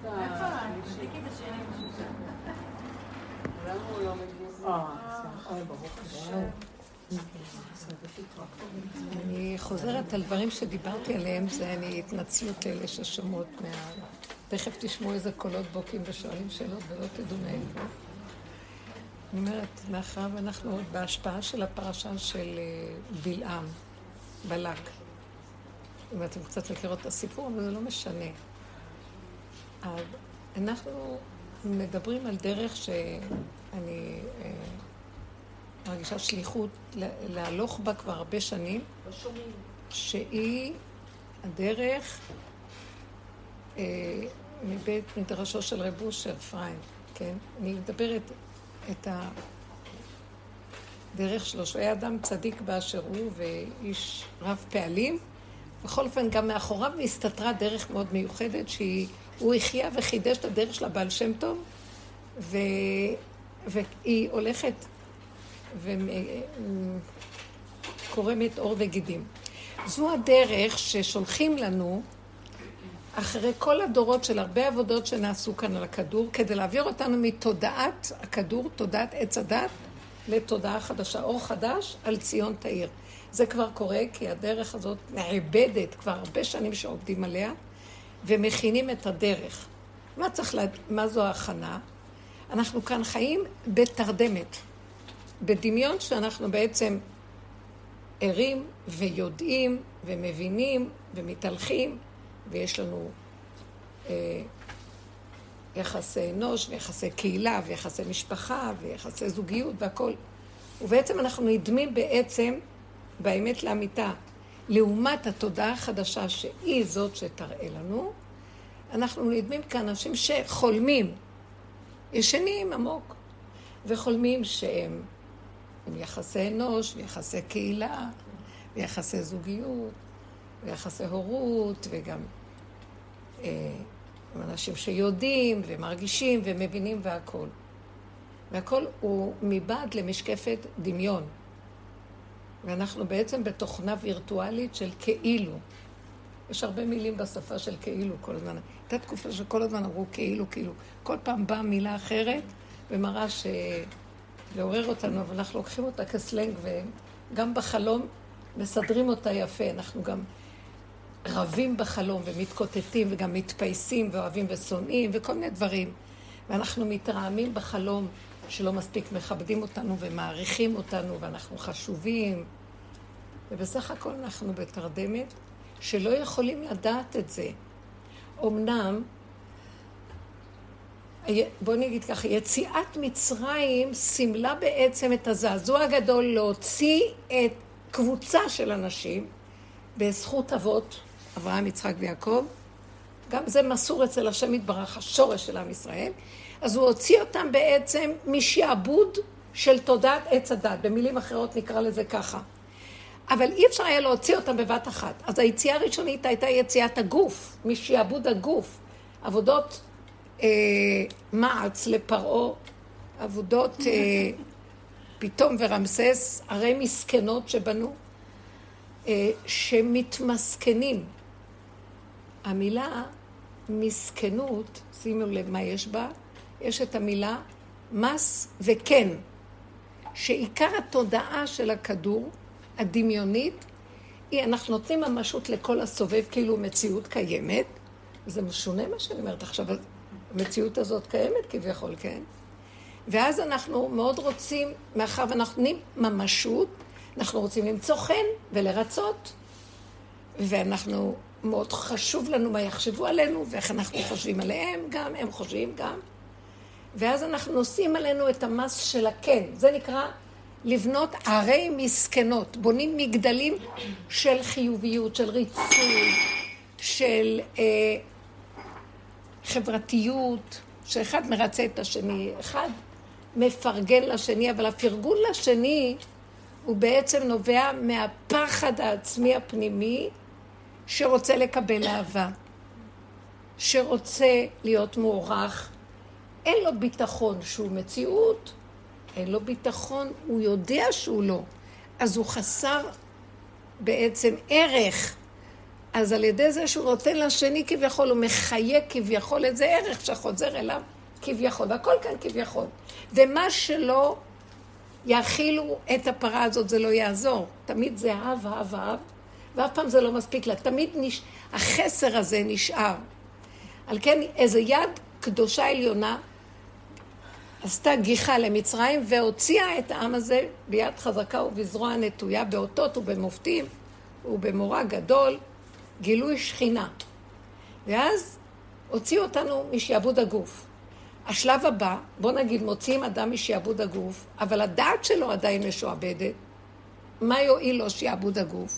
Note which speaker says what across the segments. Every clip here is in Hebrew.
Speaker 1: תדליקי את השני בשביל
Speaker 2: למה הוא לא מגיע?
Speaker 3: אוי, ברוך השם. אני חוזרת על דברים שדיברתי עליהם, זה אני התנצלות לאלה ששומעות תכף תשמעו איזה קולות בוקים ושואלים שאלות ולא תדעו מאיפה. אני אומרת, מאחר ואנחנו עוד בהשפעה של הפרשה של בלעם, בלק. אם אתם קצת מכירות את הסיפור, אבל זה לא משנה. אז אנחנו מדברים על דרך שאני מרגישה שליחות להלוך בה כבר הרבה שנים, שהיא הדרך מבית מדרשו של רב אושר פריין, כן? אני מדברת את הדרך שלו, שהוא היה אדם צדיק באשר הוא ואיש רב פעלים, בכל אופן גם מאחוריו הסתתרה דרך מאוד מיוחדת שהוא החיה וחידש את הדרך של הבעל שם טוב, והיא הולכת וקורמת אור וגידים. זו הדרך ששולחים לנו אחרי כל הדורות של הרבה עבודות שנעשו כאן על הכדור, כדי להעביר אותנו מתודעת הכדור, תודעת עץ הדת, לתודעה חדשה, אור חדש על ציון תאיר. זה כבר קורה כי הדרך הזאת מעבדת כבר הרבה שנים שעובדים עליה, ומכינים את הדרך. מה זו ההכנה? אנחנו כאן חיים בתרדמת, בדמיון שאנחנו בעצם ערים ויודעים ומבינים ומתהלכים, ויש לנו יחסי אנוש ויחסי קהילה ויחסי משפחה ויחסי זוגיות והכל. ובעצם אנחנו נדמים בעצם באמת לאמיתה, לעומת התודעה החדשה שהיא זאת שתראה לנו, אנחנו נדמים כאנשים שחולמים, ישנים עמוק, וחולמים שהם עם יחסי אנוש ויחסי קהילה ויחסי זוגיות ויחסי הורות, וגם אנשים שיודעים ומרגישים ומבינים והכל. והכל הוא מבעד למשקפת דמיון. ואנחנו בעצם בתוכנה וירטואלית של כאילו. יש הרבה מילים בשפה של כאילו כל הזמן. הייתה תקופה שכל הזמן אמרו כאילו, כאילו. כל פעם באה מילה אחרת ומראה לעורר אותנו, אבל אנחנו לוקחים אותה כסלנג, וגם בחלום מסדרים אותה יפה. אנחנו גם רבים בחלום ומתקוטטים וגם מתפייסים ואוהבים ושונאים וכל מיני דברים. ואנחנו מתרעמים בחלום שלא מספיק מכבדים אותנו ומעריכים אותנו ואנחנו חשובים. ובסך הכל אנחנו בתרדמת שלא יכולים לדעת את זה. אמנם, בוא נגיד ככה, יציאת מצרים סימלה בעצם את הזעזוע הגדול להוציא את קבוצה של אנשים בזכות אבות, אברהם, יצחק ויעקב. גם זה מסור אצל השם יתברך, השורש של עם ישראל. אז הוא הוציא אותם בעצם משעבוד של תודעת עץ הדת. במילים אחרות נקרא לזה ככה. אבל אי אפשר היה להוציא אותם בבת אחת. אז היציאה הראשונית הייתה יציאת הגוף, משעבוד הגוף. עבודות מעץ לפרעה, עבודות פתאום ורמסס, הרי מסכנות שבנו, שמתמסכנים. המילה מסכנות, שימו לב מה יש בה, יש את המילה מס וכן, שעיקר התודעה של הכדור, הדמיונית, היא אנחנו נותנים ממשות לכל הסובב כאילו מציאות קיימת, וזה משונה מה שאני אומרת עכשיו, המציאות הזאת קיימת כביכול, כן? ואז אנחנו מאוד רוצים, מאחר ואנחנו נותנים ממשות, אנחנו רוצים למצוא חן ולרצות, ואנחנו מאוד חשוב לנו מה יחשבו עלינו, ואיך אנחנו חושבים עליהם גם, הם חושבים גם. ואז אנחנו נושאים עלינו את המס של הכן. זה נקרא לבנות ערי מסכנות. בונים מגדלים של חיוביות, של ריצוי, של חברתיות, שאחד מרצה את השני, אחד מפרגן לשני, אבל הפרגון לשני הוא בעצם נובע מהפחד העצמי הפנימי, שרוצה לקבל אהבה, שרוצה להיות מוערך, אין לו ביטחון שהוא מציאות, אין לו ביטחון, הוא יודע שהוא לא, אז הוא חסר בעצם ערך אז על ידי זה שהוא נותן לשני כביכול, הוא מחיה כביכול את זה ערך שחוזר אליו כביכול, והכל כאן כביכול. ומה שלא יאכילו את הפרה הזאת זה לא יעזור. תמיד זה אהב, אהב, אהב, ואף פעם זה לא מספיק לה. תמיד החסר הזה נשאר. על כן איזו יד קדושה עליונה עשתה גיחה למצרים והוציאה את העם הזה ביד חזקה ובזרוע נטויה, באותות ובמופתים ובמורא גדול, גילוי שכינה. ואז הוציאו אותנו משעבוד הגוף. השלב הבא, בוא נגיד, מוציאים אדם משעבוד הגוף, אבל הדעת שלו עדיין משועבדת. מה יועיל לו שעבוד הגוף?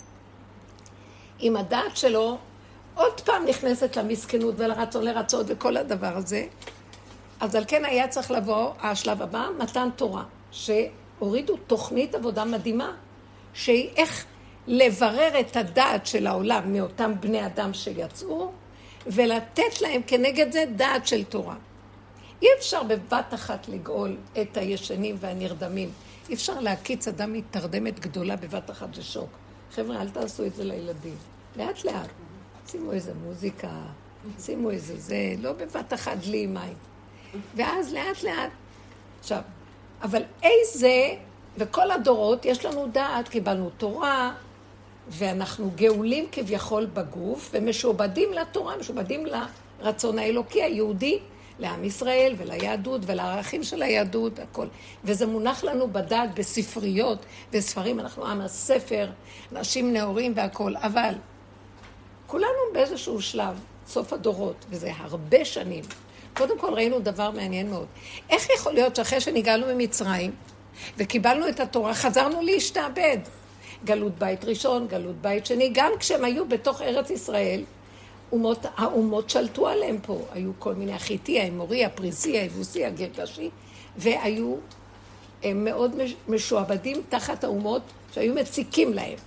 Speaker 3: אם הדעת שלו עוד פעם נכנסת למסכנות ולרצון לרצות וכל הדבר הזה, אז על כן היה צריך לבוא השלב הבא, מתן תורה, שהורידו תוכנית עבודה מדהימה, שהיא איך לברר את הדעת של העולם מאותם בני אדם שיצאו, ולתת להם כנגד זה דעת של תורה. אי אפשר בבת אחת לגאול את הישנים והנרדמים. אי אפשר להקיץ אדם מתרדמת גדולה בבת אחת לשוק. חבר'ה, אל תעשו את זה לילדים. לאט לאט. שימו איזה מוזיקה, שימו איזה זה, לא בבת אחת דלי מים. ואז לאט לאט. עכשיו, אבל איזה, וכל הדורות יש לנו דעת, קיבלנו תורה, ואנחנו גאולים כביכול בגוף, ומשועבדים לתורה, משועבדים לרצון האלוקי היהודי, לעם ישראל וליהדות ולערכים של היהדות, הכל. וזה מונח לנו בדעת בספריות וספרים, אנחנו עם הספר, אנשים נאורים והכל, אבל כולנו באיזשהו שלב, סוף הדורות, וזה הרבה שנים. קודם כל ראינו דבר מעניין מאוד. איך יכול להיות שאחרי שניגענו ממצרים וקיבלנו את התורה, חזרנו להשתעבד? גלות בית ראשון, גלות בית שני, גם כשהם היו בתוך ארץ ישראל, האומות שלטו עליהם פה. היו כל מיני החיטי, האמורי, הפריזי, היבוסי, הגרגשי, והיו מאוד משועבדים תחת האומות שהיו מציקים להם.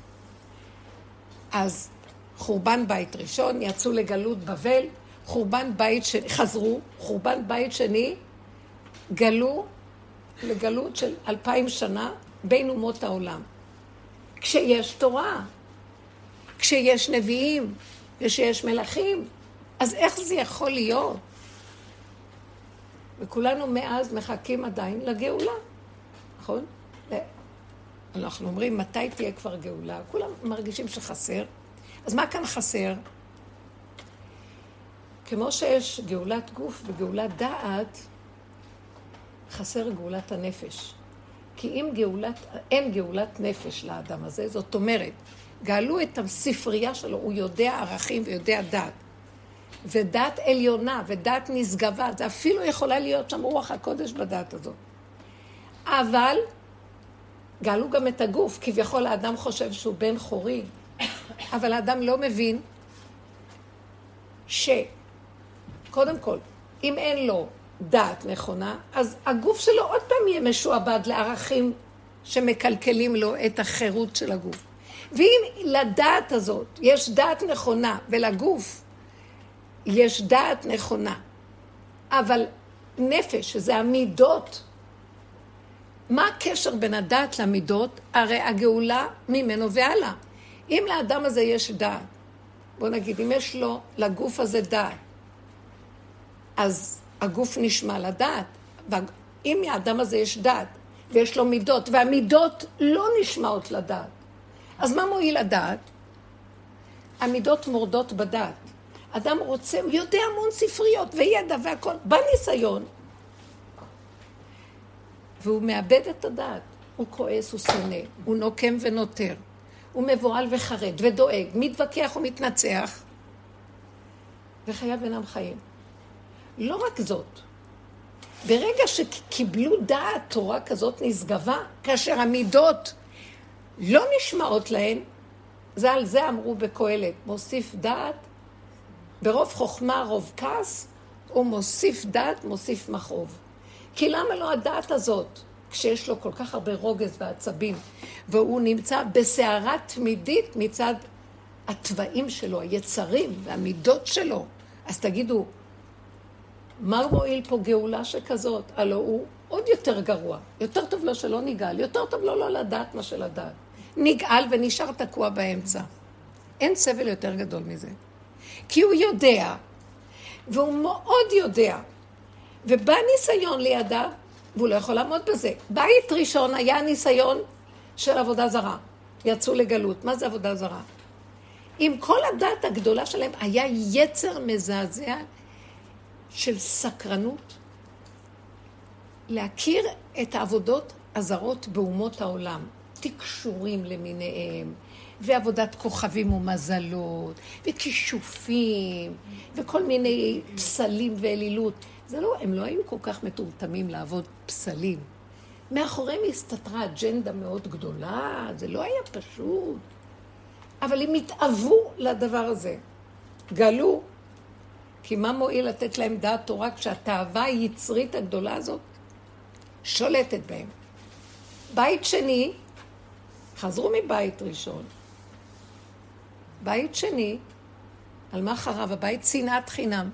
Speaker 3: אז חורבן בית ראשון, יצאו לגלות בבל, חורבן בית שני, חזרו, חורבן בית שני, גלו לגלות של 2000 שנה בין אומות העולם. כשיש תורה, כשיש נביאים, ושיש מלכים, אז איך זה יכול להיות? וכולנו מאז מחכים עדיין לגאולה, נכון? אנחנו אומרים, מתי תהיה כבר גאולה? כולם מרגישים שחסר. אז מה כאן חסר? כמו שיש גאולת גוף וגאולת דעת, חסר גאולת הנפש. כי אם אין גאולת נפש לאדם הזה, זאת אומרת, גאלו את הספרייה שלו, הוא יודע ערכים ויודע דת. ודת עליונה ודת נשגבה, זה אפילו יכולה להיות שם רוח הקודש בדת הזאת. אבל גאלו גם את הגוף, כביכול האדם חושב שהוא בן חורי, אבל האדם לא מבין שקודם כל, אם אין לו דת נכונה, אז הגוף שלו עוד פעם יהיה משועבד לערכים שמקלקלים לו את החירות של הגוף. ואם לדעת הזאת יש דעת נכונה, ולגוף יש דעת נכונה, אבל נפש, שזה המידות, מה הקשר בין הדעת למידות? הרי הגאולה ממנו והלאה. אם לאדם הזה יש דעת, בוא נגיד, אם יש לו לגוף הזה דעת, אז הגוף נשמע לדעת, ואם לאדם הזה יש דעת, ויש לו מידות, והמידות לא נשמעות לדעת, אז מה מועיל הדעת? המידות מורדות בדעת. אדם רוצה, הוא יודע המון ספריות וידע והכל, בניסיון. והוא מאבד את הדעת. הוא כועס, הוא שונא, הוא נוקם ונותר. הוא מבועל וחרד ודואג, מתווכח ומתנצח. וחייו אינם חיים. לא רק זאת. ברגע שקיבלו דעת תורה כזאת נשגבה, כאשר המידות לא נשמעות להן, זה על זה אמרו בקהלת, מוסיף דעת, ברוב חוכמה רוב כעס, הוא מוסיף דעת, מוסיף מכאוב. כי למה לא הדעת הזאת, כשיש לו כל כך הרבה רוגז ועצבים, והוא נמצא בסערה תמידית מצד הטבעים שלו, היצרים והמידות שלו, אז תגידו, מה מועיל פה גאולה שכזאת? הלא הוא עוד יותר גרוע, יותר טוב לו שלא נגאל, יותר טוב לו לא לדעת מה שלדעת. נגאל ונשאר תקוע באמצע. אין סבל יותר גדול מזה. כי הוא יודע, והוא מאוד יודע, ובא ניסיון לידיו, והוא לא יכול לעמוד בזה. בית ראשון היה ניסיון של עבודה זרה. יצאו לגלות. מה זה עבודה זרה? עם כל הדעת הגדולה שלהם היה יצר מזעזע של סקרנות, להכיר את העבודות הזרות באומות העולם, תקשורים למיניהם, ועבודת כוכבים ומזלות, וכישופים, וכל מיני פסלים ואלילות. הם לא היו כל כך מטומטמים לעבוד פסלים. מאחוריהם הסתתרה אג'נדה מאוד גדולה, זה לא היה פשוט. אבל הם התאהבו לדבר הזה. גלו, כי מה מועיל לתת להם דעת תורה כשהתאווה היצרית הגדולה הזאת שולטת בהם. בית שני, חזרו מבית ראשון. בית שני, על מה חרב הבית? שנאת חינם.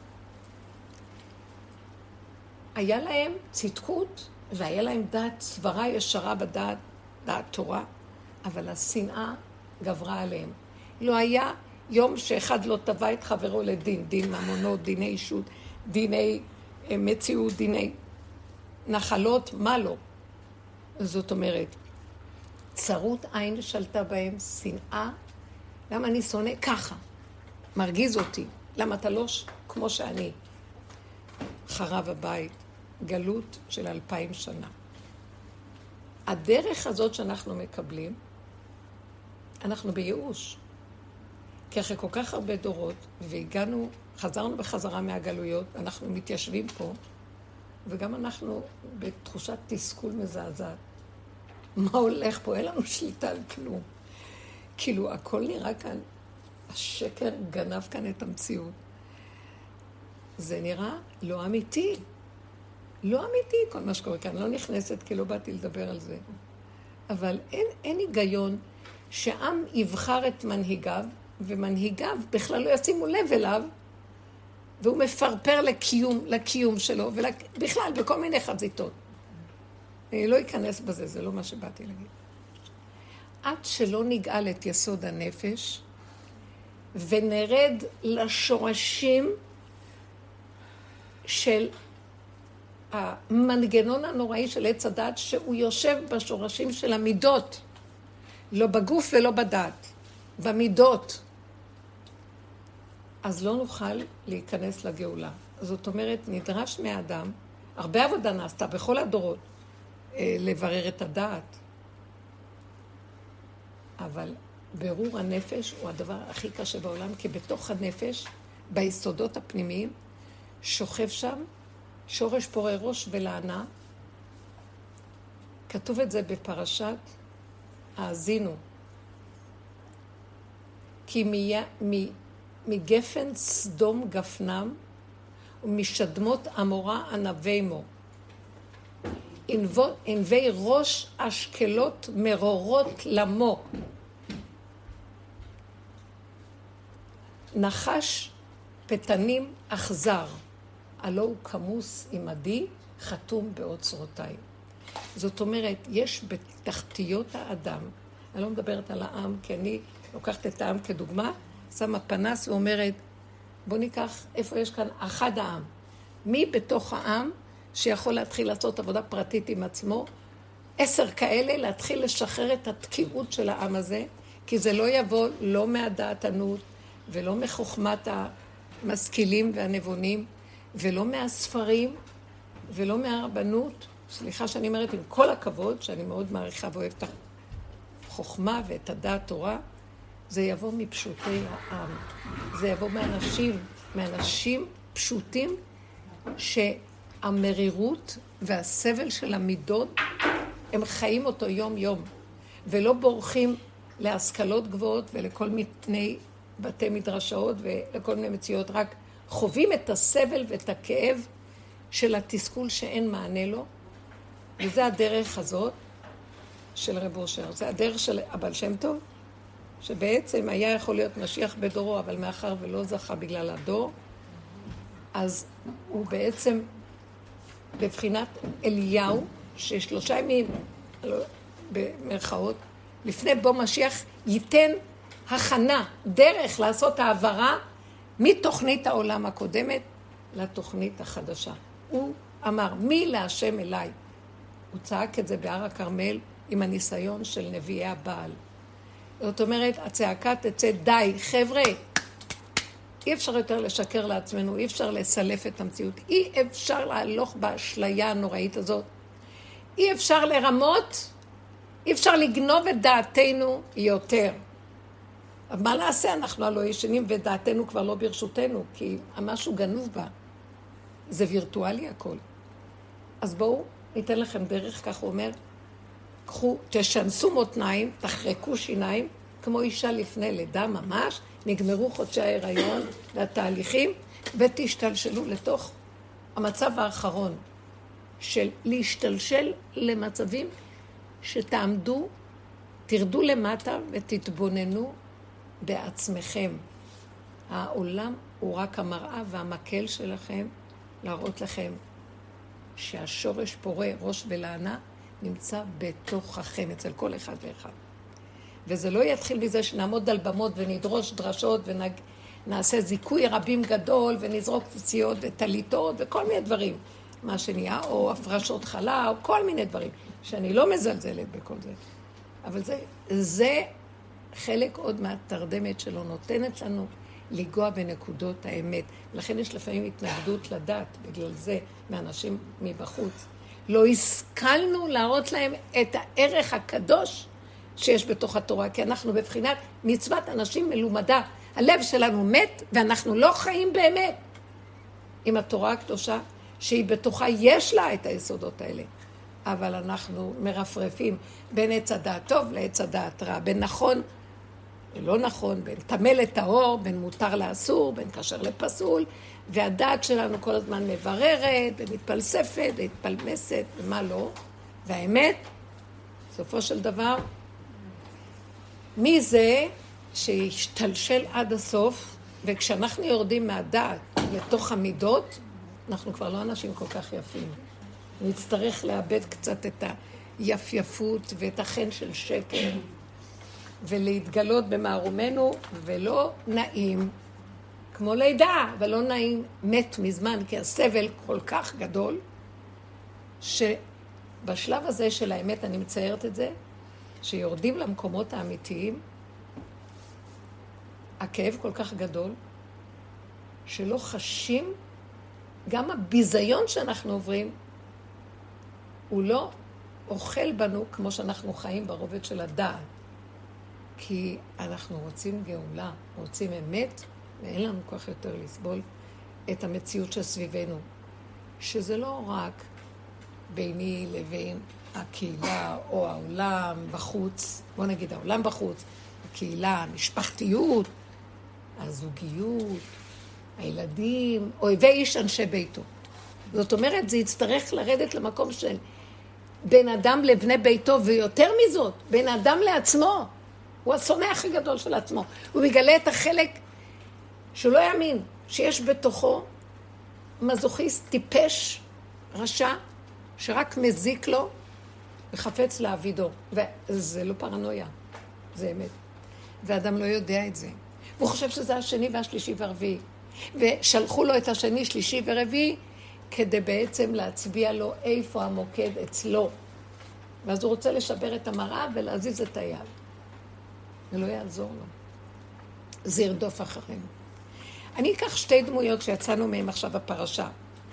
Speaker 3: היה להם צדקות, והיה להם דעת סברה ישרה בדעת, דעת תורה, אבל השנאה גברה עליהם. לא היה יום שאחד לא טבע את חברו לדין, דין ממונות, דיני אישות, דיני מציאות, דיני נחלות, מה לא? זאת אומרת, צרות עין שלטה בהם, שנאה. למה אני שונא? ככה. מרגיז אותי. למה אתה לא כמו שאני? חרב הבית, גלות של 2000 שנה. הדרך הזאת שאנחנו מקבלים, אנחנו בייאוש. כי אחרי כל כך הרבה דורות, והגענו, חזרנו בחזרה מהגלויות, אנחנו מתיישבים פה, וגם אנחנו בתחושת תסכול מזעזעת. מה הולך פה? אין לנו שליטה על כלום. כאילו, הכל נראה כאן, השקר גנב כאן את המציאות. זה נראה לא אמיתי. לא אמיתי כל מה שקורה כאן. לא נכנסת כי לא באתי לדבר על זה. אבל אין היגיון שעם יבחר את מנהיגיו, ומנהיגיו בכלל לא ישימו לב אליו, והוא מפרפר לקיום שלו, ובכלל בכל מיני חזיתות. אני לא אכנס בזה, זה לא מה שבאתי להגיד. עד שלא נגאל את יסוד הנפש, ונרד לשורשים של המנגנון הנוראי של עץ הדת, שהוא יושב בשורשים של המידות, לא בגוף ולא בדת, במידות. אז לא נוכל להיכנס לגאולה. זאת אומרת, נדרש מהאדם, הרבה עבודה נעשתה בכל הדורות, לברר את הדעת. אבל ברור הנפש הוא הדבר הכי קשה בעולם, כי בתוך הנפש, ביסודות הפנימיים, שוכב שם שורש פורה ראש ולענה. כתוב את זה בפרשת האזינו. כי מגפן סדום גפנם, ומשדמות עמורה ענבי-מו. ענבי ראש אשקלות מרורות למו. נחש פתנים אכזר, הלא הוא כמוס עמדי, חתום באוצרותיי. זאת אומרת, יש בתחתיות האדם, אני לא מדברת על העם, כי אני לוקחת את העם כדוגמה, שמה פנס ואומרת, בוא ניקח איפה יש כאן אחד העם. מי בתוך העם שיכול להתחיל לעשות עבודה פרטית עם עצמו, 10 כאלה להתחיל לשחרר את התקיעות של העם הזה, כי זה לא יבוא לא מהדעתנות, ולא מחוכמת המשכילים והנבונים, ולא מהספרים, ולא מהרבנות. סליחה שאני אומרת, עם כל הכבוד, שאני מאוד מעריכה ואוהבת את החוכמה ואת הדעת תורה, זה יבוא מפשוטי העם. זה יבוא מאנשים פשוטים, שהמרירות והסבל של המידות, הם חיים אותו יום-יום, ולא בורחים להשכלות גבוהות ולכל מיני בתי מדרשאות ולכל מיני מציאות, רק חווים את הסבל ואת הכאב של התסכול שאין מענה לו, וזה הדרך הזאת של רב אושר. זה הדרך של הבעל שם טוב, שבעצם היה יכול להיות משיח בדורו, אבל מאחר ולא זכה בגלל הדור, אז הוא בעצם בבחינת אליהו, ש3 ימים, במרכאות, לפני בו משיח ייתן הכנה, דרך לעשות העברה מתוכנית העולם הקודמת לתוכנית החדשה. הוא אמר, מי להשם אליי? הוא צעק את זה בהר הכרמל עם הניסיון של נביאי הבעל. זאת אומרת, הצעקה תצא די, חבר'ה, אי אפשר יותר לשקר לעצמנו, אי אפשר לסלף את המציאות, אי אפשר להלוך באשליה הנוראית הזאת, אי אפשר לרמות, אי אפשר לגנוב את דעתנו יותר. אבל מה נעשה? אנחנו הלא ישנים ודעתנו כבר לא ברשותנו, כי משהו גנוב בה. זה וירטואלי הכל. אז בואו, ניתן לכם דרך, כך הוא אומר, קחו, תשנסו מותניים, תחרקו שיניים, כמו אישה לפני לידה ממש, נגמרו חודשי ההיריון והתהליכים, ותשתלשלו לתוך המצב האחרון של להשתלשל למצבים שתעמדו, תרדו למטה ותתבוננו בעצמכם. העולם הוא רק המראה והמקל שלכם להראות לכם שהשורש פורה ראש ולענה נמצא בתוככם אצל כל אחד ואחד. וזה לא יתחיל מזה שנעמוד על במות ונדרוש דרשות ונעשה זיכוי רבים גדול ונזרוק ציוד וטליטות וכל מיני דברים, מה שנהיה, או הפרשות חלה, או כל מיני דברים, שאני לא מזלזלת בכל זה. אבל זה חלק עוד מהתרדמת שלו, נותנת לנו לגוע בנקודות האמת. לכן יש לפעמים התנגדות לדעת, בגלל זה, מאנשים מבחוץ. לא השכלנו להראות להם את הערך הקדוש שיש בתוך התורה, כי אנחנו בבחינת מצוות אנשים מלומדה. הלב שלנו מת, ואנחנו לא חיים באמת עם התורה הקדושה, שהיא בתוכה יש לה את היסודות האלה. אבל אנחנו מרפרפים בין עץ הדעת טוב לעץ הדעת רע, בין נכון ולא נכון, בין טמא לטהור, בין מותר לאסור, בין כשר לפסול, והדעת שלנו כל הזמן מבררת ומתפלספת והתפלמסת ומה לא. והאמת, בסופו של דבר, מי זה שישתלשל עד הסוף, וכשאנחנו יורדים מהדעת לתוך המידות, אנחנו כבר לא אנשים כל כך יפים. נצטרך לאבד קצת את היפייפות ואת החן של שקר, ולהתגלות במערומנו, ולא נעים, כמו לידה, ולא נעים, מת מזמן, כי הסבל כל כך גדול, שבשלב הזה של האמת, אני מציירת את זה, שיורדים למקומות האמיתיים, הכאב כל כך גדול, שלא חשים, גם הביזיון שאנחנו עוברים, הוא לא אוכל בנו כמו שאנחנו חיים ברובד של הדעת. כי אנחנו רוצים גאולה, רוצים אמת, ואין לנו כך יותר לסבול את המציאות שסביבנו. שזה לא רק ביני לבין הקהילה או העולם בחוץ, בוא נגיד העולם בחוץ, הקהילה, המשפחתיות, הזוגיות, הילדים, אויבי איש אנשי ביתו. זאת אומרת, זה יצטרך לרדת למקום של בין אדם לבני ביתו, ויותר מזאת, בין אדם לעצמו. הוא השונא הכי גדול של עצמו. הוא מגלה את החלק שהוא לא יאמין, שיש בתוכו מזוכיסט טיפש, רשע, שרק מזיק לו וחפץ להעבידו. וזה לא פרנויה, זה אמת. ואדם לא יודע את זה. והוא חושב שזה השני והשלישי והרביעי. ושלחו לו את השני, שלישי ורביעי, כדי בעצם להצביע לו איפה המוקד אצלו. ואז הוא רוצה לשבר את המראה ולהזיז את היד. ולא יעזור לו. זה ירדוף אחרינו. אני אקח שתי דמויות שיצאנו מהם עכשיו בפרשה.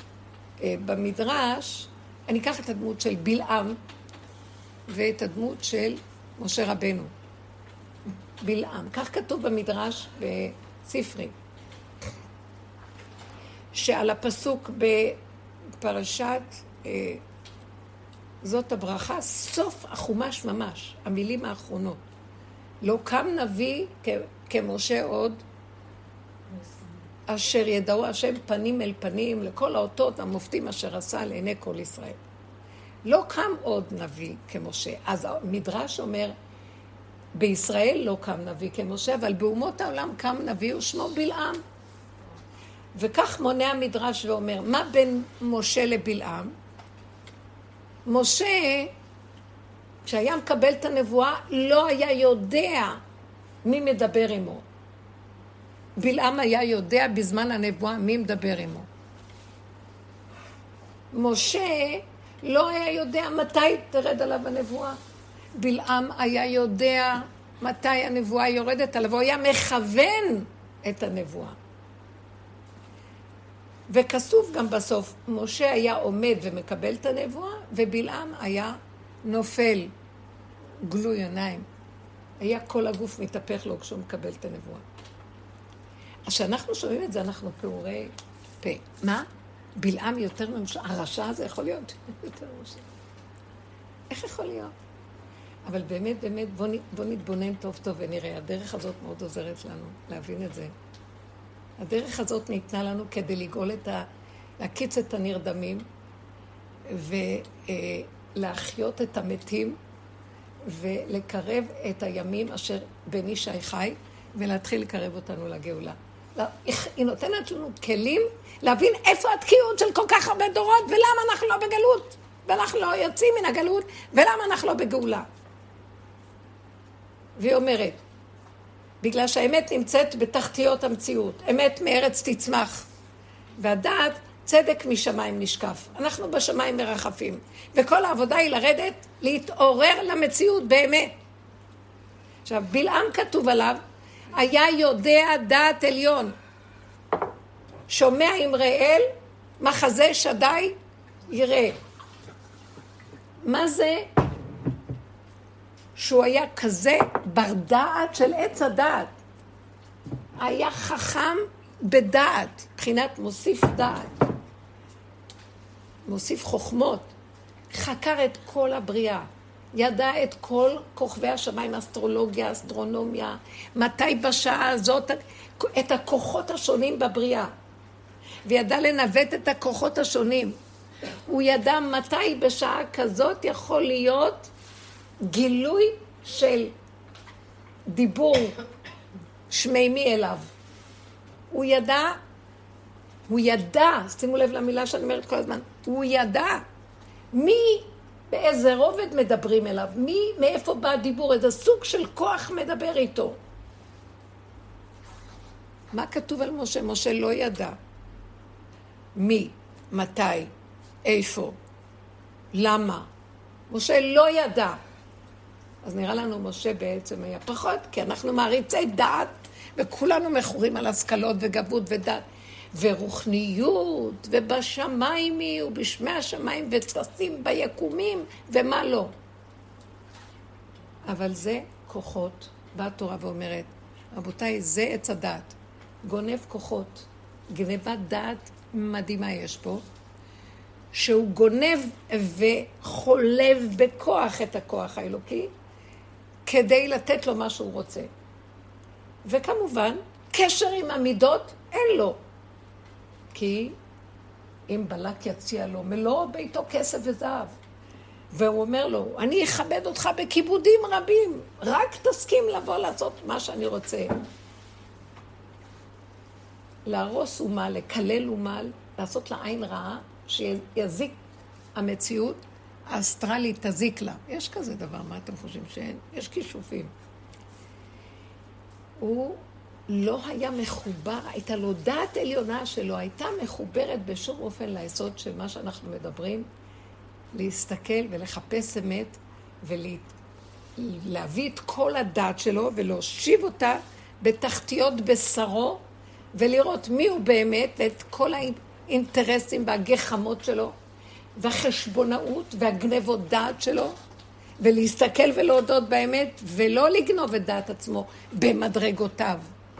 Speaker 3: במדרש, אני אקח את הדמות של בלעם, ואת הדמות של משה רבנו. בלעם. כך כתוב במדרש בספרי. שעל הפסוק בפרשת זאת הברכה, סוף החומש ממש, המילים האחרונות. לא קם נביא כמשה עוד, אשר ידעו השם פנים אל פנים לכל האותות המופתים אשר עשה לעיני כל ישראל. לא קם עוד נביא כמשה. אז המדרש אומר, בישראל לא קם נביא כמשה, אבל באומות העולם קם נביא ושמו בלעם. וכך מונה המדרש ואומר, מה בין משה לבלעם? משה, כשהיה מקבל את הנבואה, לא היה יודע מי מדבר עמו. בלעם היה יודע בזמן הנבואה מי מדבר עמו. משה לא היה יודע מתי תרד עליו הנבואה. בלעם היה יודע מתי הנבואה יורדת עליו, הוא היה מכוון את הנבואה. וכסוף גם בסוף, משה היה עומד ומקבל את הנבואה, ובלעם היה נופל, גלוי עיניים. היה כל הגוף מתהפך לו כשהוא מקבל את הנבואה. אז כשאנחנו שומעים את זה, אנחנו פעורי פה. מה? בלעם יותר ממשה, הרשע הזה יכול להיות יותר ממשה. איך יכול להיות? אבל באמת, בוא נתבונן טוב טוב ונראה. הדרך הזאת מאוד עוזרת לנו להבין את זה. הדרך הזאת ניתנה לנו כדי לגאול להקיץ את הנרדמים ולהחיות את המתים ולקרב את הימים אשר בין אישי חי ולהתחיל לקרב אותנו לגאולה. היא נותנת לנו כלים להבין איפה התקיעות של כל כך הרבה דורות ולמה אנחנו לא בגלות ואנחנו לא יוצאים מן הגלות ולמה אנחנו לא בגאולה. והיא אומרת, בגלל שהאמת נמצאת בתחתיות המציאות, אמת מארץ תצמח, והדעת צדק משמיים נשקף. אנחנו בשמיים מרחפים, וכל העבודה היא לרדת, להתעורר למציאות באמת. עכשיו, בלעם כתוב עליו, היה יודע דעת עליון, שומע אמרי אל, מחזה שדי יראה. מה זה? שהוא היה כזה בר דעת של עץ הדעת. היה חכם בדעת, מבחינת מוסיף דעת. מוסיף חוכמות. חקר את כל הבריאה. ידע את כל כוכבי השמיים, אסטרולוגיה, אסטרונומיה, מתי בשעה הזאת, את הכוחות השונים בבריאה. וידע לנווט את הכוחות השונים. הוא ידע מתי בשעה כזאת יכול להיות גילוי של דיבור שמימי אליו. הוא ידע, שימו לב למילה שאני אומרת כל הזמן, הוא ידע באיזה רובד מדברים אליו, מאיפה בא הדיבור, איזה סוג של כוח מדבר איתו. מה כתוב על משה? משה לא ידע מי, מתי, איפה, למה. משה לא ידע. אז נראה לנו משה בעצם היה פחות, כי אנחנו מעריצי דעת, וכולנו מכורים על השכלות וגבות ודעת, ורוחניות, ובשמיים ובשמי השמיים, וטסים ביקומים, ומה לא. אבל זה כוחות, באה התורה ואומרת, רבותיי, זה עץ הדעת, גונב כוחות, גנבת דעת מדהימה יש פה, שהוא גונב וחולב בכוח את הכוח האלוקי, כדי לתת לו מה שהוא רוצה. וכמובן, קשר עם המידות אין לו. כי אם בלק יציע לו מלוא ביתו כסף וזהב, והוא אומר לו, אני אכבד אותך בכיבודים רבים, רק תסכים לבוא לעשות מה שאני רוצה. להרוס אומה, לקלל אומה, לעשות לה עין רעה, שיזיק המציאות, האסטרלית תזיק לה. יש כזה דבר, מה אתם חושבים שאין? יש כישופים. הוא לא היה מחובר, הייתה לו דעת עליונה שלו, הייתה מחוברת בשום אופן ליסוד של מה שאנחנו מדברים, להסתכל ולחפש אמת, ולהביא את כל הדעת שלו, ולהושיב אותה בתחתיות בשרו, ולראות מי הוא באמת, ואת כל האינטרסים והגחמות שלו, והחשבונאות והגנבות דעת שלו, ולהסתכל ולהודות באמת, ולא לגנוב את דעת עצמו במדרגותיו.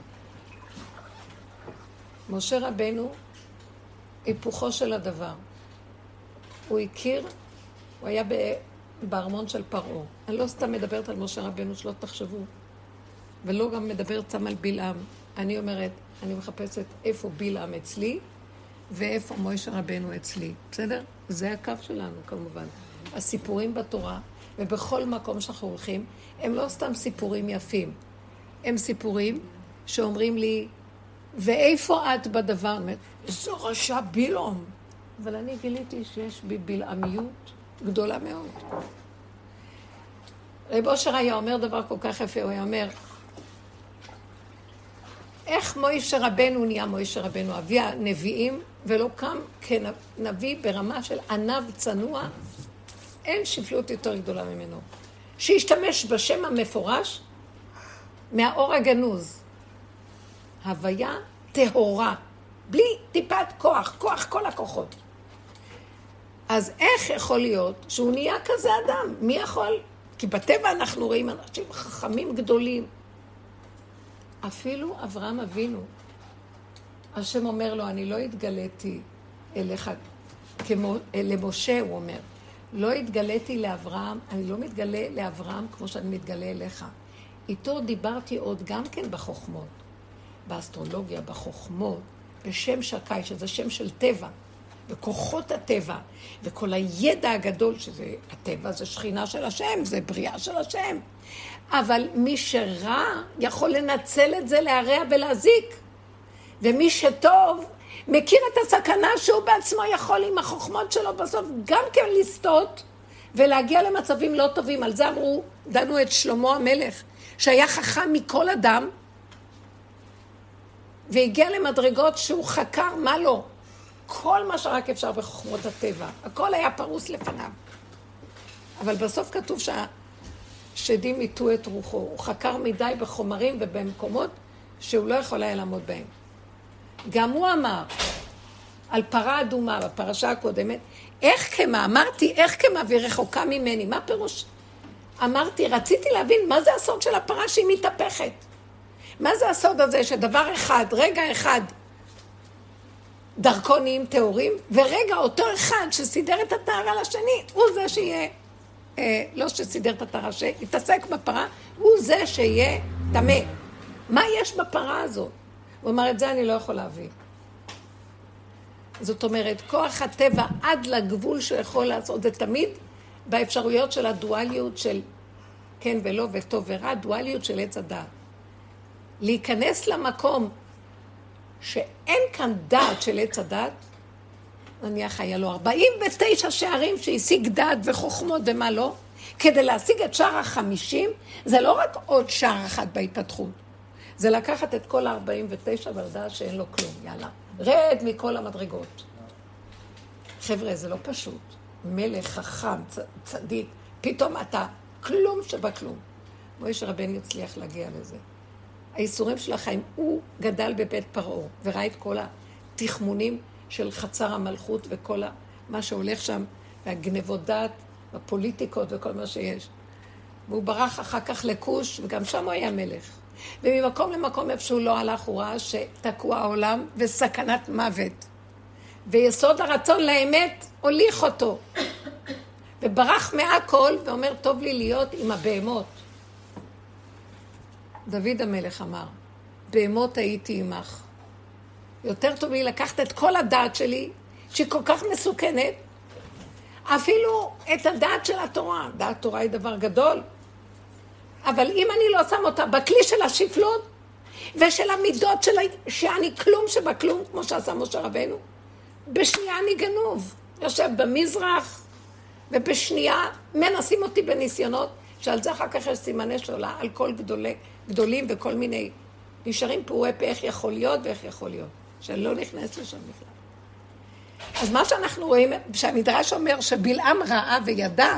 Speaker 3: משה רבנו, היפוכו של הדבר. הוא הכיר, הוא היה בארמון של פרעה. אני לא סתם מדברת על משה רבנו, שלא תחשבו. ולא גם מדברת סתם על בלעם. אני אומרת, אני מחפשת איפה בלעם אצלי, ואיפה משה רבנו אצלי. בסדר? זה הקו שלנו כמובן. הסיפורים בתורה, ובכל מקום שאנחנו הולכים, הם לא סתם סיפורים יפים. הם סיפורים שאומרים לי, ואיפה את בדבר? זה רשע בלעם. אבל אני גיליתי שיש בי בלעמיות גדולה מאוד. רב אושר היה אומר דבר כל כך יפה, הוא היה אומר, איך מוישה רבנו נהיה מוישה רבנו? אבי הנביאים, ולא קם כנביא ברמה של ענב צנוע, אין שפלות יותר גדולה ממנו. שישתמש בשם המפורש מהאור הגנוז. הוויה טהורה, בלי טיפת כוח, כוח כל הכוחות. אז איך יכול להיות שהוא נהיה כזה אדם? מי יכול? כי בטבע אנחנו רואים אנשים חכמים גדולים. אפילו אברהם אבינו, השם אומר לו, אני לא התגליתי אליך, כמו למשה הוא אומר, לא התגליתי לאברהם, אני לא מתגלה לאברהם כמו שאני מתגלה אליך. איתו דיברתי עוד גם כן בחוכמות, באסטרולוגיה, בחוכמות, בשם שקי, שזה שם של טבע, וכוחות הטבע, וכל הידע הגדול, שזה הטבע, זה שכינה של השם, זה בריאה של השם. אבל מי שרע יכול לנצל את זה להרע ולהזיק. ומי שטוב מכיר את הסכנה שהוא בעצמו יכול עם החוכמות שלו בסוף גם כן לסטות ולהגיע למצבים לא טובים. על זה אמרו, דנו את שלמה המלך, שהיה חכם מכל אדם, והגיע למדרגות שהוא חקר מה לא. כל מה שרק אפשר בחוכמות הטבע. הכל היה פרוס לפניו. אבל בסוף כתוב שהשדים יטו את רוחו. הוא חקר מדי בחומרים ובמקומות שהוא לא יכול היה לעמוד בהם. גם הוא אמר על פרה אדומה בפרשה הקודמת, איך כמה, אמרתי, איך כמה ורחוקה ממני. מה פירוש? אמרתי, רציתי להבין מה זה הסוד של הפרה שהיא מתהפכת. מה זה הסוד הזה שדבר אחד, רגע אחד, דרכו נהיים תיאורים, ורגע אותו אחד שסידר את הטהרה לשני, הוא זה שיהיה, לא שסידר את הטהרה, שיתעסק בפרה, הוא זה שיהיה טמא. מה יש בפרה הזאת? הוא אמר, את זה אני לא יכול להביא. זאת אומרת, כוח הטבע עד לגבול שיכול לעשות, זה תמיד באפשרויות של הדואליות של כן ולא וטוב ורע, דואליות של עץ הדעת. להיכנס למקום שאין כאן דעת של עץ הדעת, נניח היה לו 49 שערים שהשיג דעת וחוכמות ומה לא, כדי להשיג את שער ה-50, זה לא רק עוד שער אחד בהתפתחות, זה לקחת את כל ה-49 ולדעת שאין לו כלום, יאללה, רד מכל המדרגות. חבר'ה, זה לא פשוט. מלך חכם, צדיק, פתאום אתה כלום שבכלום. מוישה רבנו הצליח להגיע לזה. האיסורים של החיים, הוא גדל בבית פרעה, וראה את כל התחמונים של חצר המלכות וכל מה שהולך שם, והגנבות דעת, והפוליטיקות וכל מה שיש. והוא ברח אחר כך לכוש, וגם שם הוא היה מלך. וממקום למקום איפה שהוא לא הלך, הוא ראה שתקוע העולם וסכנת מוות. ויסוד הרצון לאמת הוליך אותו. וברח מהכל ואומר, טוב לי להיות עם הבהמות. דוד המלך אמר, בהמות הייתי עמך. יותר טוב לי לקחת את כל הדעת שלי, שהיא כל כך מסוכנת, אפילו את הדעת של התורה. דעת תורה היא דבר גדול. אבל אם אני לא שם אותה בכלי של השפלות, ושל המידות של שאני כלום שבכלום, כמו שעשה משה רבנו, בשנייה אני גנוב. יושב במזרח, ובשנייה מנסים אותי בניסיונות, שעל זה אחר כך יש סימני שאלה על כל גדולים וכל מיני נשארים פעורי פה איך יכול להיות ואיך יכול להיות, שאני לא נכנס לשם בכלל. אז מה שאנחנו רואים, שהמדרש אומר שבלעם ראה וידע,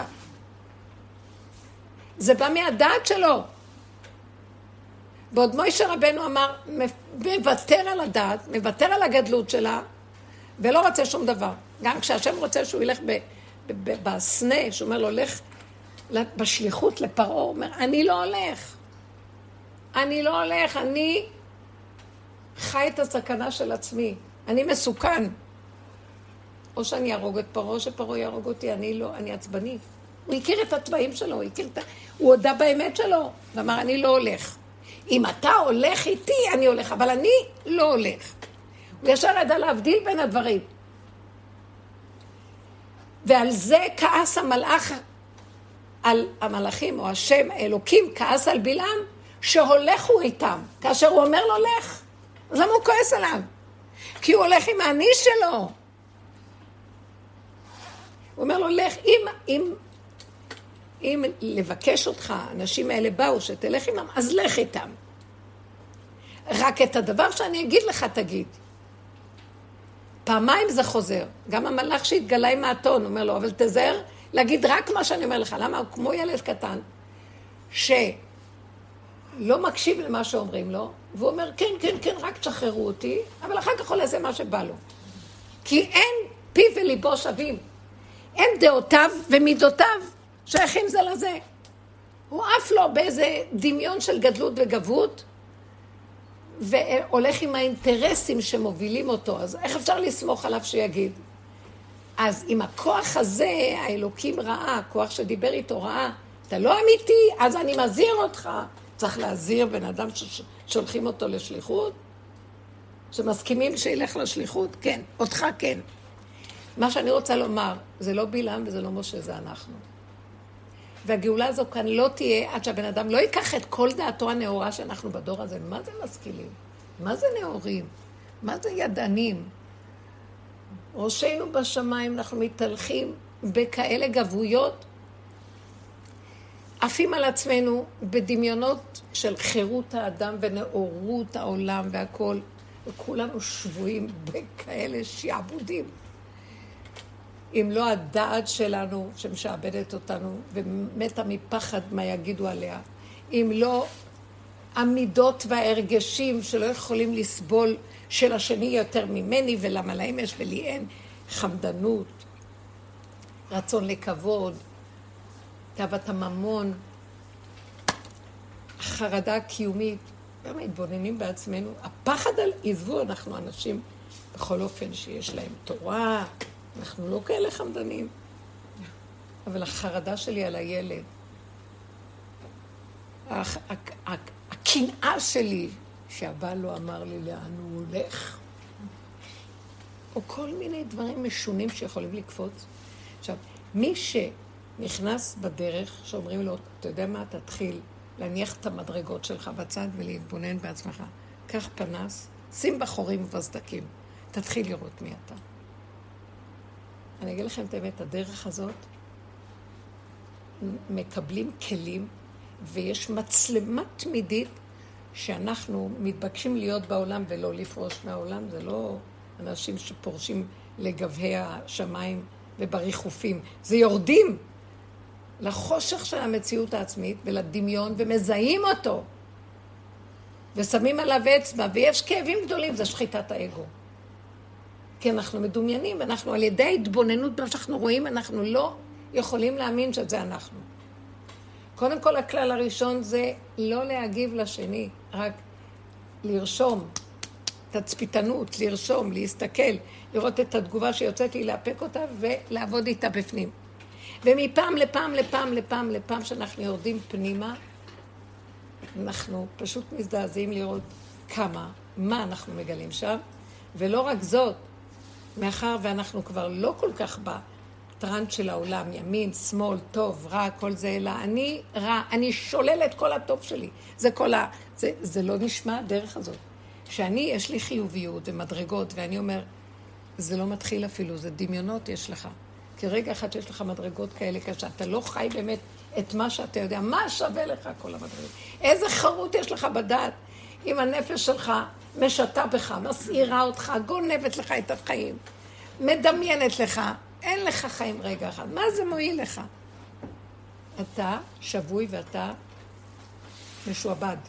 Speaker 3: זה בא מהדעת שלו. בעוד מוישה רבנו אמר, מוותר על הדעת, מוותר על הגדלות שלה, ולא רוצה שום דבר. גם כשהשם רוצה שהוא ילך בסנה, שהוא אומר לו, הולך בשליחות לפרעה, הוא אומר, אני לא הולך. אני לא הולך, אני חי את הסכנה של עצמי. אני מסוכן. או שאני ארוג את פרעה, או שפרעה ירוג אותי, אני לא, אני עצבני. הוא הכיר את הטבעים שלו, הוא הודע באמת שלו, ואמר, אני לא הולך. אם אתה הולך איתי, אני הולך, אבל אני לא הולך. הוא ישר ידע להבדיל בין הדברים. ועל זה כעס המלאך, על המלאכים, או השם, האלוקים, כעס על בלעם, שהולכו איתם. כאשר הוא אומר לו, לך. אז למה הוא כועס עליו? כי הוא הולך עם האני שלו. הוא אומר לו, לך, אם לבקש אותך, האנשים האלה באו, שתלך עמם, אז לך איתם. רק את הדבר שאני אגיד לך תגיד. פעמיים זה חוזר. גם המלאך שהתגלה עם האתון, אומר לו, אבל תזהר להגיד רק מה שאני אומר לך. למה? הוא כמו ילד קטן, שלא מקשיב למה שאומרים לו, והוא אומר, כן, כן, כן, רק תשחררו אותי, אבל אחר כך הוא יעשה מה שבא לו. כי אין פיו וליבו שווים. אין דעותיו ומידותיו שייכים זה לזה. הוא אף לא באיזה דמיון של גדלות וגבות, והולך עם האינטרסים שמובילים אותו. אז איך אפשר לסמוך עליו שיגיד? אז עם הכוח הזה, האלוקים ראה, הכוח שדיבר איתו ראה, אתה לא אמיתי, אז אני מזהיר אותך. צריך להזהיר בן אדם ששולחים אותו לשליחות? שמסכימים שילך לשליחות? כן, אותך כן. מה שאני רוצה לומר, זה לא בלעם וזה לא משה, זה אנחנו. והגאולה הזו כאן לא תהיה עד שהבן אדם לא ייקח את כל דעתו הנאורה שאנחנו בדור הזה. מה זה משכילים? מה זה נאורים? מה זה ידענים? ראשינו בשמיים, אנחנו מתהלכים בכאלה גבויות, עפים על עצמנו בדמיונות של חירות האדם ונאורות העולם והכל, וכולנו שבויים בכאלה שעבודים. אם לא הדעת שלנו שמשעבדת אותנו ומתה מפחד מה יגידו עליה, אם לא המידות וההרגשים שלא יכולים לסבול של השני יותר ממני ולמה להם יש ולי אין, חמדנות, רצון לכבוד, תאוות הממון, החרדה הקיומית, גם מתבוננים בעצמנו, הפחד על עזבו, אנחנו אנשים בכל אופן שיש להם תורה, אנחנו לא כאלה חמדנים, אבל החרדה שלי על הילד, הקנאה שלי שהבעל לא אמר לי לאן הוא הולך, או כל מיני דברים משונים שיכולים לקפוץ. עכשיו, מי שנכנס בדרך שאומרים לו, אתה יודע מה, תתחיל להניח את המדרגות שלך בצד ולהתבונן בעצמך, קח פנס, שים בחורים ובסדקים, תתחיל לראות מי אתה. אני אגיד לכם את האמת, הדרך הזאת מקבלים כלים ויש מצלמה תמידית שאנחנו מתבקשים להיות בעולם ולא לפרוש מהעולם. זה לא אנשים שפורשים לגבי השמיים ובריחופים. זה יורדים לחושך של המציאות העצמית ולדמיון ומזהים אותו ושמים עליו אצבע ויש כאבים גדולים, זה שחיטת האגו. כי אנחנו מדומיינים, אנחנו על ידי התבוננות מה שאנחנו רואים, אנחנו לא יכולים להאמין שזה אנחנו. קודם כל הכלל הראשון זה לא להגיב לשני, רק לרשום, תצפיתנות, לרשום, להסתכל, לראות את התגובה שיוצאת לי, להפק אותה ולעבוד איתה בפנים. ומפעם לפעם שאנחנו יורדים פנימה, אנחנו פשוט מזדעזעים לראות מה אנחנו מגלים שם, ולא רק זאת, מאחר ואנחנו כבר לא כל כך בטרנד של העולם, ימין, שמאל, טוב, רע, כל זה, אלא אני רע, אני שולל את כל הטוב שלי. זה לא נשמע הדרך הזאת. שאני, יש לי חיוביות ומדרגות, ואני אומר, זה לא מתחיל אפילו, זה דמיונות יש לך. כי רגע אחד שיש לך מדרגות כאלה קשה, אתה לא חי באמת את מה שאתה יודע, מה שווה לך כל המדרגות. איזה חרות יש לך בדעת, אם הנפש שלך משתה בך, מסעירה אותך, גונבת לך את החיים, מדמיינת לך, אין לך חיים רגע אחד. מה זה מועיל לך? אתה שבוי ואתה משועבד.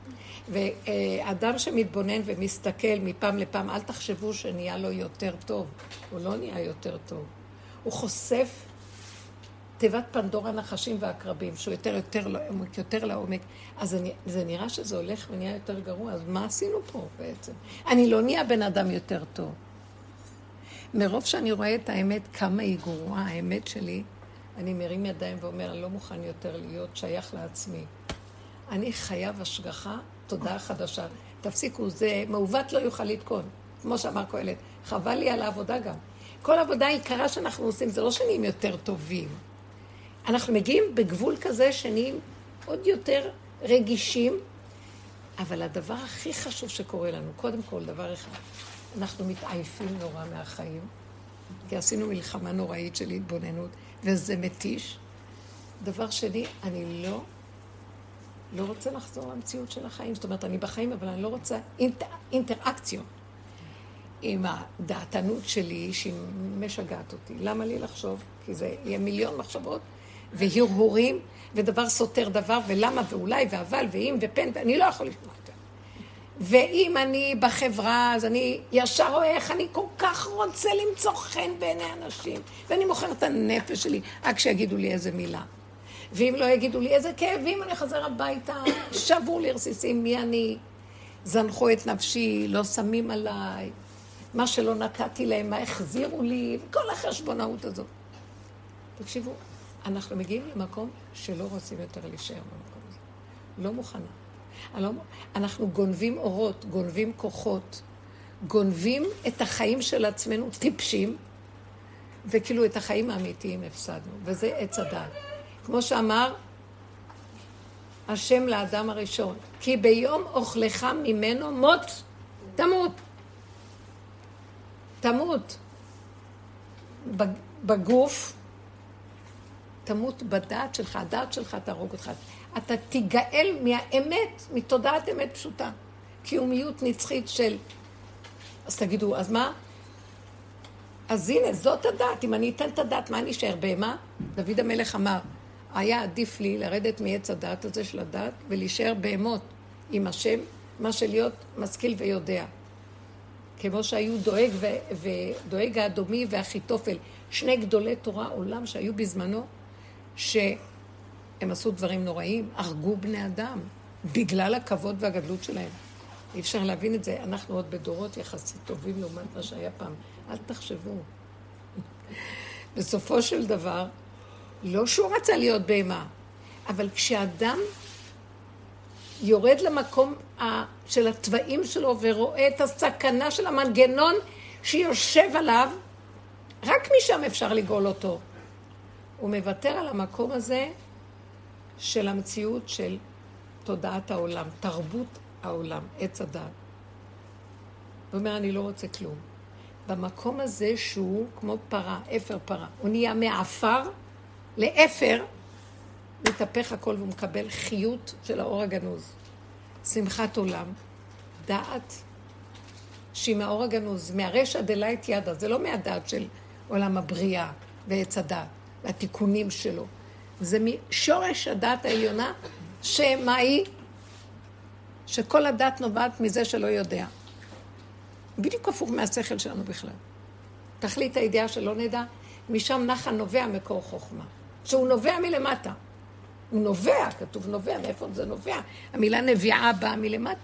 Speaker 3: ואדם שמתבונן ומסתכל מפעם לפעם, אל תחשבו שנהיה לו יותר טוב. הוא לא נהיה יותר טוב. הוא חושף תיבת פנדורה נחשים ועקרבים, שהוא יותר לעומק. אז זה נראה שזה הולך ונהיה יותר גרוע. אז מה עשינו פה בעצם? אני לא נהיה בן אדם יותר טוב. מרוב שאני רואה את האמת, כמה היא גרועה, האמת שלי, אני מרים ידיים ואומר, אני לא מוכן יותר להיות שייך לעצמי. אני חייב השגחה, תודעה חדשה. תפסיקו, זה מעוות לא יוכל לתקון. כמו שאמר קהלת, חבל לי על העבודה גם. כל העבודה העיקרה שאנחנו עושים, זה לא שנהיים יותר טובים. אנחנו מגיעים בגבול כזה שנהיים עוד יותר רגישים, אבל הדבר הכי חשוב שקורה לנו, קודם כל, דבר אחד, אנחנו מתעייפים נורא מהחיים, כי עשינו מלחמה נוראית של התבוננות, וזה מתיש. דבר שני, אני לא לא רוצה לחזור למציאות של החיים. זאת אומרת, אני בחיים, אבל אני לא רוצה אינטראקציות עם הדעתנות שלי, שהיא משגעת אותי. למה לי לחשוב? כי זה יהיה מיליון מחשבות, והרהורים, ודבר סותר דבר, ולמה, ואולי, ואבל, ואם, ופן, ואני לא יכול לשמוע יותר. ואם אני בחברה, אז אני ישר רואה איך אני כל כך רוצה למצוא חן בעיני אנשים, ואני מוכר את הנפש שלי, רק שיגידו לי איזה מילה. ואם לא יגידו לי איזה כאבים, אני חזר הביתה, שבור לי רסיסים, מי אני? זנחו את נפשי, לא שמים עליי, מה שלא נתתי להם, מה החזירו לי, כל החשבונאות הזאת. תקשיבו, אנחנו מגיעים למקום שלא רוצים יותר להישאר במקום הזה. לא מוכנה. אנחנו גונבים אורות, גונבים כוחות, גונבים את החיים של עצמנו טיפשים, וכאילו את החיים האמיתיים הפסדנו, וזה עץ הדעת. כמו שאמר השם לאדם הראשון, כי ביום אוכלך ממנו מות, תמות. תמות. בגוף, תמות בדעת שלך, הדעת שלך תהרוג אותך. אתה תיגאל מהאמת, מתודעת אמת פשוטה. קיומיות נצחית של... אז תגידו, אז מה? אז הנה, זאת הדעת. אם אני אתן את הדעת, מה אני אשאר? בהמה? דוד המלך אמר, היה עדיף לי לרדת מעץ הדעת הזה של הדעת, ולהישאר בהמות עם השם, מה שלהיות משכיל ויודע. כמו שהיו דואג האדומי והחיתופל, שני גדולי תורה עולם שהיו בזמנו, שהם עשו דברים נוראים, הרגו בני אדם, בגלל הכבוד והגדלות שלהם. אי אפשר להבין את זה, אנחנו עוד בדורות יחסית טובים לעומת מה שהיה פעם. אל תחשבו. בסופו של דבר, לא שהוא רצה להיות בהמה, אבל כשאדם יורד למקום של הטבעים שלו ורואה את הסכנה של המנגנון שיושב עליו, רק משם אפשר לגאול אותו. הוא מוותר על המקום הזה של המציאות של תודעת העולם, תרבות העולם, עץ הדעת. הוא אומר, אני לא רוצה כלום. במקום הזה שהוא כמו פרה, אפר פרה, הוא נהיה מעפר לאפר, מתהפך הכל והוא מקבל חיות של האור הגנוז. שמחת עולם, דעת, שהיא מהאור הגנוז, מהרשע דלית ידה, זה לא מהדעת של עולם הבריאה ועץ הדעת, והתיקונים שלו. זה משורש הדעת העליונה, שמה היא? שכל הדעת נובעת מזה שלא יודע. בדיוק הפוך מהשכל שלנו בכלל. תכלית הידיעה שלא נדע, משם נחה נובע מקור חוכמה. שהוא נובע מלמטה. הוא נובע, כתוב נובע, מאיפה זה נובע? המילה נביעה באה מלמטה.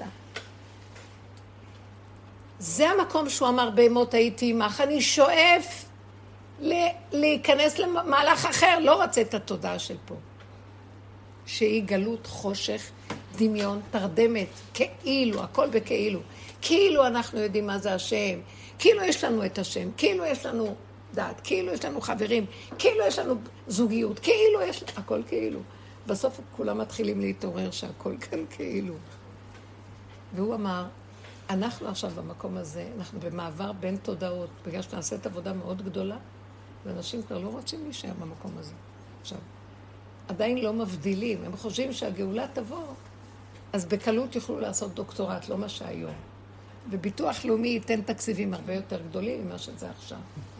Speaker 3: זה המקום שהוא אמר בהמות הייתי עמך, אני שואף להיכנס למהלך אחר, לא רוצה את התודעה של פה. שהיא גלות, חושך, דמיון, תרדמת, כאילו, הכל בכאילו. כאילו אנחנו יודעים מה זה השם, כאילו יש לנו את השם, כאילו יש לנו דעת, כאילו יש לנו חברים, כאילו יש לנו זוגיות, כאילו יש... הכל כאילו. בסוף כולם מתחילים להתעורר שהכל כאן כאילו. והוא אמר, אנחנו עכשיו במקום הזה, אנחנו במעבר בין תודעות, בגלל שנעשית עבודה מאוד גדולה, ואנשים כבר לא רוצים להישאר במקום הזה. עכשיו, עדיין לא מבדילים, הם חושבים שהגאולה תבוא, אז בקלות יוכלו לעשות דוקטורט, לא מה שהיום. וביטוח לאומי ייתן תקציבים הרבה יותר גדולים ממה שזה עכשיו.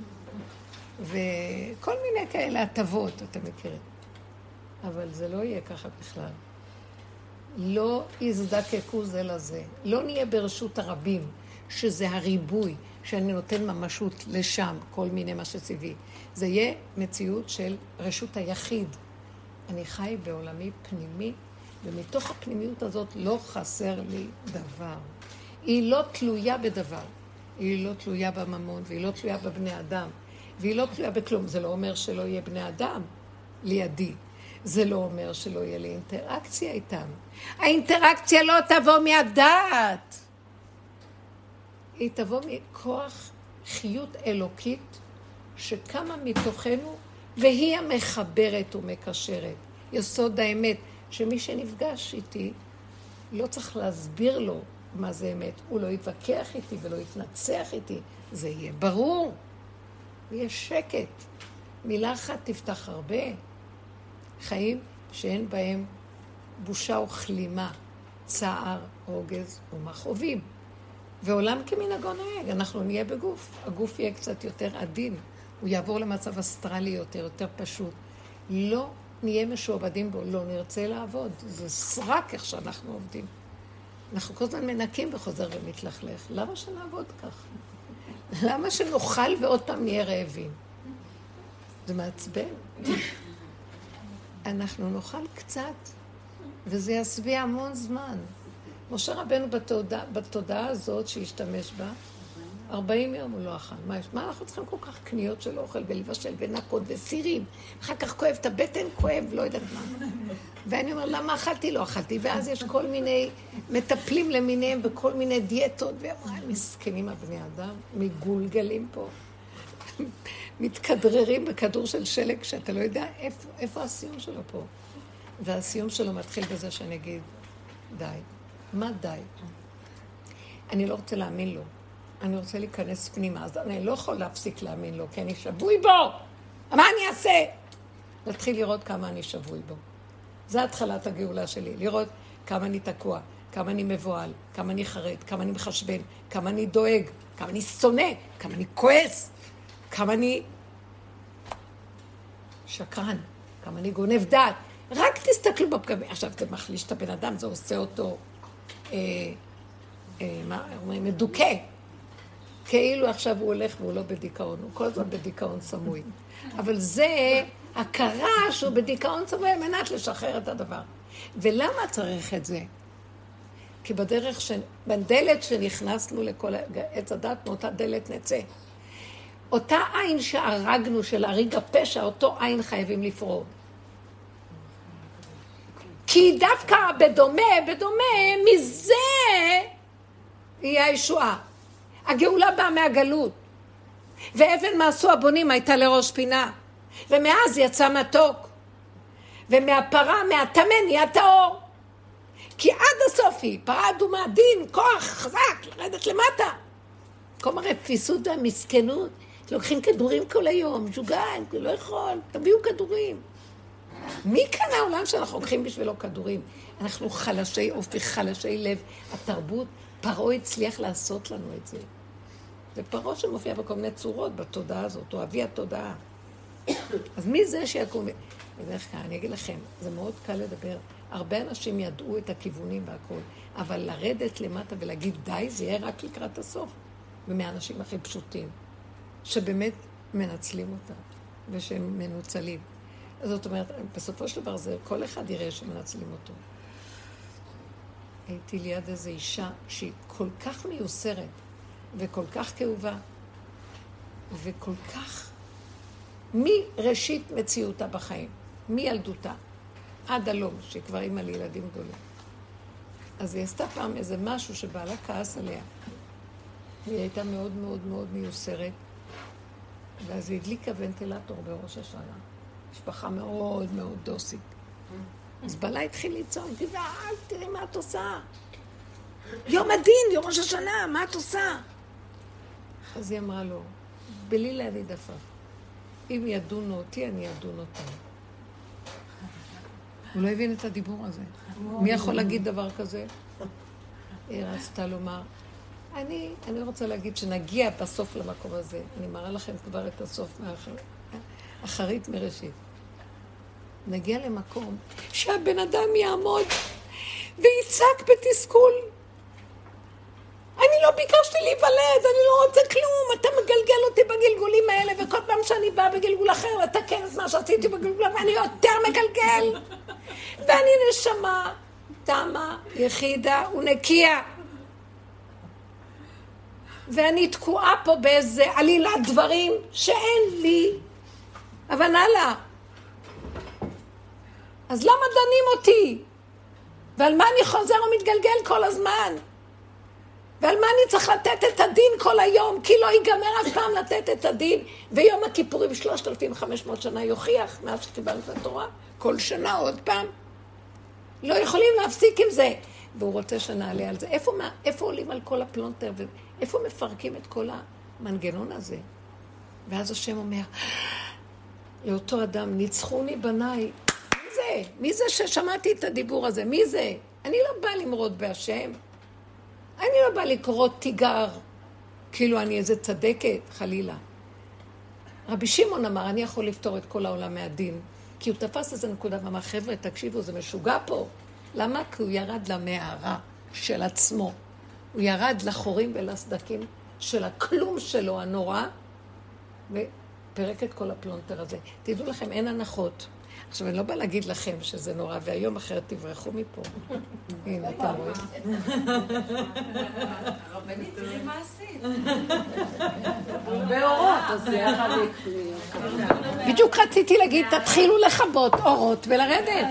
Speaker 3: וכל מיני כאלה הטבות, אתם מכירים. אבל זה לא יהיה ככה בכלל. לא יזדקקו זה לזה. לא נהיה ברשות הרבים, שזה הריבוי, שאני נותן ממשות לשם, כל מיני מה שציווי. זה יהיה מציאות של רשות היחיד. אני חי בעולמי פנימי, ומתוך הפנימיות הזאת לא חסר לי דבר. היא לא תלויה בדבר. היא לא תלויה בממון, והיא לא תלויה בבני אדם. והיא לא תלויה בכלום. זה לא אומר שלא יהיה בני אדם לידי. זה לא אומר שלא יהיה לי אינטראקציה איתם. האינטראקציה לא תבוא מהדעת. היא תבוא מכוח חיות אלוקית שקמה מתוכנו, והיא המחברת ומקשרת. יסוד האמת, שמי שנפגש איתי לא צריך להסביר לו מה זה אמת. הוא לא יתווכח איתי ולא יתנצח איתי. זה יהיה ברור. יהיה שקט. מילה אחת תפתח הרבה. חיים שאין בהם בושה וכלימה, צער, רוגז ומכאובים. ועולם כמנהגו נוהג, אנחנו נהיה בגוף. הגוף יהיה קצת יותר עדין, הוא יעבור למצב אסטרלי יותר פשוט. לא נהיה משועבדים בו, לא נרצה לעבוד. זה סרק איך שאנחנו עובדים. אנחנו כל הזמן מנקים וחוזר ומתלכלך. למה שנעבוד כך? למה שנאכל ועוד פעם נהיה רעבים? זה מעצבן. אנחנו נאכל קצת, וזה יסביע המון זמן. משה רבנו בתודעה הזאת שהשתמש בה, 40 יום הוא לא אכל. מה אנחנו צריכים כל כך קניות של אוכל ולבשל ונקות וסירים? אחר כך כואב את הבטן, כואב, לא יודעת מה. ואני אומר, למה אכלתי? לא אכלתי. ואז יש כל מיני מטפלים למיניהם וכל מיני דיאטות. מסכנים הבני אדם, מגולגלים פה. מתכדררים בכדור של שלג שאתה לא יודע איפה הסיום שלו פה. והסיום שלו מתחיל בזה שאני אגיד, די. מה די? אני לא רוצה להאמין לו. אני רוצה להיכנס פנימה, אז אני לא יכול להפסיק להאמין לו, כי אני שבוי בו. מה אני אעשה? להתחיל לראות כמה אני שבוי בו. זה התחלת הגאולה שלי, לראות כמה אני תקוע, כמה אני מבועל, כמה אני חרד, כמה אני מחשבן, כמה אני דואג, כמה אני שונא, כמה אני כועס, כמה אני שקרן, כמה אני גונב דעת. רק תסתכלו בפגמים. עכשיו זה מחליש את הבן אדם, זה עושה אותו מדוכא. כאילו עכשיו הוא הולך והוא לא בדיכאון, הוא כל הזמן בדיכאון סמוי. אבל זה הכרה שהוא בדיכאון סמוי על מנת לשחרר את הדבר. ולמה צריך את זה? כי בדלת שנכנסנו לכל עץ הדת, מאותה דלת נצא. אותה עין שהרגנו של הריג הפשע, אותו עין חייבים לפרוד. כי דווקא בדומה, מזה יהיה הישועה. הגאולה באה מהגלות. ואבן מעשו הבונים הייתה לראש פינה. ומאז יצא מתוק. ומהפרה, מהטמן, נהיה טהור. כי עד הסוף היא, פרה אדומה, דין, כוח, חזק, לרדת למטה. כל הרפיסות והמסכנות. לוקחים כדורים כל היום, משוגעים, לא יכול, תביאו כדורים. מי כאן העולם שאנחנו לוקחים בשבילו כדורים? אנחנו חלשי אופי, חלשי לב. התרבות, פרעה הצליח לעשות לנו את זה. זה פרעה שמופיע בכל מיני צורות בתודעה הזאת, או אבי התודעה. אז מי זה שיקום? בדרך כלל, אני אגיד לכם, זה מאוד קל לדבר. הרבה אנשים ידעו את הכיוונים והכל, אבל לרדת למטה ולהגיד די, זה יהיה רק לקראת הסוף. ומהאנשים הכי פשוטים, שבאמת מנצלים אותם, ושהם מנוצלים. זאת אומרת, בסופו של דבר זה, כל אחד יראה שמנצלים אותו. הייתי ליד איזו אישה שהיא כל כך מיוסרת, וכל כך כאובה, וכל כך מראשית מציאותה בחיים, מילדותה, עד הלום, שהיא כבר אימא לילדים גדולים. אז היא עשתה פעם איזה משהו שבעלה כעס עליה. והיא הייתה מאוד מאוד מאוד מיוסרת, ואז היא הדליקה ונטילטור בראש השנה. משפחה מאוד מאוד דוסית. אז בעלה התחיל לצעוק, גבעה, תראי מה את עושה. יום הדין, יום ראש השנה, מה את עושה? אז היא אמרה לו, בלי להניד עפעף, אם ידונו אותי, אני אדון אותם. הוא לא הבין את הדיבור הזה. מי יכול להגיד דבר כזה? היא רצתה לומר, אני רוצה להגיד שנגיע בסוף למקום הזה. אני מראה לכם כבר את הסוף אחרית מראשית. נגיע למקום שהבן אדם יעמוד ויצעק בתסכול. אני לא ביקשתי להיוולד, אני לא רוצה כלום, אתה מגלגל אותי בגלגולים האלה, וכל פעם שאני באה בגלגול אחר, לתקן את מה שעשיתי בגלגול, ואני יותר מגלגל. ואני נשמה, תמה, יחידה ונקייה. ואני תקועה פה באיזה עלילת דברים שאין לי הבנה לה. אז למה דנים אותי? ועל מה אני חוזר ומתגלגל כל הזמן? ועל מה אני צריך לתת את הדין כל היום? כי לא ייגמר אף פעם לתת את הדין. ויום הכיפורים 3,500 שנה יוכיח מאז שקיבלנו את התורה. כל שנה עוד פעם. לא יכולים להפסיק עם זה. והוא רוצה שנעלה על זה. איפה עולים על כל הפלונטר? איפה מפרקים את כל המנגנון הזה? ואז השם אומר, לאותו אדם, ניצחוני בניי. זה זה? מי זה ששמעתי את הדיבור הזה? מי זה? אני לא באה למרוד בהשם. אני לא באה לקרוא תיגר, כאילו אני איזה צדקת, חלילה. רבי שמעון אמר, אני יכול לפתור את כל העולם מהדין, כי הוא תפס איזה נקודה ואמר, חבר'ה, תקשיבו, זה משוגע פה. למה? כי הוא ירד למערה של עצמו. הוא ירד לחורים ולסדקים של הכלום שלו הנורא, ופרק את כל הפלונטר הזה. תדעו לכם, אין הנחות. עכשיו, אני לא באה להגיד לכם שזה נורא, והיום אחרת תברחו מפה. הנה, אתה רואה.
Speaker 2: הרבנית, תראי מה עשית. הרבה אורות, אז זה יחד
Speaker 3: בדיוק רציתי להגיד, תתחילו לכבות אורות ולרדת.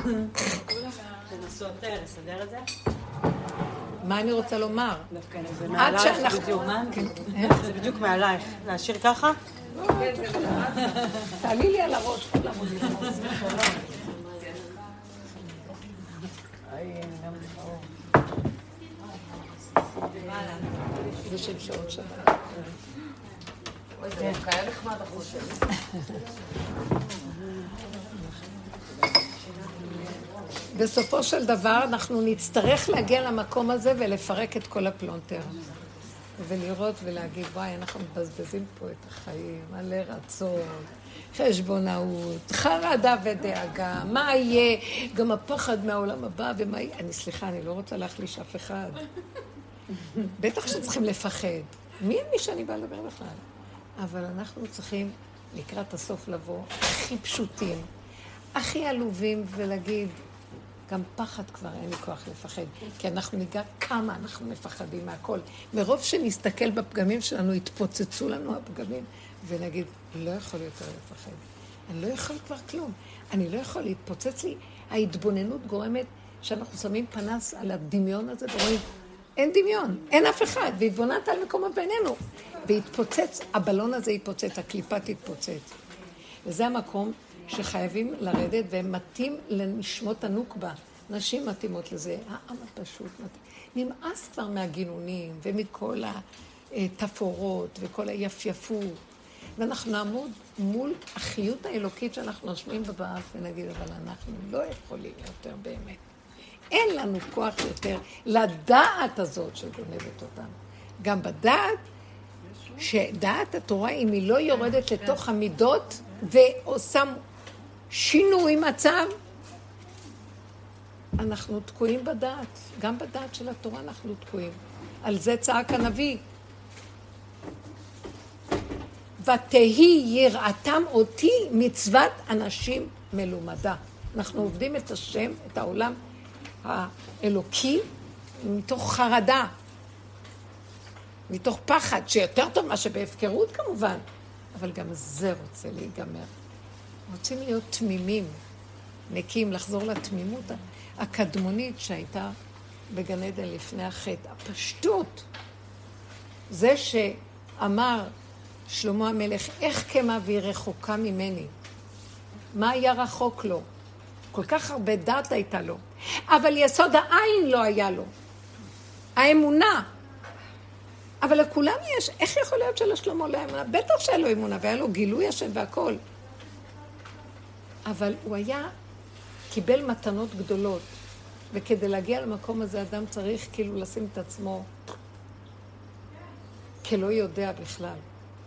Speaker 1: תנסו יותר, לסדר את זה?
Speaker 3: מה אני רוצה לומר?
Speaker 1: זה מעלייך בדיוק. זה בדיוק מעלייך. להשאיר ככה?
Speaker 3: תעלי לי על הראש, כולם עולים. זה של שעות שבת.
Speaker 2: אוי, זה קיים נחמד החושב.
Speaker 3: בסופו של דבר אנחנו נצטרך להגיע למקום הזה ולפרק את כל הפלונטר. ולראות ולהגיד, וואי, אנחנו מבזבזים פה את החיים, מלא רצון, חשבונאות, חרדה ודאגה, מה יהיה, גם הפחד מהעולם הבא, ומה יהיה. סליחה, אני לא רוצה להחליש אף אחד. בטח שצריכים לפחד. מי שאני באה לדבר בכלל? אבל אנחנו צריכים לקראת הסוף לבוא הכי פשוטים, הכי עלובים, ולהגיד, גם פחד כבר אין לי כוח לפחד, כי אנחנו ניגע כמה אנחנו מפחדים מהכל. מרוב שנסתכל בפגמים שלנו, יתפוצצו לנו הפגמים, ונגיד, לא יכול יותר לפחד. אני לא יכול כבר כלום. אני לא יכול להתפוצץ לי. ההתבוננות גורמת שאנחנו שמים פנס על הדמיון הזה, ורואים, אין דמיון, אין אף אחד, והתבוננת על מקומו בינינו. והתפוצץ, הבלון הזה יתפוצץ, הקליפה תתפוצץ. וזה המקום שחייבים לרדת, והם מתאים לנשמות הנוקבה. נשים מתאימות לזה, העם הפשוט מתאים. נמאס כבר מהגינונים, ומכל התפורות, וכל היפייפות. ואנחנו נעמוד מול החיות האלוקית שאנחנו נשמים בבאף, ונגיד, אבל אנחנו לא יכולים יותר באמת. אין לנו כוח יותר לדעת הזאת שגונבת אותנו. גם בדעת, שדעת התורה, אם היא לא יורדת לתוך המידות, ועושה שינוי מצב, אנחנו תקועים בדעת. גם בדעת של התורה אנחנו תקועים. על זה צעק הנביא. ותהי יראתם אותי מצוות אנשים מלומדה. אנחנו עובדים את השם, את העולם האלוקי, מתוך חרדה, מתוך פחד, שיותר טוב מה שבהפקרות כמובן, אבל גם זה רוצה להיגמר. רוצים להיות תמימים, נקים, לחזור לתמימות הקדמונית שהייתה בגן עדן לפני החטא. הפשטות, זה שאמר שלמה המלך, איך כמה והיא רחוקה ממני? מה היה רחוק לו? כל כך הרבה דעת הייתה לו, אבל יסוד העין לא היה לו. האמונה. אבל לכולם יש, איך יכול להיות שלשלמה לא אמונה? בטח שהיה לו אמונה, והיה לו גילוי השם והכל. אבל הוא קיבל מתנות גדולות, וכדי להגיע למקום הזה, אדם צריך כאילו לשים את עצמו כלא יודע בכלל.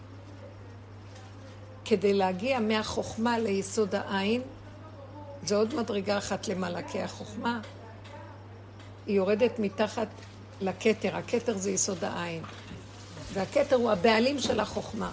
Speaker 3: כדי להגיע מהחוכמה ליסוד העין, זה עוד מדרגה אחת למעלה, כי החוכמה היא יורדת מתחת לכתר. הכתר זה יסוד העין, והכתר הוא הבעלים של החוכמה.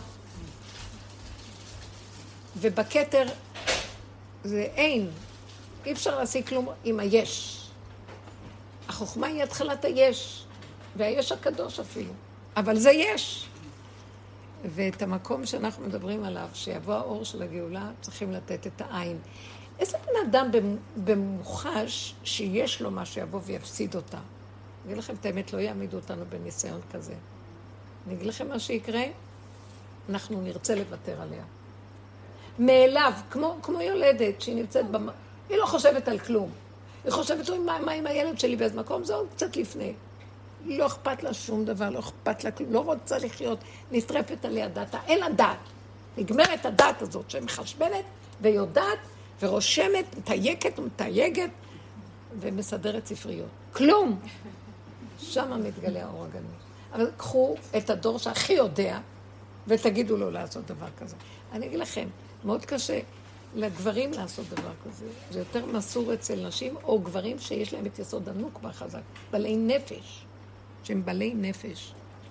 Speaker 3: ובכתר זה אין, אי אפשר להשיג כלום עם היש. החוכמה היא התחלת היש, והיש הקדוש אפילו, אבל זה יש. ואת המקום שאנחנו מדברים עליו, שיבוא האור של הגאולה, צריכים לתת את העין. איזה בן אדם במוחש שיש לו מה שיבוא ויפסיד אותה? אני אגיד לכם את האמת, לא יעמידו אותנו בניסיון כזה. אני אגיד לכם מה שיקרה, אנחנו נרצה לוותר עליה. מאליו, כמו יולדת שהיא נמצאת היא לא חושבת על כלום. היא חושבת, מה עם הילד שלי באיזה מקום? זה עוד קצת לפני. לא אכפת לה שום דבר, לא אכפת לה כלום, לא רוצה לחיות, נטרפת עליה דעתה, אין לה דעת. נגמרת הדעת הזאת שמחשבנת ויודעת ורושמת, מתייקת ומתייגת, ומסדרת ספריות. כלום! שם מתגלה האור הגנוז. אבל קחו את הדור שהכי יודע, ותגידו לו לעשות דבר כזה. אני אגיד לכם, מאוד קשה לגברים לעשות דבר כזה. זה יותר מסור אצל נשים, או גברים שיש להם את יסוד הנוקבה חזק, בעלי נפש, שהם בעלי נפש.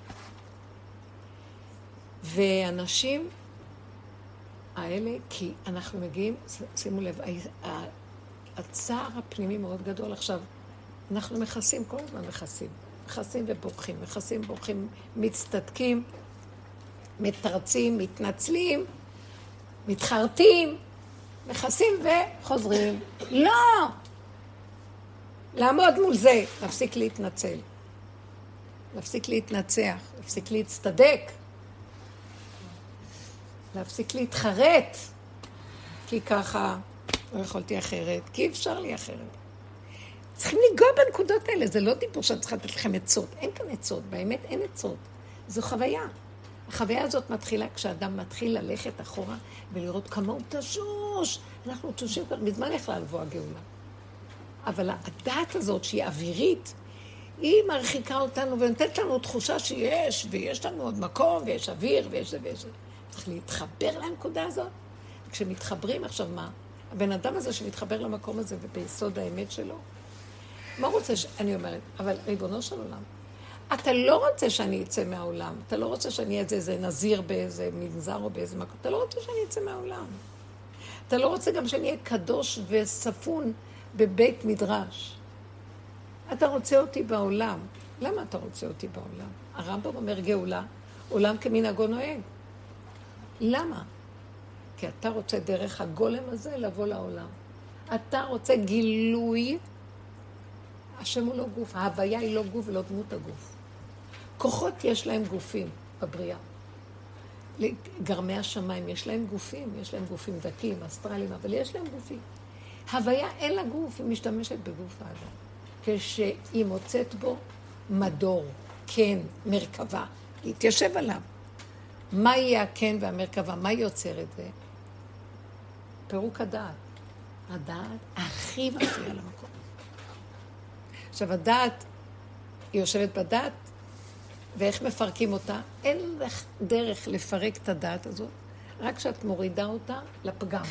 Speaker 3: ואנשים האלה, כי אנחנו מגיעים, שימו לב, הצער הפנימי מאוד גדול. עכשיו, אנחנו מכסים, כל הזמן מכסים ובורחים, בורחים, מצטדקים, מתרצים, מתנצלים, מתחרטים, מכסים וחוזרים. לא! לעמוד מול זה, להפסיק להתנצל, להפסיק להתנצח, להפסיק להצטדק, להפסיק להתחרט, כי ככה לא יכולתי אחרת, כי אפשר לי אחרת. צריכים לגוע בנקודות האלה, זה לא דיבור שאני צריכה לתת לכם עצות, אין כאן עצות, באמת אין עצות, זו חוויה. החוויה הזאת מתחילה כשאדם מתחיל ללכת אחורה ולראות כמה הוא תשוש. אנחנו תשושים כבר, מזמן יכלה לבוא הגאולה. אבל הדעת הזאת שהיא אווירית, היא מרחיקה אותנו ונותנת לנו תחושה שיש, ויש לנו עוד מקום, ויש אוויר, ויש זה ויש זה. צריך להתחבר לנקודה הזאת. כשמתחברים, עכשיו מה? הבן אדם הזה שמתחבר למקום הזה וביסוד האמת שלו, מה רוצה אני אומרת? אבל ריבונו של עולם, אתה לא רוצה שאני אצא מהעולם, אתה לא רוצה שאני אהיה איזה נזיר באיזה מנזר או באיזה מקום, אתה לא רוצה שאני אצא מהעולם. אתה לא רוצה גם שאני אהיה קדוש וספון בבית מדרש. אתה רוצה אותי בעולם. למה אתה רוצה אותי בעולם? הרמב"ם אומר גאולה, עולם כמנהגו נוהג. למה? כי אתה רוצה דרך הגולם הזה לבוא לעולם. אתה רוצה גילוי, השם הוא לא גוף, ההוויה היא לא גוף ולא דמות הגוף. כוחות יש להם גופים בבריאה. גרמי השמיים יש להם גופים דקים, אסטרליים, אבל יש להם גופים. הוויה אין לה גוף, היא משתמשת בגוף האדם. כשהיא מוצאת בו מדור, כן, מרכבה, להתיישב עליו. מה יהיה הכן והמרכבה? מה יוצר את זה? פירוק הדעת. הדעת הכי מפריע למקום. עכשיו, הדעת, היא יושבת בדעת, ואיך מפרקים אותה? אין לך דרך לפרק את הדעת הזאת, רק כשאת מורידה אותה לפגם.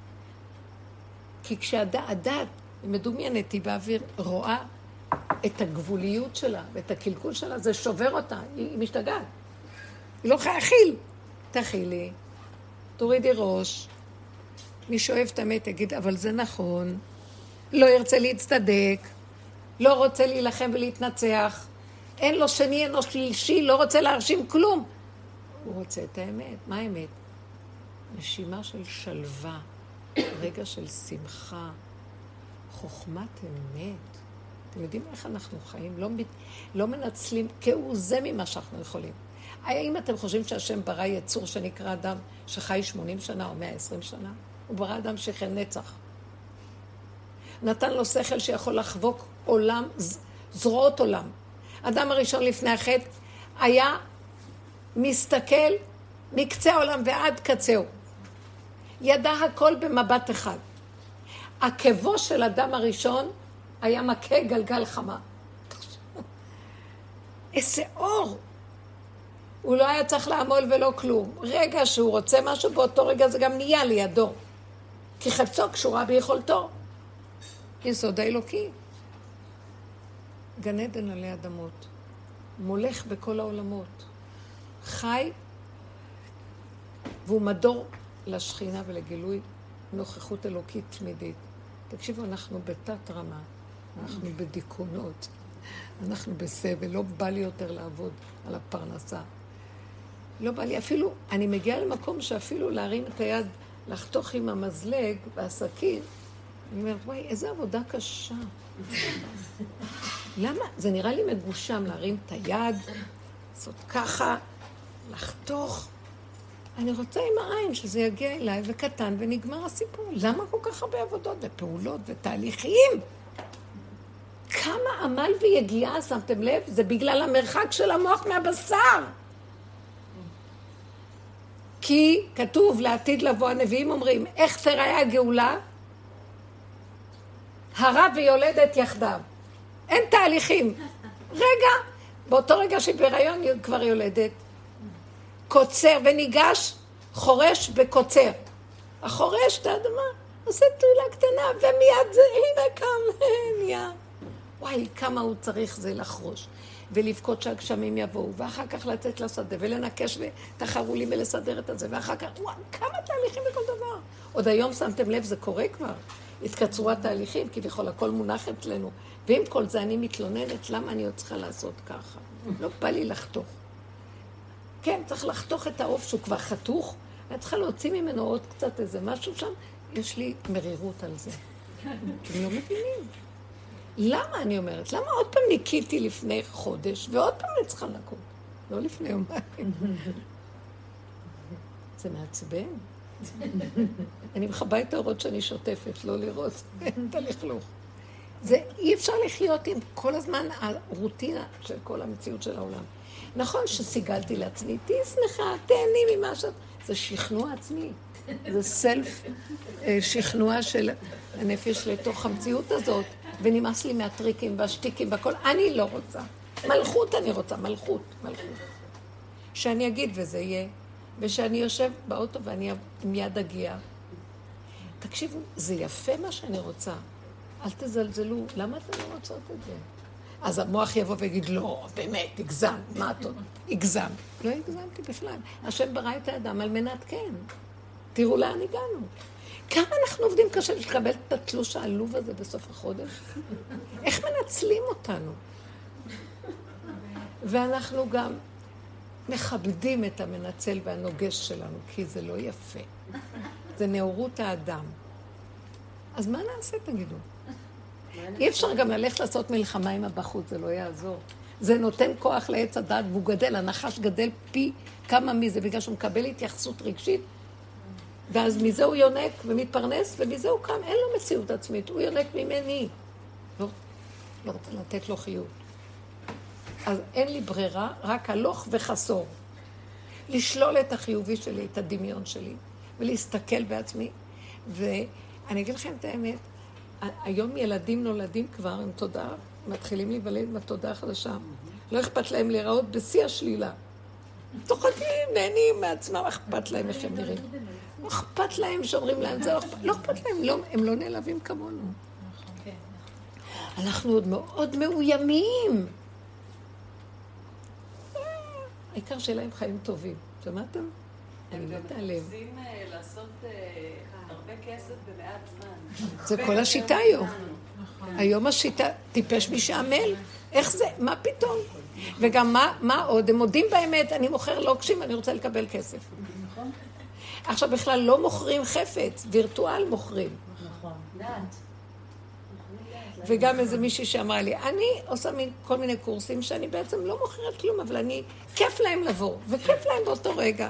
Speaker 3: כי כשהדעת מדומיינת היא באוויר, רואה את הגבוליות שלה ואת הקלקול שלה, זה שובר אותה, היא משתגעת. היא לא יכולה להכיל. תכילי, תורידי ראש. מי שאוהב את האמת יגיד, אבל זה נכון, לא ירצה להצטדק, לא רוצה להילחם ולהתנצח, אין לו שני, אין לו שלישי, לא רוצה להרשים כלום. הוא רוצה את האמת. מה האמת? נשימה של שלווה, רגע של שמחה, חוכמת אמת. אתם יודעים איך אנחנו חיים? לא מנצלים כעוזה ממה שאנחנו יכולים. האם אתם חושבים שהשם ברא יצור שנקרא אדם שחי 80 שנה או 120 שנה? הוא ברא אדם שחי נצח. נתן לו שכל שיכול לחבוק עולם, זרועות עולם. אדם הראשון לפני החטא היה מסתכל מקצה העולם ועד קצהו. ידע הכל במבט אחד. עקבו של אדם הראשון היה מכה גלגל חמה. איזה אור! הוא לא היה צריך לעמול ולא כלום. רגע שהוא רוצה משהו, באותו רגע זה גם נהיה לידו. כי חפצו קשורה ביכולתו. יסוד האלוקי. גן עדן עלי אדמות. מולך בכל העולמות. חי, והוא מדור לשכינה ולגילוי נוכחות אלוקית תמידית. תקשיבו, אנחנו בתת רמה. אנחנו בדיכאונות. אנחנו בסבל. לא בא לי יותר לעבוד על הפרנסה. לא בא לי, אפילו, אני מגיעה למקום שאפילו להרים את היד, לחתוך עם המזלג והסכין, אני אומרת, וואי, איזה עבודה קשה. למה? זה נראה לי מגושם להרים את היד, לעשות ככה, לחתוך. אני רוצה עם העין שזה יגיע אליי וקטן ונגמר הסיפור. למה כל כך הרבה עבודות ופעולות ותהליכים? כמה עמל ויגיעה, שמתם לב? זה בגלל המרחק של המוח מהבשר. כי כתוב לעתיד לבוא, הנביאים אומרים, איך תראה הגאולה? הרב ויולדת יחדיו. אין תהליכים. רגע, באותו רגע שבהיריון כבר יולדת, קוצר וניגש, חורש וקוצר. החורש את האדמה, עושה תעולה קטנה, ומיד זה, הנה קם, נהיה. וואי, כמה הוא צריך זה לחרוש. ולבכות שהגשמים יבואו, ואחר כך לצאת לשדה, ולנקש ותחרו לי ולסדר את זה, ואחר כך, וואי, כמה תהליכים בכל דבר. עוד היום שמתם לב, זה קורה כבר. התקצרו התהליכים, כביכול הכל מונח אצלנו. ועם כל זה אני מתלוננת, למה אני עוד צריכה לעשות ככה? לא בא לי לחתוך. כן, צריך לחתוך את העוף שהוא כבר חתוך, אני צריכה להוציא ממנו עוד קצת איזה משהו שם, יש לי מרירות על זה. אתם לא מבינים. למה אני אומרת? למה עוד פעם ניקיתי לפני חודש, ועוד פעם אני צריכה לקום? לא לפני יומיים. זה מעצבן. אני מחבאה את האורות שאני שוטפת, לא לראות את הלכלוך. זה אי אפשר לחיות עם כל הזמן הרוטינה של כל המציאות של העולם. נכון שסיגלתי לעצמי, תהי שמחה, תהני ממה שאת... זה שכנוע עצמי. זה סלף שכנוע של הנפש לתוך המציאות הזאת, ונמאס לי מהטריקים והשטיקים והכל. אני לא רוצה. מלכות אני רוצה, מלכות. שאני אגיד וזה יהיה, ושאני יושב באוטו ואני מיד אגיע. תקשיבו, זה יפה מה שאני רוצה. אל תזלזלו, למה אתם לא רוצות את זה? אז המוח יבוא ויגיד, לא, באמת, הגזם, מה את עוד? הגזם. לא הגזמתי בכלל. השם ברא את האדם על מנת כן. תראו לאן הגענו. כמה אנחנו עובדים קשה לקבל את התלוש העלוב הזה בסוף החודש? איך מנצלים אותנו? ואנחנו גם מכבדים את המנצל והנוגש שלנו, כי זה לא יפה. זה נאורות האדם. אז מה נעשה, תגידו? אי אפשר גם ללכת לעשות מלחמה עם הבחוץ, זה לא יעזור. זה נותן כוח לעץ הדת, והוא גדל, הנחש גדל פי כמה מזה, בגלל שהוא מקבל התייחסות רגשית, ואז מזה הוא יונק ומתפרנס, ומזה הוא קם, אין לו מציאות עצמית, הוא יונק ממני. לא רוצה לתת לו חיות. אז אין לי ברירה, רק הלוך וחסור. לשלול את החיובי שלי, את הדמיון שלי, ולהסתכל בעצמי. ואני אגיד לכם את האמת, היום ילדים נולדים כבר עם תודעה, מתחילים להיוולד בתודעה חדשה. לא אכפת להם להיראות בשיא השלילה. צוחקים, נהנים מעצמם, אכפת להם איך הם נראים. לא אכפת להם שאומרים להם, זה לא אכפת להם, הם לא נעלבים כמונו. אנחנו עוד מאוד מאוימים. העיקר שלהם חיים טובים. שמעתם? אני לא תעלם.
Speaker 1: הם רוצים לעשות הרבה כסף במעט זמן.
Speaker 3: זה כל השיטה היום. היום השיטה, טיפש משעמל. איך זה? מה פתאום? וגם מה עוד? הם מודים באמת, אני מוכר לוקשים, אני רוצה לקבל כסף. עכשיו בכלל לא מוכרים חפץ, וירטואל מוכרים.
Speaker 1: נכון. דעת.
Speaker 3: וגם איזה מישהי שאמרה לי, אני עושה כל מיני קורסים שאני בעצם לא מוכרת כלום, אבל כיף להם לבוא, וכיף להם באותו רגע.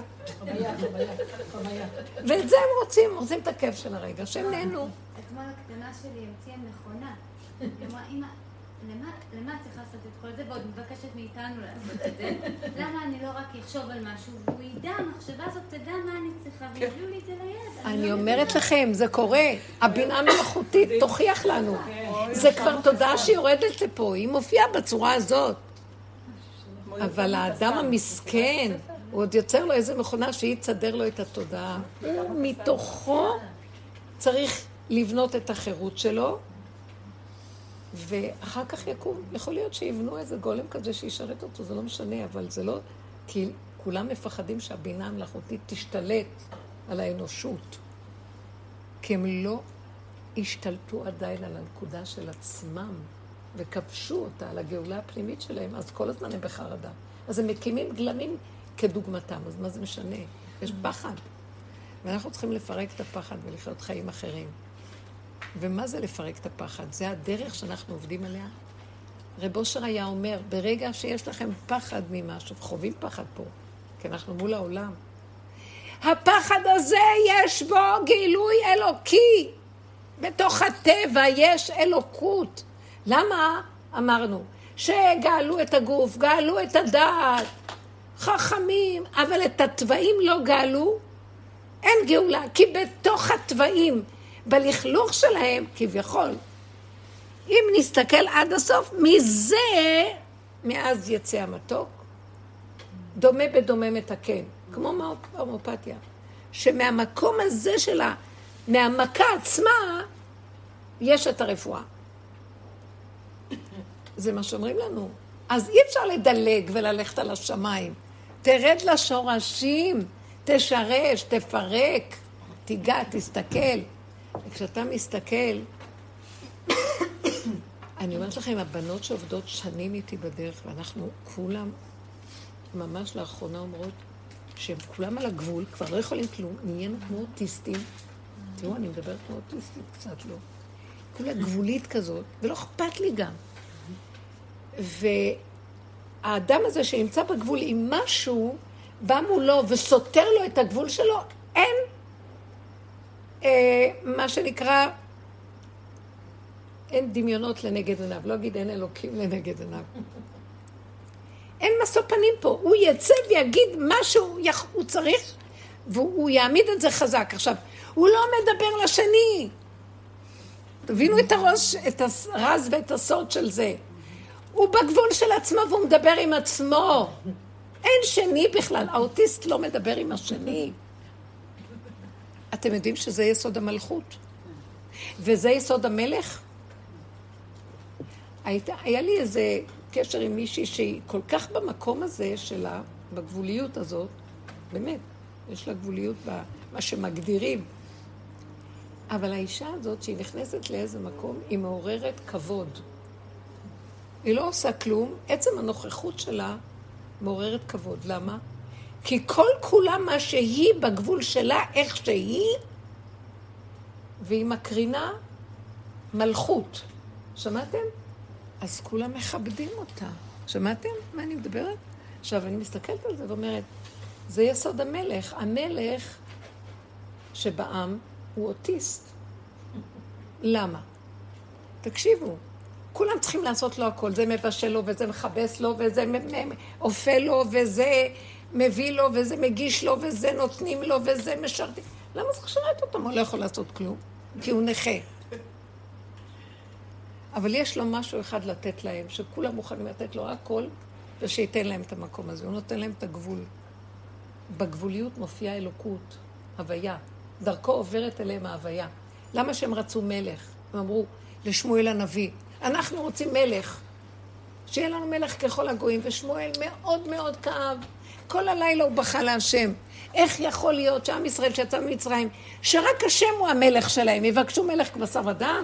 Speaker 3: ואת זה הם רוצים את הכיף של הרגע, שהם נהנו.
Speaker 4: אתמול הקטנה שלי המציאה מכונה. היא אמרה, אמא, למה את צריכה לעשות את כל זה, ועוד מבקשת מאיתנו לעשות את זה? למה אני לא רק אחשוב על משהו, והוא ידע, המחשבה הזאת תדע מה אני צריכה, ויביאו לי את זה ליד.
Speaker 3: אני אומרת לכם, זה קורה. הבינה המלאכותית תוכיח לנו. זה כבר תודעה שיורדת לפה, היא מופיעה בצורה הזאת. אבל האדם המסכן, הוא עוד יוצר לו איזה מכונה שהיא תסדר לו את התודעה. הוא מתוכו צריך לבנות את החירות שלו, ואחר כך יקום. יכול להיות שיבנו איזה גולם כזה שישרת אותו, זה לא משנה, אבל זה לא... כי כולם מפחדים שהבינה המלאכותית תשתלט על האנושות. כי הם לא השתלטו עדיין על הנקודה של עצמם, וכבשו אותה על הגאולה הפנימית שלהם, אז כל הזמן הם בחרדה. אז הם מקימים גלמים כדוגמתם, אז מה זה משנה? יש פחד. ואנחנו צריכים לפרק את הפחד ולחיות חיים אחרים. ומה זה לפרק את הפחד? זה הדרך שאנחנו עובדים עליה. רב אושר היה אומר, ברגע שיש לכם פחד ממשהו, חווים פחד פה, כי אנחנו מול העולם. הפחד הזה יש בו גילוי אלוקי. בתוך הטבע יש אלוקות. למה? אמרנו, שגאלו את הגוף, גאלו את הדעת, חכמים, אבל את הטבעים לא גאלו, אין גאולה, כי בתוך הטבעים, בלכלוך שלהם, כביכול, אם נסתכל עד הסוף, מזה, מאז יצא המתוק, דומה בדומה מתקן, כמו הומאופתיה, שמהמקום הזה שלה, מהמכה עצמה, יש את הרפואה. זה מה שאומרים לנו. אז אי אפשר לדלג וללכת על השמיים. תרד לשורשים, תשרש, תפרק, תיגע, תסתכל. וכשאתה מסתכל, אני אומרת לכם, הבנות שעובדות שנים איתי בדרך, ואנחנו כולם, ממש לאחרונה אומרות, שהם כולם על הגבול, כבר לא יכולים כלום, נהיינו כמו אוטיסטים. תראו, אני מדברת כמו אוטיסטית קצת, לא. כולה גבולית כזאת, ולא אכפת לי גם. והאדם הזה שנמצא בגבול עם משהו, בא מולו וסותר לו את הגבול שלו, אין מה שנקרא, אין דמיונות לנגד עיניו, לא אגיד אין אלוקים לנגד עיניו. אין משוא פנים פה, הוא יצא ויגיד משהו הוא צריך, והוא יעמיד את זה חזק. עכשיו, הוא לא מדבר לשני. תבינו את הראש, את הרז ואת הסוד של זה. הוא בגבול של עצמו והוא מדבר עם עצמו. אין שני בכלל, האוטיסט לא מדבר עם השני. אתם יודעים שזה יסוד המלכות? וזה יסוד המלך? היה לי איזה קשר עם מישהי שהיא כל כך במקום הזה שלה, בגבוליות הזאת, באמת, יש לה גבוליות במה שמגדירים. אבל האישה הזאת שהיא נכנסת לאיזה מקום, היא מעוררת כבוד. היא לא עושה כלום, עצם הנוכחות שלה מעוררת כבוד. למה? כי כל כולה מה שהיא בגבול שלה, איך שהיא, והיא מקרינה מלכות. שמעתם? אז כולם מכבדים אותה. שמעתם מה אני מדברת? עכשיו אני מסתכלת על זה ואומרת, זה יסוד המלך. המלך שבעם הוא אוטיסט. למה? תקשיבו, כולם צריכים לעשות לו הכל. זה מבשל לו וזה מחבס לו וזה אופה לו וזה מביא לו וזה מגיש לו וזה נותנים לו וזה משרתים. למה צריך לשרת אותם? הוא לא יכול לעשות כלום, כי הוא נכה. אבל יש לו משהו אחד לתת להם, שכולם מוכנים לתת לו הכל, ושייתן להם את המקום הזה. הוא נותן להם את הגבול. בגבוליות מופיעה אלוקות, הוויה. דרכו עוברת אליהם ההוויה. למה שהם רצו מלך? הם אמרו לשמואל הנביא, אנחנו רוצים מלך. שיהיה לנו מלך ככל הגויים, ושמואל מאוד מאוד כאב. כל הלילה הוא בכה להשם. איך יכול להיות שעם ישראל שיצא ממצרים, שרק השם הוא המלך שלהם, יבקשו מלך כבשר ודם?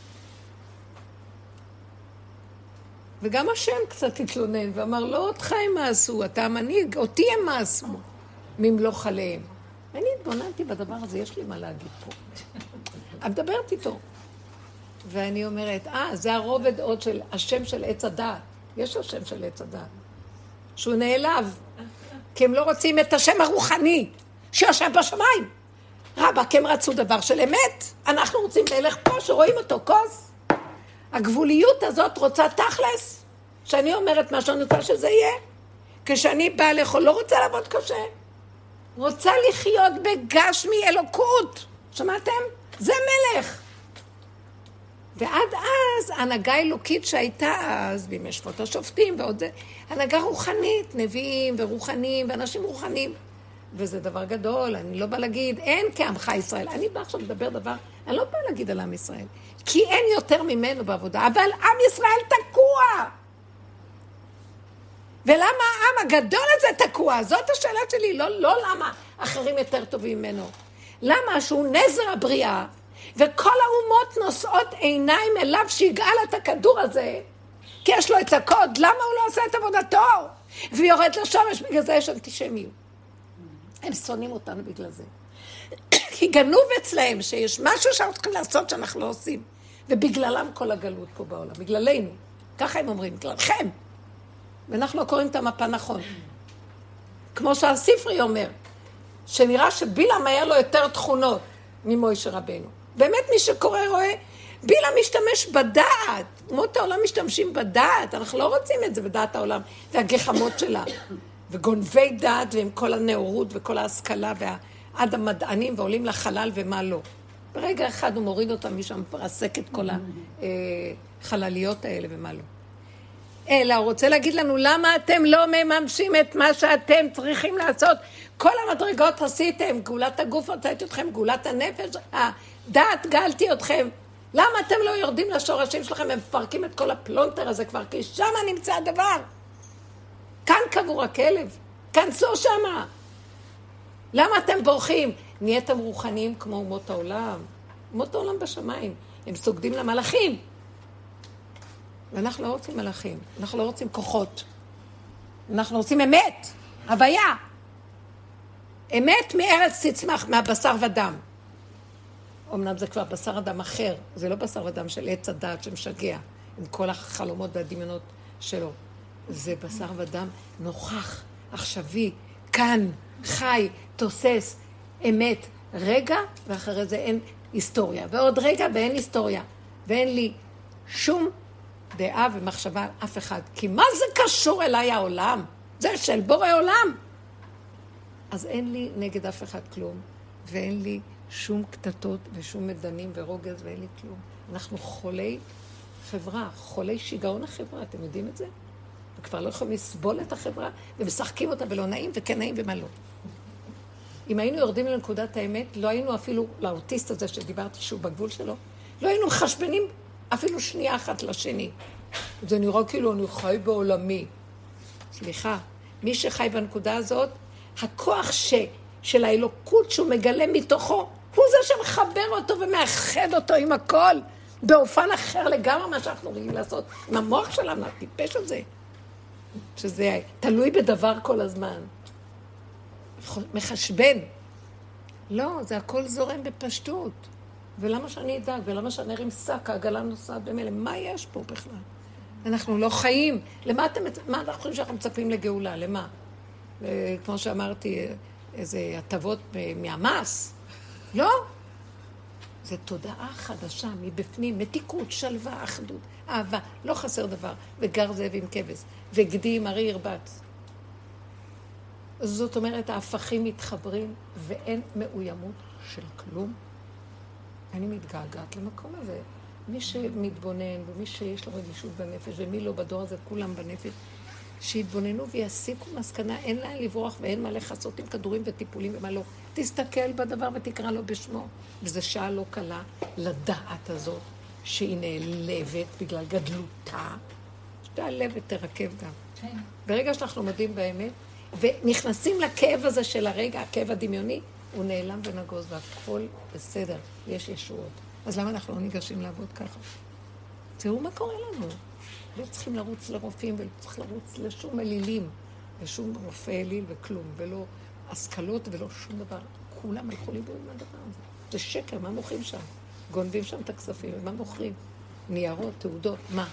Speaker 3: וגם השם קצת התלונן ואמר, לא אותך הם מעשו, אתה המנהיג, אותי הם מעשו, ממלוך עליהם. אני התבוננתי בדבר הזה, יש לי מה להגיד פה. אני מדברת איתו. ואני אומרת, זה הרובד עוד של השם של עץ הדעת. יש השם של עץ הדעת. שהוא נעלב, כי הם לא רוצים את השם הרוחני, שיושב בשמיים. רבא, כי הם רצו דבר של אמת. אנחנו רוצים מלך פה, שרואים אותו, כוס. הגבוליות הזאת רוצה תכלס, שאני אומרת מה שאני רוצה שזה יהיה. כשאני באה לאכול, לא רוצה לעבוד קשה. רוצה לחיות בגשמי אלוקות. שמעתם? זה מלך. ועד אז, הנהגה אלוקית שהייתה אז, בימי שפוט השופטים ועוד זה, הנהגה רוחנית, נביאים ורוחנים ואנשים רוחנים. וזה דבר גדול, אני לא באה להגיד, אין כעמך ישראל. אני באה עכשיו לדבר דבר, אני לא באה להגיד על עם ישראל. כי אין יותר ממנו בעבודה, אבל עם ישראל תקוע. ולמה העם הגדול הזה תקוע? זאת השאלה שלי, לא למה אחרים יותר טובים ממנו. למה שהוא נזר הבריאה, וכל האומות נושאות עיניים אליו שיגאל את הכדור הזה, כי יש לו את הקוד, למה הוא לא עושה את עבודתו? ויורד לשורש, בגלל זה יש אנטישמיות. הם שונאים אותנו בגלל זה. כי גנוב אצלהם שיש משהו שאנחנו צריכים לעשות שאנחנו לא עושים. ובגללם כל הגלות פה בעולם, בגללנו. ככה הם אומרים, בגללכם. ואנחנו לא קוראים את המפה נכון. כמו שהספרי אומר, שנראה שבילם היה לו יותר תכונות ממוישה רבנו. באמת מי שקורא רואה, בילם משתמש בדעת. אומות העולם משתמשים בדעת, אנחנו לא רוצים את זה בדעת העולם, והגחמות שלה. וגונבי דעת ועם כל הנאורות וכל ההשכלה ועד המדענים ועולים לחלל ומה לא. ברגע אחד הוא מוריד אותם משם, מפרסק את כל החלליות האלה ומה לא. אלא הוא רוצה להגיד לנו, למה אתם לא מממשים את מה שאתם צריכים לעשות? כל המדרגות עשיתם, גאולת הגוף הוצאתי אתכם, גאולת הנפש, הדעת גאלתי אתכם. למה אתם לא יורדים לשורשים שלכם ומפרקים את כל הפלונטר הזה כבר? כי שם נמצא הדבר. כאן קבור הכלב, כנסו שמה. למה אתם בורחים? נהייתם רוחניים כמו אומות העולם. אומות העולם בשמיים, הם סוגדים למלאכים. ואנחנו לא רוצים מלאכים, אנחנו לא רוצים כוחות. אנחנו רוצים אמת, הוויה. אמת מארץ תצמח, מהבשר ודם. אמנם זה כבר בשר אדם אחר, זה לא בשר ודם של עץ הדעת שמשגע, עם כל החלומות והדמיונות שלו. זה בשר ודם נוכח, עכשווי, כאן, חי, תוסס, אמת. רגע, ואחרי זה אין היסטוריה. ועוד רגע ואין היסטוריה. ואין לי שום דעה ומחשבה על אף אחד. כי מה זה קשור אליי העולם? זה של בורא עולם. אז אין לי נגד אף אחד כלום, ואין לי שום קטטות ושום מדנים ורוגז, ואין לי כלום. אנחנו חולי חברה, חולי שיגעון החברה, אתם יודעים את זה? וכבר לא יכולים לסבול את החברה, ומשחקים אותה ולא נעים וכן נעים ומה לא. אם היינו יורדים לנקודת האמת, לא היינו אפילו לאוטיסט הזה שדיברתי שהוא בגבול שלו, לא היינו מחשבנים אפילו שנייה אחת לשני. זה נראה כאילו אני חי בעולמי. סליחה, מי שחי בנקודה הזאת, הכוח של האלוקות שהוא מגלה מתוכו, הוא זה שמחבר אותו ומאחד אותו עם הכל, באופן אחר לגמרי מה שאנחנו רגילים לעשות, עם המוח שלנו, הטיפש הזה, שזה תלוי בדבר כל הזמן. מחשבן. לא, זה הכל זורם בפשטות. ולמה שאני אדאג? ולמה שאני ארים שק? העגלה נוסעת במילא. מה יש פה בכלל? אנחנו לא חיים. מה אנחנו חושבים שאנחנו מצפים לגאולה? למה? כמו שאמרתי, איזה הטבות מהמס. לא. זה תודעה חדשה, מבפנים, מתיקות, שלווה, אחדות, אהבה. לא חסר דבר. וגר זאב עם כבש. וגדי עם ארי ירבץ. זאת אומרת, ההפכים מתחברים ואין מאוימות של כלום. אני מתגעגעת למקום הזה. מי שמתבונן ומי שיש לו רגישות בנפש ומי לא בדור הזה, כולם בנפש, שיתבוננו ויסיקו מסקנה, אין להם לברוח ואין מה לחסות עם כדורים וטיפולים ומה לא. תסתכל בדבר ותקרא לו בשמו. וזו שעה לא קלה לדעת הזאת שהיא נעלבת בגלל גדלותה. שתעלב ותרכב גם. כן. ברגע שאנחנו לומדים באמת, ונכנסים לכאב הזה של הרגע, הכאב הדמיוני, הוא נעלם ונגוז והכל בסדר, יש ישועות. אז למה אנחנו לא ניגשים לעבוד ככה? תראו מה קורה לנו. לא צריכים לרוץ לרופאים ולא צריך לרוץ לשום אלילים, ושום רופא אליל וכלום, ולא השכלות ולא שום דבר. כולם הלכו ליבוד מהדבר הזה. זה שקר, מה מוכרים שם? גונבים שם את הכספים, ומה מוכרים? ניירות, תעודות, מה?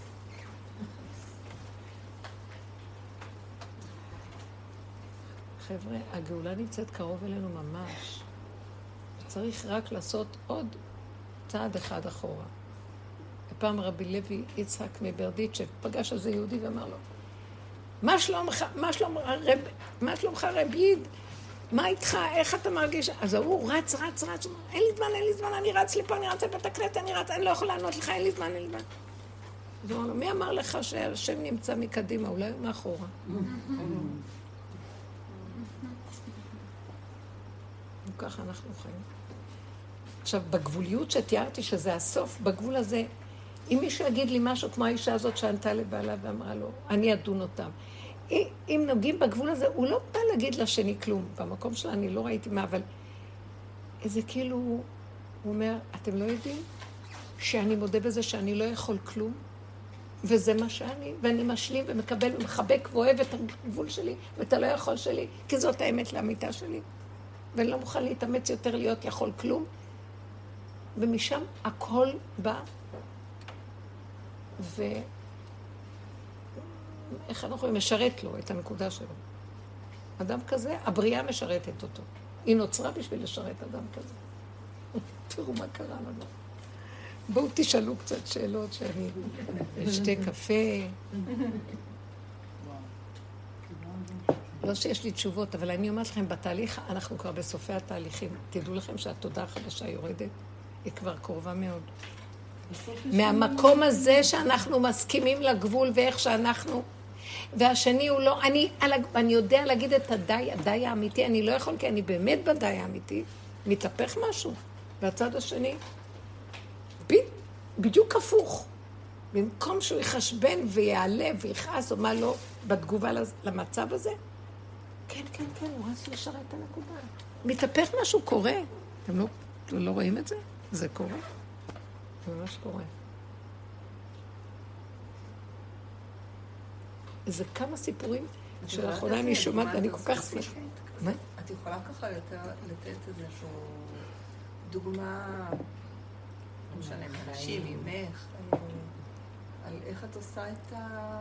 Speaker 3: חבר'ה, הגאולה נמצאת קרוב אלינו ממש. צריך רק לעשות עוד צעד אחד אחורה. פעם רבי לוי יצחק מברדיצ'ב פגש איזה יהודי ואמר לו, מה שלומך רב יד? מה איתך? איך אתה מרגיש? אז הוא רץ, אין לי זמן, אני רץ לפה, אני רץ לבית הכנסת, אני לא יכול לענות לך, אין לי זמן. אז הוא אמר לו, מי אמר לך שהשם נמצא מקדימה, אולי הוא מאחורה? וככה אנחנו חיים. עכשיו, בגבוליות שתיארתי שזה הסוף, בגבול הזה, אם מישהו יגיד לי משהו כמו האישה הזאת שענתה לבעלה ואמרה לו, אני אדון אותם. אם נוגעים בגבול הזה, הוא לא בא להגיד לשני כלום. במקום שלה אני לא ראיתי מה, אבל איזה כאילו, הוא אומר, אתם לא יודעים שאני מודה בזה שאני לא יכול כלום, וזה מה שאני, ואני משלים ומקבל ומחבק ואוהב את הגבול שלי, ואת הלא יכול שלי, כי זאת האמת לאמיתה שלי. ואני לא מוכן להתאמץ יותר להיות יכול כלום. ומשם הכל בא, ואיך אנחנו יכולים משרת לו את הנקודה שלו. אדם כזה, הבריאה משרתת אותו. היא נוצרה בשביל לשרת אדם כזה. תראו מה קרה לנו. בואו תשאלו קצת שאלות שאני אשתה קפה. לא שיש לי תשובות, אבל אני אומרת לכם, בתהליך, אנחנו כבר בסופי התהליכים. תדעו לכם שהתודעה החדשה יורדת, היא כבר קרובה מאוד. מהמקום הזה שאנחנו מסכימים לגבול ואיך שאנחנו, והשני הוא לא, אני יודע להגיד את הדי האמיתי, אני לא יכול, כי אני באמת בדי האמיתי, מתהפך משהו. והצד השני, בדיוק הפוך. במקום שהוא יחשבן ויעלה ויכעס או מה לא בתגובה למצב הזה, כן, הוא רץ ישר את הנקודה. מתהפך משהו, קורה. אתם לא רואים את זה? זה קורה. זה ממש קורה. זה כמה סיפורים שלאחרונה אני שומעת, ואני כל כך שמחה. מה?
Speaker 2: את יכולה ככה לתת איזשהו דוגמה, לא משנה, מאנשים, ממך, על איך את עושה את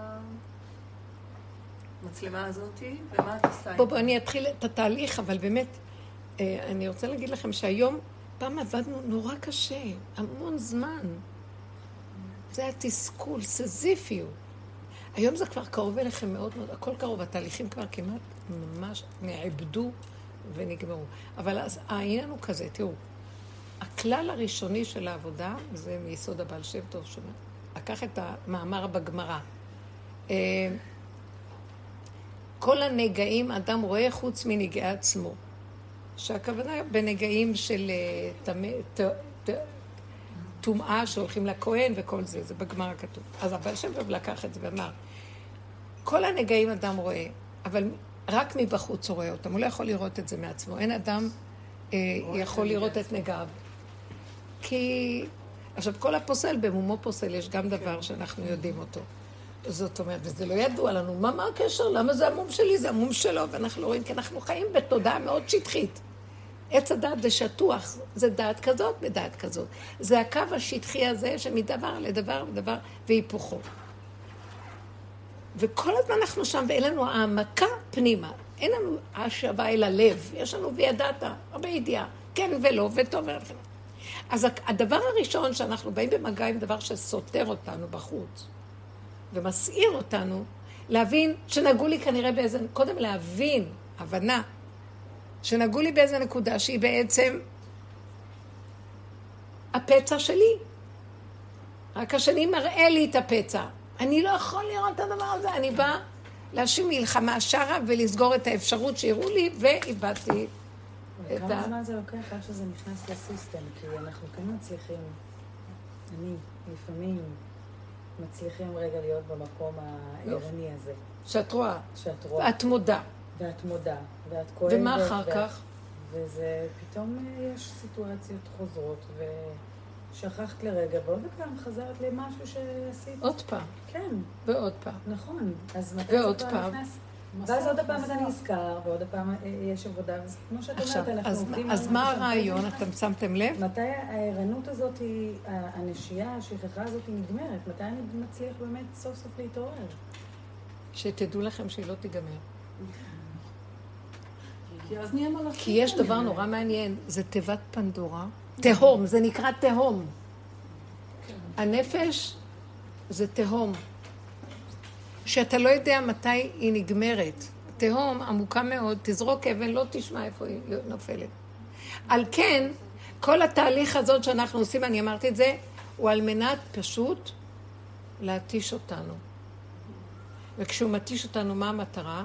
Speaker 2: המצלמה הזאת, ומה את עושה?
Speaker 3: בואו, אני אתחיל את התהליך, אבל באמת, אני רוצה להגיד לכם שהיום, פעם עבדנו נורא קשה, המון זמן. זה היה תסכול, סזיפיות. היום זה כבר קרוב אליכם מאוד מאוד, הכל קרוב, התהליכים כבר כמעט ממש נעבדו ונגמרו. אבל אז העניין הוא כזה, תראו, הכלל הראשוני של העבודה, זה מיסוד הבעל שם טוב שונה, לקח את המאמר בגמרא. כל הנגעים אדם רואה חוץ מנגעי עצמו. שהכוונה בנגעים של טומאה שהולכים לכהן וכל זה, זה בגמרא כתוב. אז הבעל שם טוב לקח את זה ואמר, כל הנגעים אדם רואה, אבל רק מבחוץ הוא רואה אותם, הוא לא יכול לראות את זה מעצמו. אין אדם יכול לראות את נגעיו. כי עכשיו כל הפוסל במומו פוסל, יש גם דבר שאנחנו יודעים אותו. זאת אומרת, וזה לא ידוע לנו, מה הקשר? למה זה המום שלי? זה המום שלו, ואנחנו לא רואים, כי אנחנו חיים בתודעה מאוד שטחית. עץ הדעת זה שטוח, זה דעת כזאת ודעת כזאת. זה הקו השטחי הזה שמדבר לדבר ודבר והיפוכו. וכל הזמן אנחנו שם, ואין לנו העמקה פנימה. אין לנו השבה אל הלב, יש לנו וידעת, הרבה ידיעה, כן ולא, וטוב ולכן. אז הדבר הראשון שאנחנו באים במגע עם דבר שסותר אותנו בחוץ, ומסעיר אותנו, להבין שנגעו לי כנראה באיזה, קודם להבין, הבנה, שנגעו לי באיזה נקודה שהיא בעצם הפצע שלי. רק השני מראה לי את הפצע. אני לא יכול לראות את הדבר הזה, אני באה להשאיר מלחמה שרה ולסגור את האפשרות שיראו לי, ואיבדתי את
Speaker 1: כמה זמן זה לוקח עד שזה נכנס לסיסטם? כי אנחנו כן מצליחים, אני לפעמים מצליחים רגע להיות במקום העירני הזה.
Speaker 3: שאת רואה.
Speaker 1: שאת רואה.
Speaker 3: ואת מודה.
Speaker 1: ואת מודה. ואת כואבת.
Speaker 3: ומה אחר כך?
Speaker 1: וזה פתאום יש סיטואציות חוזרות, ושכחת לרגע, ועוד פעם חזרת למשהו שעשית.
Speaker 3: עוד פעם.
Speaker 1: כן.
Speaker 3: ועוד פעם.
Speaker 1: נכון. אז מתי
Speaker 3: ועוד
Speaker 1: זה
Speaker 3: פעם.
Speaker 1: נכנס? ואז עוד פעם אתה נזכר, ועוד פעם יש עבודה, כמו שאת אומרת, אנחנו עובדים...
Speaker 3: אז מה הרעיון? אתם שמתם לב?
Speaker 1: מתי הערנות הזאת, הנשייה, השכחה הזאת היא נגמרת? מתי אני מצליח באמת סוף סוף להתעורר?
Speaker 3: שתדעו לכם שהיא לא תיגמר.
Speaker 2: כי אז נהיה מלאכים.
Speaker 3: כי יש דבר נורא מעניין, זה תיבת פנדורה. תהום, זה נקרא תהום. הנפש זה תהום. שאתה לא יודע מתי היא נגמרת. תהום עמוקה מאוד, תזרוק אבן, לא תשמע איפה היא נופלת. על כן, כל התהליך הזאת שאנחנו עושים, אני אמרתי את זה, הוא על מנת פשוט להתיש אותנו. וכשהוא מתיש אותנו, מה המטרה?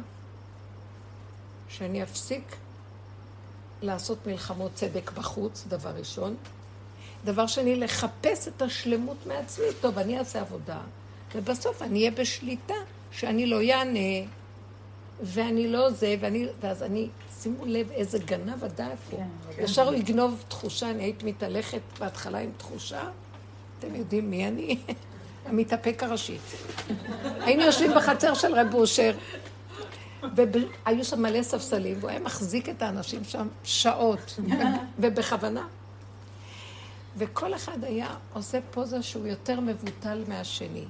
Speaker 3: שאני אפסיק לעשות מלחמות צדק בחוץ, דבר ראשון. דבר שני, לחפש את השלמות מעצמי. טוב, אני אעשה עבודה. ובסוף אני אהיה בשליטה שאני לא יענה, ואני לא זה, ואז אני, שימו לב איזה גנב הדעת פה. ישר הוא יגנוב תחושה, אני היית מתהלכת בהתחלה עם תחושה, אתם יודעים מי אני? המתאפק הראשית. היינו יושבים בחצר של רב אושר, והיו שם מלא ספסלים, והוא היה מחזיק את האנשים שם שעות, ובכוונה. וכל אחד היה עושה פוזה שהוא יותר מבוטל מהשני.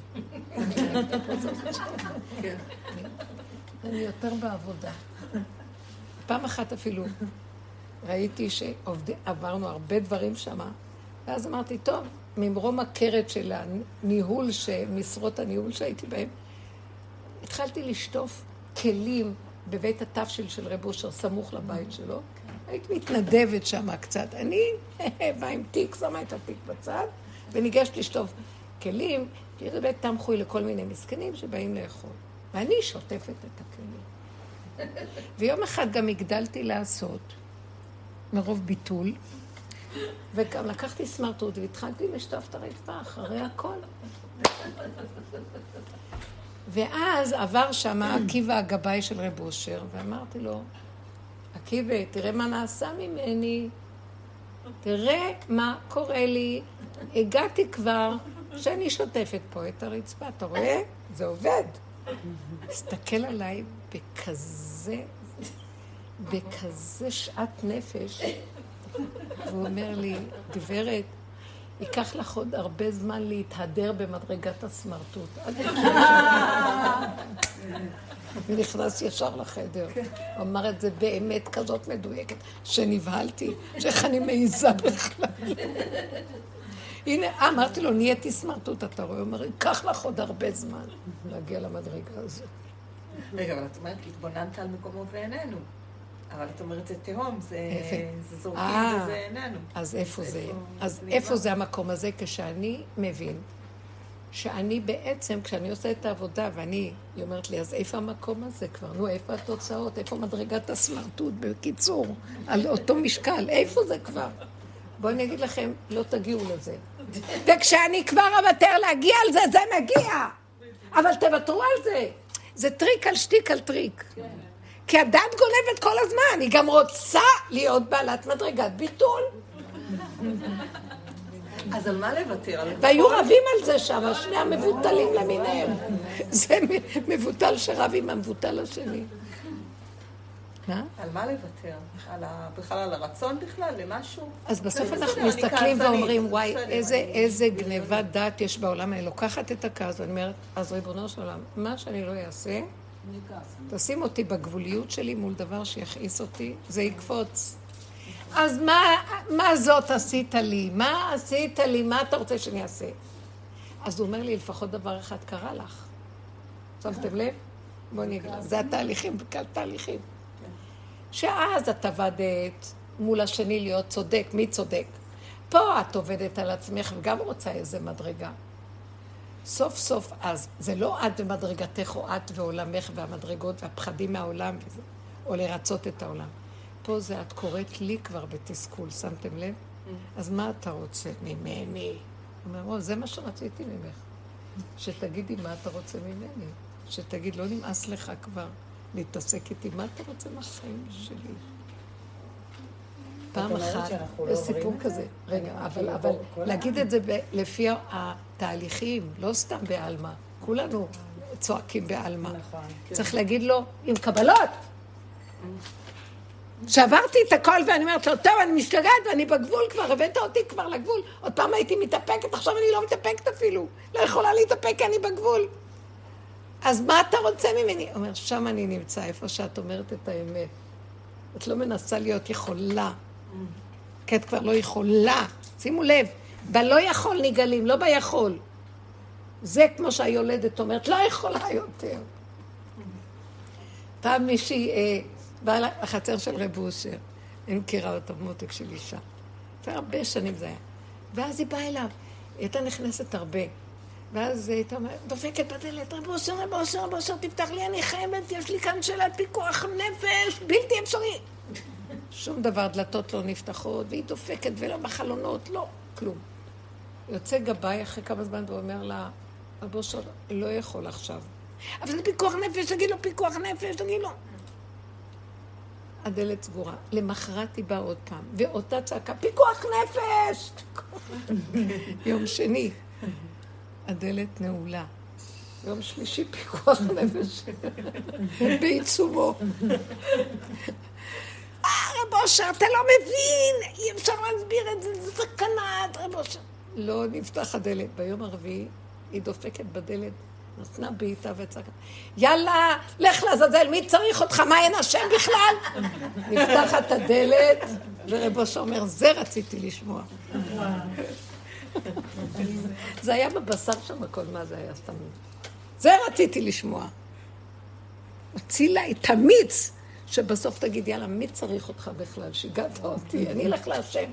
Speaker 3: אני יותר בעבודה. פעם אחת אפילו ראיתי שעברנו הרבה דברים שם, ואז אמרתי, טוב, ממרום הקרת של הניהול, משרות הניהול שהייתי בהם, התחלתי לשטוף כלים בבית התפשיל של רב אושר, סמוך לבית שלו. היית מתנדבת שם קצת. אני עם תיק, שמה את התיק בצד, וניגשת לשטוף כלים, תראי בית תמחוי לכל מיני מסכנים שבאים לאכול. ואני שוטפת את הכלים. ויום אחד גם הגדלתי לעשות, מרוב ביטול, וגם לקחתי סמרטוט והתחלתי לשטוף את הרצפה אחרי הכל. ואז עבר שם עקיבא הגבאי של רב אושר, ואמרתי לו, עקיבא, תראה מה נעשה ממני, תראה מה קורה לי, הגעתי כבר שאני שוטפת פה את הרצפה, אתה רואה? זה עובד. הסתכל עליי בכזה שעת נפש, והוא אומר לי, גברת, ייקח לך עוד הרבה זמן להתהדר במדרגת הסמרטוט. ונכנס ישר לחדר. הוא אמר את זה באמת כזאת מדויקת, שנבהלתי, שאיך אני מעיזה בכלל. הנה, אמרתי לו, נהייתי סמרטוט, אתה רואה? הוא אומר, ייקח לך עוד הרבה זמן להגיע למדרגה הזאת.
Speaker 2: רגע, אבל את אומרת, התבוננת על מקומו ואיננו. אבל את אומרת, זה תהום, זה זורקים וזה איננו.
Speaker 3: אז איפה זה? אז איפה זה המקום הזה? כשאני מבין שאני בעצם, כשאני עושה את העבודה, היא אומרת לי, אז איפה המקום הזה כבר? נו, איפה התוצאות? איפה מדרגת הסמרטוט? בקיצור, על אותו משקל, איפה זה כבר? בואו אני אגיד לכם, לא תגיעו לזה. וכשאני כבר אוותר להגיע על זה, זה מגיע. אבל תוותרו על זה. זה טריק על שטיק על טריק. כי הדת גונבת כל הזמן, היא גם רוצה להיות בעלת מדרגת ביטול.
Speaker 2: אז על מה לוותר?
Speaker 3: והיו רבים על זה שם, שני המבוטלים למיניהם. זה מבוטל שרב עם המבוטל השני. מה?
Speaker 2: על מה לוותר? בכלל על הרצון בכלל, למשהו?
Speaker 3: אז בסוף אנחנו מסתכלים ואומרים, וואי, איזה גניבת דת יש בעולם. אני לוקחת את הכעס, ואני אומרת, אז ריבונו של עולם, מה שאני לא אעשה, תשים אותי בגבוליות שלי מול דבר שיכעיס אותי, זה יקפוץ. אז מה זאת עשית לי? מה עשית לי? מה אתה רוצה שאני אעשה? אז הוא אומר לי, לפחות דבר אחד קרה לך. שמתם לב? בואו נגיד, זה התהליכים, תהליכים. שאז את עבדת מול השני להיות צודק. מי צודק? פה את עובדת על עצמך וגם רוצה איזה מדרגה. סוף סוף אז, זה לא את ומדרגתך או את ועולמך והמדרגות והפחדים מהעולם וזה, או לרצות את העולם. פה זה את קוראת לי כבר בתסכול, שמתם לב? אז מה אתה רוצה ממני? הוא אומר, זה מה שרציתי ממך. שתגידי מה אתה רוצה ממני. שתגיד, לא נמאס לך כבר להתעסק איתי, מה אתה רוצה מהחיים שלי? פעם אחת, סיפור כזה, רגע, אבל להגיד את זה לפי התהליכים, לא סתם בעלמה, כולנו צועקים בעלמה. צריך להגיד לו, עם קבלות. שעברתי את הכל ואני אומרת לו, טוב, אני משתגעת ואני בגבול כבר, הבאת אותי כבר לגבול, עוד פעם הייתי מתאפקת, עכשיו אני לא מתאפקת אפילו, לא יכולה להתאפק כי אני בגבול. אז מה אתה רוצה ממני? הוא אומר, שם אני נמצא, איפה שאת אומרת את האמת. את לא מנסה להיות יכולה. כי את כבר לא יכולה. שימו לב, בלא יכול נגלים, לא ביכול. זה כמו שהיולדת אומרת, לא יכולה יותר. פעם מישהי באה לחצר של רב אושר, אני מכירה אותה במותק של אישה. זה הרבה שנים זה היה. ואז היא באה אליו, היא הייתה נכנסת הרבה. ואז היא הייתה דופקת בדלת, רב אושר, תפתח לי, אני חייבת, יש לי כאן שאלת פיקוח נפש, בלתי אפשרי. שום דבר, דלתות לא נפתחות, והיא דופקת ולא בחלונות, לא, כלום. יוצא גבאי אחרי כמה זמן ואומר לה, רב אושר לא יכול עכשיו. אבל זה פיקוח נפש, תגיד לו פיקוח נפש, תגיד לו. הדלת סגורה. למחרת היא באה עוד פעם, ואותה צעקה, פיקוח נפש! יום שני. הדלת נעולה. יום שלישי פיקוח נפש. בעיצומו. רב אושר, אתה לא מבין! אי אפשר להסביר את זה, זה סכנה, רב אושר. לא נפתח הדלת. ביום הרביעי היא דופקת בדלת, נתנה בעיטה וצעקה. יאללה, לך לעזאזל, מי צריך אותך? מה אין השם בכלל? נפתחת הדלת, ורב אושר אומר, זה רציתי לשמוע. זה היה בבשר שם הכל, מה זה היה סתם? זה רציתי לשמוע. מציל לה את המיץ, שבסוף תגיד, יאללה, מי צריך אותך בכלל? שיגעת אותי, אני אלך להשם.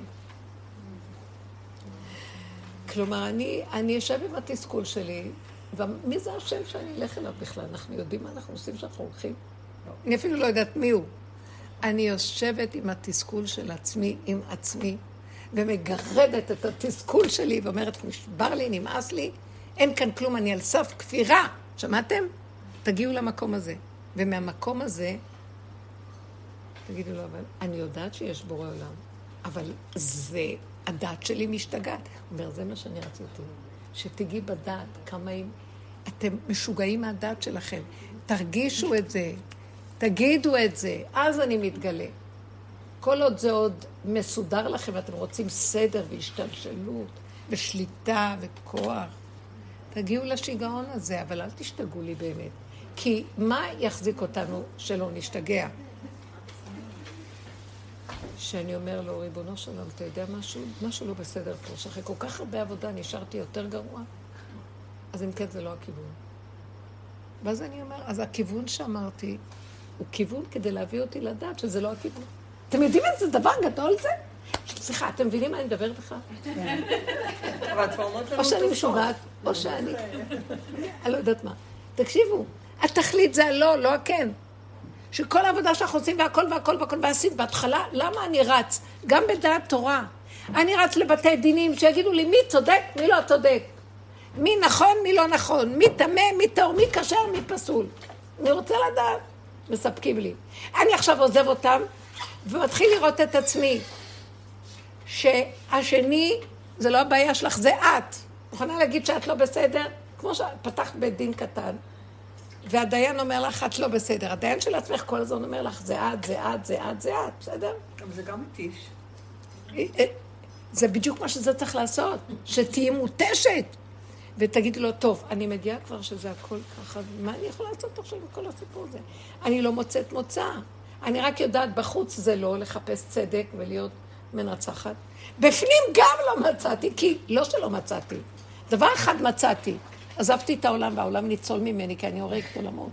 Speaker 3: כלומר, אני יושב עם התסכול שלי, ומי זה השם שאני אלך אליו בכלל? אנחנו יודעים מה אנחנו עושים שאנחנו הולכים? אני אפילו לא יודעת מי הוא. אני יושבת עם התסכול של עצמי, עם עצמי, ומגרדת את התסכול שלי, ואומרת, נשבר לי, נמאס לי, אין כאן כלום, אני על סף כפירה. שמעתם? תגיעו למקום הזה. ומהמקום הזה, תגידו לו, אבל אני יודעת שיש בורא עולם, אבל זה, הדעת שלי משתגעת. הוא אומר, זה מה שאני רציתי, שתגיעי בדעת כמה אם אתם משוגעים מהדעת שלכם. תרגישו את זה, תגידו את זה, אז אני מתגלה. כל עוד זה עוד מסודר לכם, אתם רוצים סדר והשתלשלות ושליטה וכוח. תגיעו לשיגעון הזה, אבל אל תשתגעו לי באמת. כי מה יחזיק אותנו שלא נשתגע? שאני אומר לו, ריבונו שלום, אתה יודע משהו לא בסדר פה, שאחרי כל כך הרבה עבודה נשארתי יותר גרוע, אז אם כן זה לא הכיוון. ואז אני אומר, אז הכיוון שאמרתי, הוא כיוון כדי להביא אותי לדעת שזה לא הכיוון. אתם יודעים את זה דבר גדול זה? סליחה, אתם מבינים מה אני מדבר בכלל? או שאני משוגעת, או שאני... אני לא יודעת מה. תקשיבו, התכלית זה הלא, לא הכן. שכל העבודה שאנחנו עושים והכל, ועשית בהתחלה, למה אני רץ? גם בדעת תורה. אני רץ לבתי דינים שיגידו לי מי צודק, מי לא צודק. מי נכון, מי לא נכון. מי טמא, מי טהור, מי כשר, מי פסול. אני רוצה לדעת. מספקים לי. אני עכשיו עוזב אותם, ומתחיל לראות את עצמי. שהשני, זה לא הבעיה שלך, זה את. מוכנה להגיד שאת לא בסדר? כמו שפתחת בית דין קטן. והדיין אומר לך, את לא בסדר. הדיין של עצמך כל הזמן אומר לך, זה את, בסדר?
Speaker 2: אבל זה גם מתיש.
Speaker 3: זה בדיוק מה שזה צריך לעשות, שתהיה מותשת. ותגידי לו, טוב, אני מגיעה כבר שזה הכל ככה, מה אני יכולה לעשות עכשיו בכל הסיפור הזה? אני לא מוצאת מוצא. אני רק יודעת, בחוץ זה לא לחפש צדק ולהיות מנצחת. בפנים גם לא מצאתי, כי לא שלא מצאתי. דבר אחד מצאתי. עזבתי את העולם, והעולם ניצול ממני, כי אני הורג את עולמות.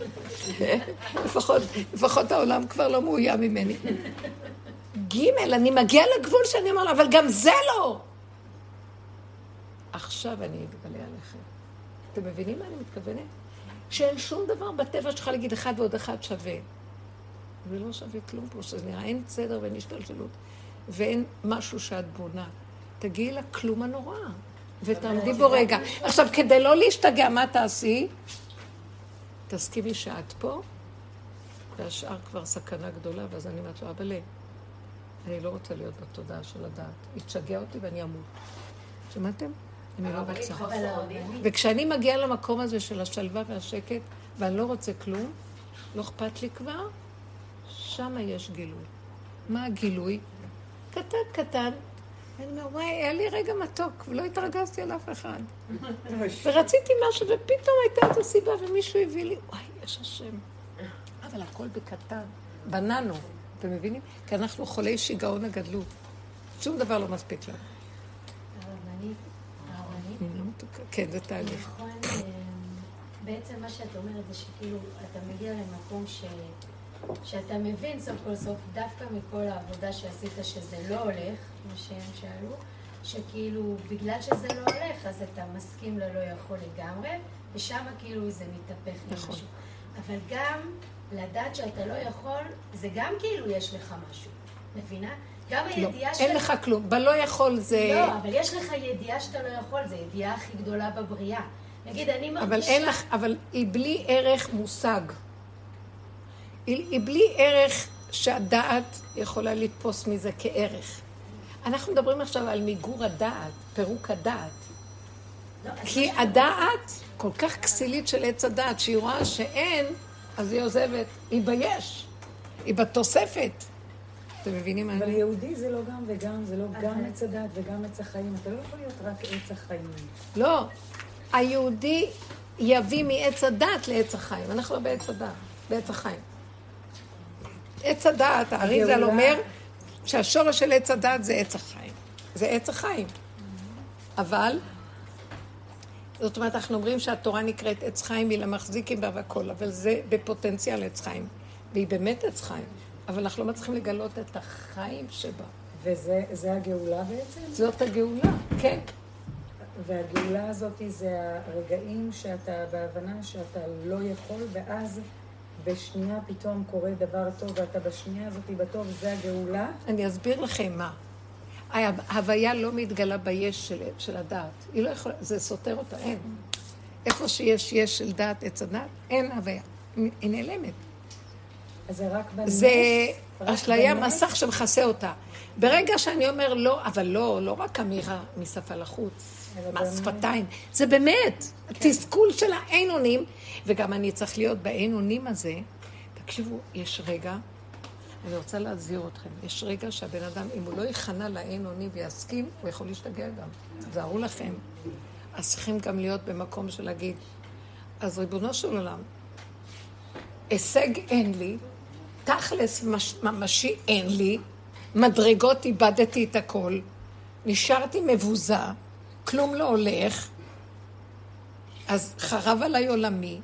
Speaker 3: לפחות העולם כבר לא מאוים ממני. ג' אני מגיעה לגבול שאני אומר לה, אבל גם זה לא. עכשיו אני אתגלה עליכם. אתם מבינים מה אני מתכוונת? שאין שום דבר בטבע שלך להגיד אחד ועוד אחד שווה. ולא שווה כלום פה, שזה נראה, אין סדר ואין השתלשלות, ואין משהו שאת בונה. תגיעי לכלום הנורא. ותעמדי בו רגע. עכשיו, כדי לא להשתגע, מה תעשי? תסכימי שאת פה, והשאר כבר סכנה גדולה, ואז אני אומרת לו, אבל אני לא רוצה להיות בתודעה של הדעת. יתשגע אותי ואני אמות. שמעתם? אני לא רוצה. וכשאני מגיעה למקום הזה של השלווה והשקט, ואני לא רוצה כלום, לא אכפת לי כבר, שם יש גילוי. מה הגילוי? קטן. אני אומר, וואי, היה לי רגע מתוק, ולא התרגזתי על אף אחד. ורציתי משהו, ופתאום הייתה את הסיבה, ומישהו הביא לי, וואי, יש השם. אבל הכל בקטן. בננו, אתם מבינים? כי אנחנו חולי שיגעון הגדלות. שום דבר לא מספיק לנו.
Speaker 5: הרבנית.
Speaker 3: כן, זה תהליך.
Speaker 5: נכון, בעצם מה שאת אומרת זה שכאילו, אתה מגיע למקום שאתה מבין סוף כל סוף, דווקא מכל העבודה שעשית שזה לא הולך, כמו שהם שאלו, שכאילו בגלל שזה לא הולך, אז אתה מסכים ללא יכול לגמרי, ושם כאילו זה מתהפך
Speaker 3: נכון.
Speaker 5: למשהו. אבל גם לדעת שאתה לא יכול, זה גם כאילו יש לך משהו, מבינה? גם הידיעה
Speaker 3: לא, אין לך כלום, בלא יכול זה...
Speaker 5: לא, אבל יש לך ידיעה שאתה לא יכול, זה ידיעה הכי גדולה בבריאה. נגיד, אני מרגישה...
Speaker 3: אבל אין לך, אבל היא בלי ערך מושג. היא בלי ערך שהדעת יכולה לתפוס מזה כערך. אנחנו מדברים עכשיו על מיגור הדעת, פירוק הדעת.
Speaker 5: לא,
Speaker 3: כי הדעת כל כך כסילית של עץ הדעת, שהיא רואה שאין, אז היא עוזבת, היא ביש, היא בתוספת. אתם מבינים מה אני?
Speaker 1: אבל יהודי זה לא גם וגם, זה לא גם עץ הדעת וגם עץ החיים. אתה לא יכול להיות רק עץ החיים.
Speaker 3: לא, היהודי יביא מעץ הדעת לעץ החיים. אנחנו לא בעץ הדעת, בעץ החיים. עץ הדעת, האריז"ל אומר שהשורש של עץ הדעת זה עץ החיים. זה עץ החיים. אבל זאת אומרת, אנחנו אומרים שהתורה נקראת עץ חיים, היא למחזיקים בה והכל, אבל זה בפוטנציאל עץ חיים. והיא באמת עץ חיים, אבל אנחנו לא מצליחים לגלות את החיים שבה.
Speaker 1: וזה הגאולה בעצם?
Speaker 3: זאת הגאולה, כן.
Speaker 1: והגאולה הזאת זה הרגעים שאתה בהבנה שאתה לא יכול, ואז בשנייה פתאום קורה דבר טוב, ואתה בשנייה הזאת בטוב, זה הגאולה?
Speaker 3: אני אסביר לכם מה. ההוויה לא מתגלה ביש של הדעת. היא לא יכולה, זה סותר אותה, אין. איפה שיש יש של דעת, עץ הדעת, אין הוויה. היא נעלמת.
Speaker 1: אז זה רק בנס?
Speaker 3: זה אשליה, מסך שמכסה אותה. ברגע שאני אומר לא, אבל לא רק אמירה משפה לחוץ, מהשפתיים. זה באמת, התסכול של האין אונים, וגם אני צריך להיות באין אונים הזה. תקשיבו, יש רגע, אני רוצה להזהיר אתכם, יש רגע שהבן אדם, אם הוא לא יכנע לאין אונים ויסכים, הוא יכול להשתגע גם. תזהרו לכם. אז צריכים גם להיות במקום של להגיד, אז ריבונו של עולם, הישג אין לי, תכלס ממשי אין לי, מדרגות איבדתי את הכל, נשארתי מבוזה, כלום לא הולך, אז חרב עליי עולמי,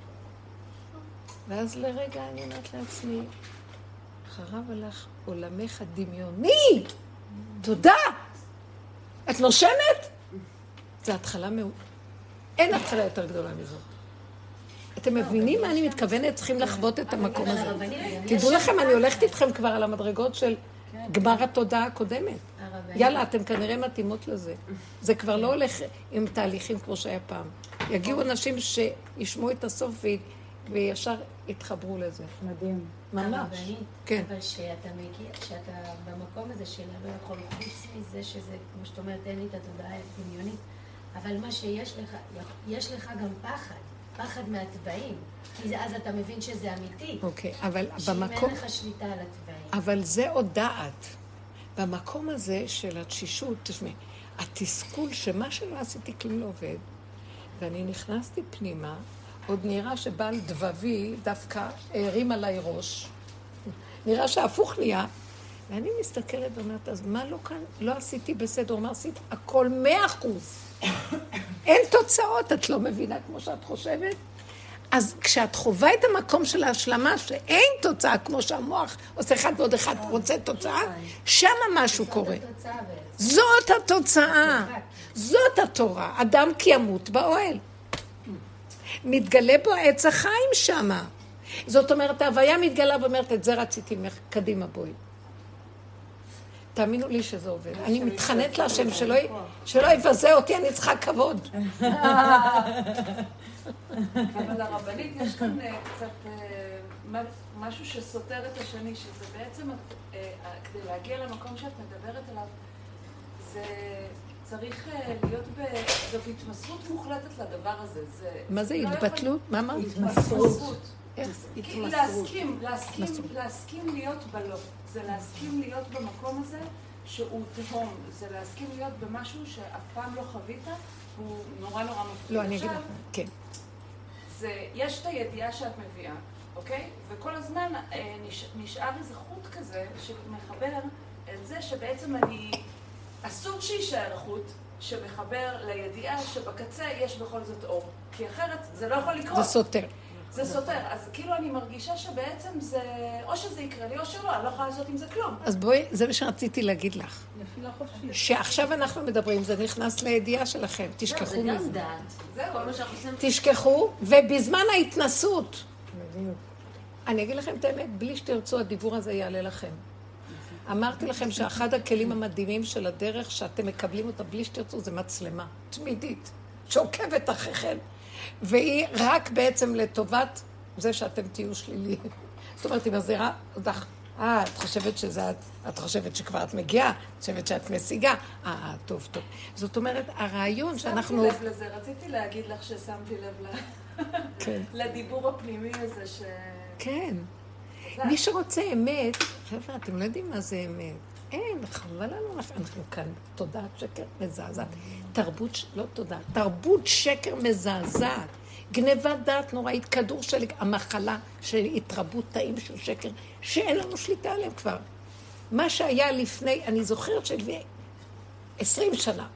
Speaker 3: ואז לרגע אני אומרת לעצמי, חרב עליך עולמך דמיוני, תודה, את נושמת? זה התחלה אין התחלה יותר גדולה מזאת. אתם מבינים מה אני מתכוונת? צריכים לחוות את המקום הזה. תדעו לכם, אני הולכת איתכם כבר על המדרגות של גמר התודעה הקודמת. יאללה, אתם כנראה מתאימות לזה. זה כבר לא הולך עם תהליכים כמו שהיה פעם. יגיעו אנשים שישמעו את הסוף וישר יתחברו לזה.
Speaker 1: מדהים.
Speaker 3: ממש. כן.
Speaker 5: אבל שאתה מגיע, שאתה במקום הזה של לא יכול לחוץ מזה שזה, כמו שאת אומרת, אין לי את התודעה הדמיונית, אבל מה שיש לך, יש לך גם פחד. פחד מהטבעים, כי אז אתה מבין שזה אמיתי.
Speaker 3: אוקיי, אבל במקום...
Speaker 5: שאם אין לך שליטה על הטבעים.
Speaker 3: אבל זה עוד דעת. במקום הזה של התשישות, תשמעי, התסכול שמה שלא עשיתי כלום לא עובד, ואני נכנסתי פנימה, עוד נראה שבעל דבבי דווקא הרים עליי ראש, נראה שהפוך נהיה, ואני מסתכלת ואומרת, אז מה לא כאן? לא עשיתי בסדר, מה עשית? הכל 100%. אין תוצאות, את לא מבינה כמו שאת חושבת? אז כשאת חובה את המקום של ההשלמה, שאין תוצאה כמו שהמוח עושה אחד ועוד אחד רוצה תוצאה, שם משהו קורה. זאת התוצאה. זאת התורה. אדם כי ימות באוהל. מתגלה בו עץ החיים שמה. זאת אומרת, ההוויה מתגלה ואומרת, את זה רציתי ממך, קדימה בואי. תאמינו לי שזה עובד. אני מתחננת להשם שלא יבזה אותי, אני צריכה כבוד.
Speaker 2: אבל הרבנית, יש כאן קצת משהו שסותר את השני, שזה בעצם, כדי להגיע למקום שאת מדברת עליו, זה צריך להיות בהתמסרות מוחלטת לדבר הזה.
Speaker 3: מה זה התבטלות? מה אמרת?
Speaker 2: התמסרות. להסכים להיות בלא. זה להסכים להיות במקום הזה שהוא תהום. זה להסכים להיות במשהו שאף פעם לא חווית, הוא נורא נורא מפחיד.
Speaker 3: לא, אני אגיד לך, כן.
Speaker 2: יש את הידיעה שאת מביאה, אוקיי? וכל הזמן נשאר איזה חוט כזה שמחבר את זה שבעצם אסור שישאר חוט שמחבר לידיעה שבקצה יש בכל זאת אור. כי אחרת זה לא יכול לקרות.
Speaker 3: זה סותר.
Speaker 2: זה סותר. אז כאילו אני מרגישה שבעצם זה, או שזה יקרה לי או שלא, אני לא יכולה לעשות עם זה כלום.
Speaker 3: אז בואי, זה מה שרציתי להגיד לך. שעכשיו אנחנו מדברים, זה נכנס לידיעה שלכם. תשכחו מזה.
Speaker 4: זה גם דעת. זהו, כל מה שאנחנו עושים.
Speaker 3: תשכחו, ובזמן ההתנסות. אני אגיד לכם את האמת, בלי שתרצו, הדיבור הזה יעלה לכם. אמרתי לכם שאחד הכלים המדהימים של הדרך, שאתם מקבלים אותה בלי שתרצו, זה מצלמה תמידית, שעוקבת אחריכם. והיא רק בעצם לטובת זה שאתם תהיו שליליים. זאת אומרת, היא מזהירה אותך, את חושבת שזה, את חושבת שכבר את מגיעה, את חושבת שאת משיגה, טוב, טוב. זאת אומרת, הרעיון שאנחנו...
Speaker 2: שמתי לב לזה, רציתי להגיד לך ששמתי לב לדיבור הפנימי הזה ש...
Speaker 3: כן. מי שרוצה אמת, חבר'ה, אתם לא יודעים מה זה אמת. אין, חבל לנו, אנחנו כאן תודעת שקר מזעזעת. תרבות, לא תודעת, תרבות שקר מזעזעת. גנבת דעת נוראית, כדור של המחלה של התרבות תאים של שקר, שאין לנו שליטה עליהם כבר. מה שהיה לפני, אני זוכרת שלפני 20 שנה,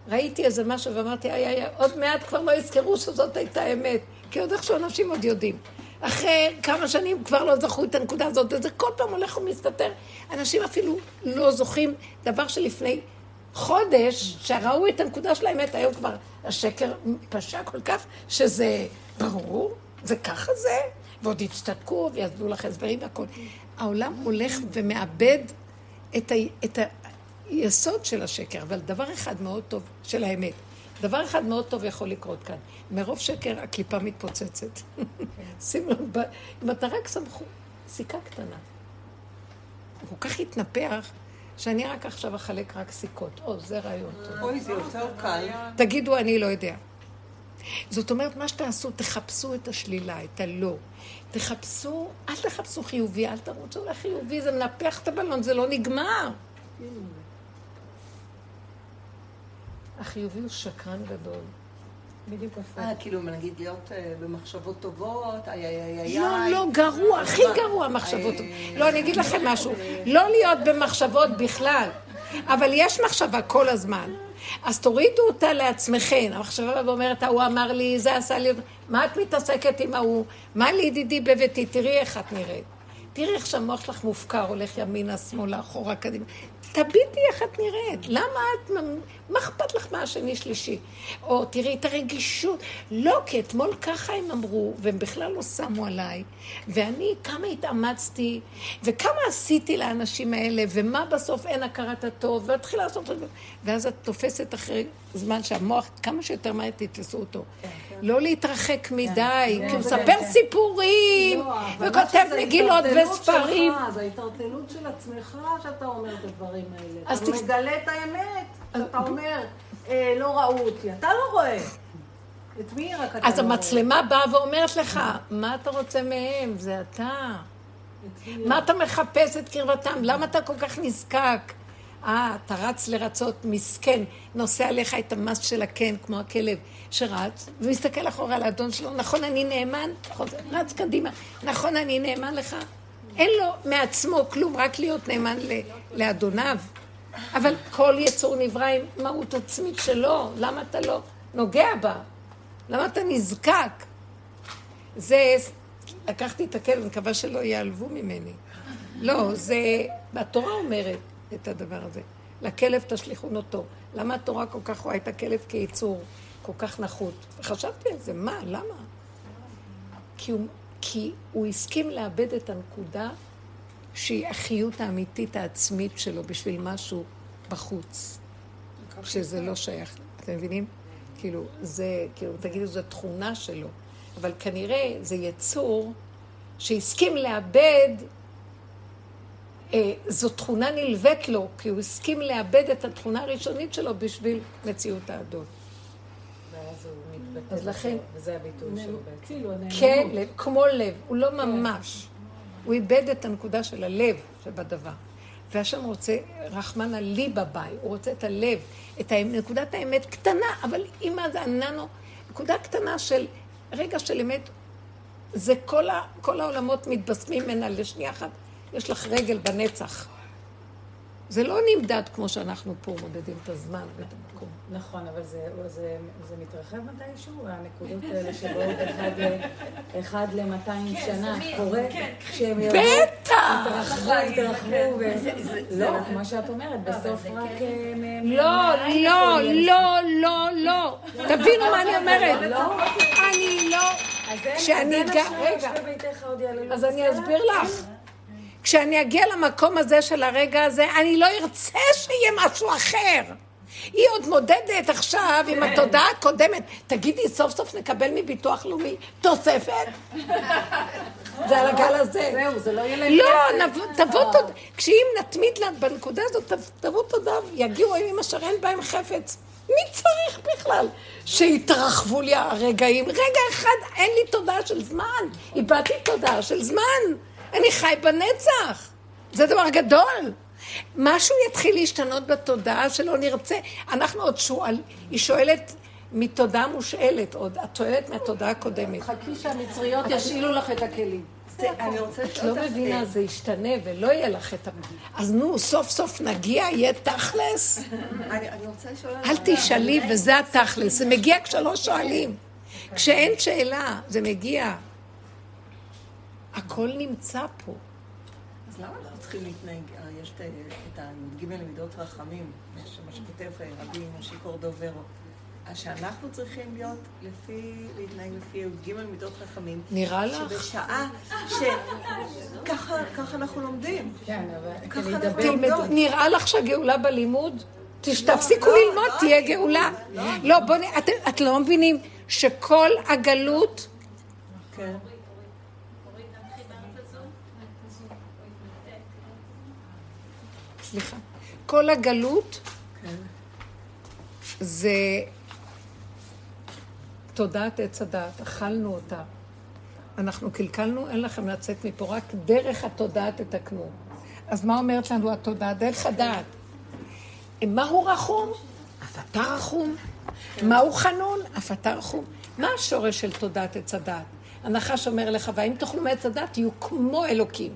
Speaker 3: ראיתי איזה משהו ואמרתי, עוד מעט כבר לא יזכרו שזאת הייתה אמת, כי עוד איכשהו אנשים עוד יודעים. אחרי כמה שנים כבר לא זכו את הנקודה הזאת, וזה כל פעם הולך ומסתתר. אנשים אפילו לא זוכים דבר שלפני חודש, שראו את הנקודה של האמת, היום כבר השקר פשע כל כך, שזה ברור, זה ככה זה, ועוד יצטדקו ויעזדו לך הסברים והכל. העולם הולך ומאבד את היסוד של השקר, אבל דבר אחד מאוד טוב של האמת. דבר אחד מאוד טוב יכול לקרות כאן. מרוב שקר הקליפה מתפוצצת. שימו לב, אם אתה רק סמכו, סיכה קטנה. הוא כל כך התנפח, שאני רק עכשיו אחלק רק סיכות. זה רעיון טוב.
Speaker 6: אוי, זה יותר קל.
Speaker 3: תגידו, אני לא יודע. זאת אומרת, מה שתעשו, תחפשו את השלילה, את הלא. תחפשו, אל תחפשו חיובי, אל תרוצו לחיובי, זה מנפח את הבלון, זה לא נגמר. החיובי הוא שקרן גדול.
Speaker 1: בדיוק הפוך.
Speaker 6: כאילו, נגיד להיות במחשבות טובות,
Speaker 3: לא, גרוע, הכי גרוע מחשבות טובות. לא, אני אגיד לכם משהו. לא להיות במחשבות בכלל, אבל יש מחשבה כל הזמן. אז תורידו אותה לעצמכם. המחשבה ואומרת, הוא אמר לי, זה עשה לי... מה את מתעסקת עם ההוא? מה לי ידידי בביתי? תראי איך את נראית. תראי איך שהמוח שלך מופקר, הולך ימינה, שמאלה, אחורה, קדימה. תביטי איך את נראית. למה את... מה אכפת לך מהשני שלישי? או תראי את הרגישות. לא, כי אתמול ככה הם אמרו, והם בכלל לא שמו עליי. ואני כמה התאמצתי, וכמה עשיתי לאנשים האלה, ומה בסוף אין הכרת הטוב, והתחילה לעשות את זה. ואז את תופסת אחרי זמן שהמוח, כמה שיותר מהר תתפסו אותו. לא להתרחק מדי, כי הוא מספר סיפורים, וכותב מגילות וספרים.
Speaker 7: זה ההתערטלות של עצמך שאתה אומר את הדברים האלה. אתה מגלה את האמת, אתה אומר, לא ראו אותי, אתה לא רואה. את מי רק אתה לא רואה?
Speaker 3: אז המצלמה באה ואומרת לך, מה אתה רוצה מהם? זה אתה. מה אתה מחפש את קרבתם? למה אתה כל כך נזקק? אתה רץ לרצות מסכן, נושא עליך את המס של הכן, כמו הכלב שרץ, ומסתכל אחורה על האדון שלו, נכון אני נאמן? רץ קדימה, נכון אני נאמן לך? אין לו מעצמו כלום, רק להיות נאמן לאדוניו. אבל כל יצור נברא עם מהות עצמית שלו, למה אתה לא נוגע בה? למה אתה נזקק? זה, לקחתי את הכלב, מקווה שלא יעלבו ממני. לא, זה, התורה אומרת את הדבר הזה. לכלב תשליכון אותו. למה התורה כל כך רואה את הכלב כיצור, כל כך נחות? וחשבתי על זה, מה? למה? כי הוא הסכים לאבד את הנקודה שהיא החיות האמיתית העצמית שלו בשביל משהו בחוץ, שזה לא שייך. אתם מבינים? כאילו, זה, כאילו, תגידו, זו תכונה שלו. אבל כנראה זה יצור שהסכים לאבד, זו תכונה נלווית לו, כי הוא הסכים לאבד את התכונה הראשונית שלו בשביל מציאות האדון.
Speaker 1: ואז הוא מתבטא.
Speaker 3: אז לכן...
Speaker 1: וזה הביטוי שלו בעצם.
Speaker 3: כן, כמו לב, הוא לא ממש. הוא איבד את הנקודה של הלב שבדבר. והשם רוצה רחמן לי בבית, הוא רוצה את הלב, את נקודת האמת קטנה, אבל אם זה עננו, נקודה קטנה של רגע של אמת, זה כל העולמות מתבשמים ממנה לשנייה אחת. יש לך רגל בנצח. זה לא נמדד כמו שאנחנו פה מודדים את הזמן ואת המקום.
Speaker 1: נכון, אבל זה מתרחב מתישהו, הנקודות האלה שבאות אחד ל-200 שנה, קורה כשהם יודעים, התרחבו, לא, כמו שאת אומרת, בסוף רק...
Speaker 3: לא, תבינו מה אני אומרת. אני לא... רגע, אז אני אסביר לך. כשאני אגיע למקום הזה של הרגע הזה, אני לא ארצה שיהיה משהו אחר. היא עוד מודדת עכשיו עם התודעה הקודמת. תגידי, סוף סוף נקבל מביטוח לאומי תוספת? זה על הגל הזה.
Speaker 7: זהו, זה לא יהיה
Speaker 3: לא, תבוא תודה. כשאם נתמיד לה בנקודה הזאת, תבוא תודה, יגיעו עם אשר אין בהם חפץ. מי צריך בכלל שיתרחבו לי הרגעים? רגע אחד, אין לי תודעה של זמן. איבדתי תודעה של זמן. אני חי בנצח. זה דבר גדול. משהו יתחיל להשתנות בתודעה שלא נרצה. אנחנו עוד היא שואלת מתודעה מושאלת, עוד את שואלת מהתודעה הקודמת.
Speaker 7: חכי שהמצריות ישאילו לך את הכלים.
Speaker 3: את לא מבינה, זה ישתנה ולא יהיה לך את אז נו, סוף סוף נגיע, יהיה תכלס. אל תשאלי, וזה התכלס. זה מגיע כשלא שואלים. כשאין שאלה, זה מגיע. הכל נמצא פה.
Speaker 6: אז למה אנחנו צריכים להתנהג? יש את הי"ג למידות רחמים, מה שכותב רבי משה קורדוברו. שאנחנו צריכים להתנהג לפי י"ג למידות רחמים.
Speaker 3: נראה לך?
Speaker 6: שבשעה ככה אנחנו לומדים.
Speaker 1: כן, אבל
Speaker 3: נראה לך שהגאולה בלימוד? תפסיקו ללמוד, תהיה גאולה. לא, בואו, את לא מבינים שכל הגלות...
Speaker 6: כן.
Speaker 3: סליחה. כל הגלות זה תודעת עץ הדעת, אכלנו אותה. אנחנו קלקלנו, אין לכם לצאת מפה, רק דרך התודעת תתקנו. אז מה אומרת לנו התודעה? דרך הדעת. מהו רחום? אף אתה רחום. מהו חנון? אף אתה רחום. מה השורש של תודעת עץ הדעת? הנחש אומר לך, והאם תאכלו מעץ הדעת, תהיו כמו אלוקים.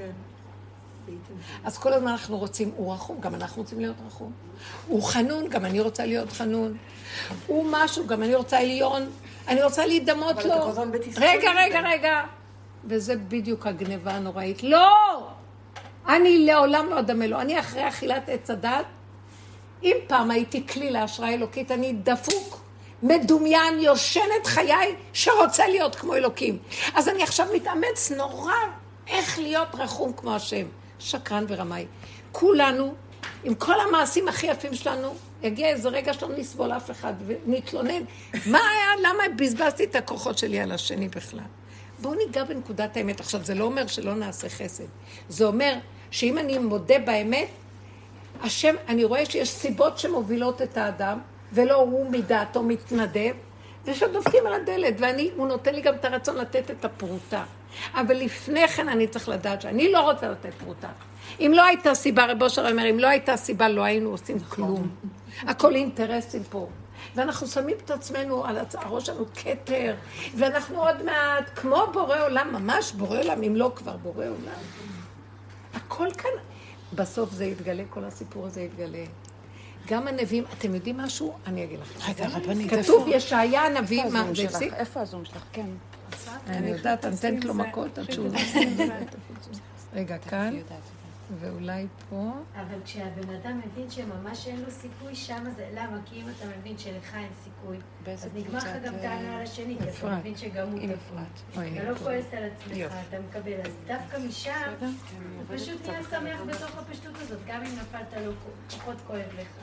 Speaker 3: אז כל הזמן אנחנו רוצים, הוא רחום, גם אנחנו רוצים להיות רחום. הוא חנון, גם אני רוצה להיות חנון. הוא משהו, גם אני רוצה עליון. אני רוצה להידמות לו. רגע. וזה בדיוק הגניבה הנוראית. לא! אני לעולם לא אדמה לו. אני אחרי אכילת עץ הדת, אם פעם הייתי כלי להשראה אלוקית, אני דפוק, מדומיין, יושנת חיי, שרוצה להיות כמו אלוקים. אז אני עכשיו מתאמץ נורא איך להיות רחום כמו השם. שקרן ורמאי. כולנו, עם כל המעשים הכי יפים שלנו, יגיע איזה רגע שלנו נסבול אף אחד ונתלונן. מה היה? למה בזבזתי את הכוחות שלי על השני בכלל? בואו ניגע בנקודת האמת. עכשיו, זה לא אומר שלא נעשה חסד. זה אומר שאם אני מודה באמת, השם, אני רואה שיש סיבות שמובילות את האדם, ולא הוא מדעתו מתנדב, ושדופקים על הדלת, והוא נותן לי גם את הרצון לתת את הפרוטה. אבל לפני כן אני צריך לדעת שאני לא רוצה לתת פרוטה. אם לא הייתה סיבה, רב אושר אומר, אם לא הייתה סיבה, לא היינו עושים כלום. הכל אינטרסים פה. ואנחנו שמים את עצמנו על הראש שלנו כתר, ואנחנו עוד מעט, כמו בורא עולם, ממש בורא עולם, אם לא כבר בורא עולם. הכל כאן, בסוף זה יתגלה, כל הסיפור הזה יתגלה. גם הנביאים, אתם יודעים משהו? אני אגיד לכם.
Speaker 8: רגע, רבנית,
Speaker 3: כתוב ישעיה הנביא, מה זה הפסיק?
Speaker 8: איפה הזום שלך? כן.
Speaker 3: אני יודעת, אני נותנת לו מכות, עד שהוא... רגע, כאן, ואולי פה.
Speaker 5: אבל כשהבן אדם מבין שממש אין לו סיכוי, שמה זה... למה? כי אם אתה מבין שלך אין סיכוי, אז נגמר לך גם טענה על השני, כי אתה מבין שגם הוא תפרט. אתה לא כועס על עצמך, אתה מקבל. אז דווקא משם, אתה פשוט נהיה שמח בתוך הפשטות הזאת, גם אם נפלת לו פחות כואב לך.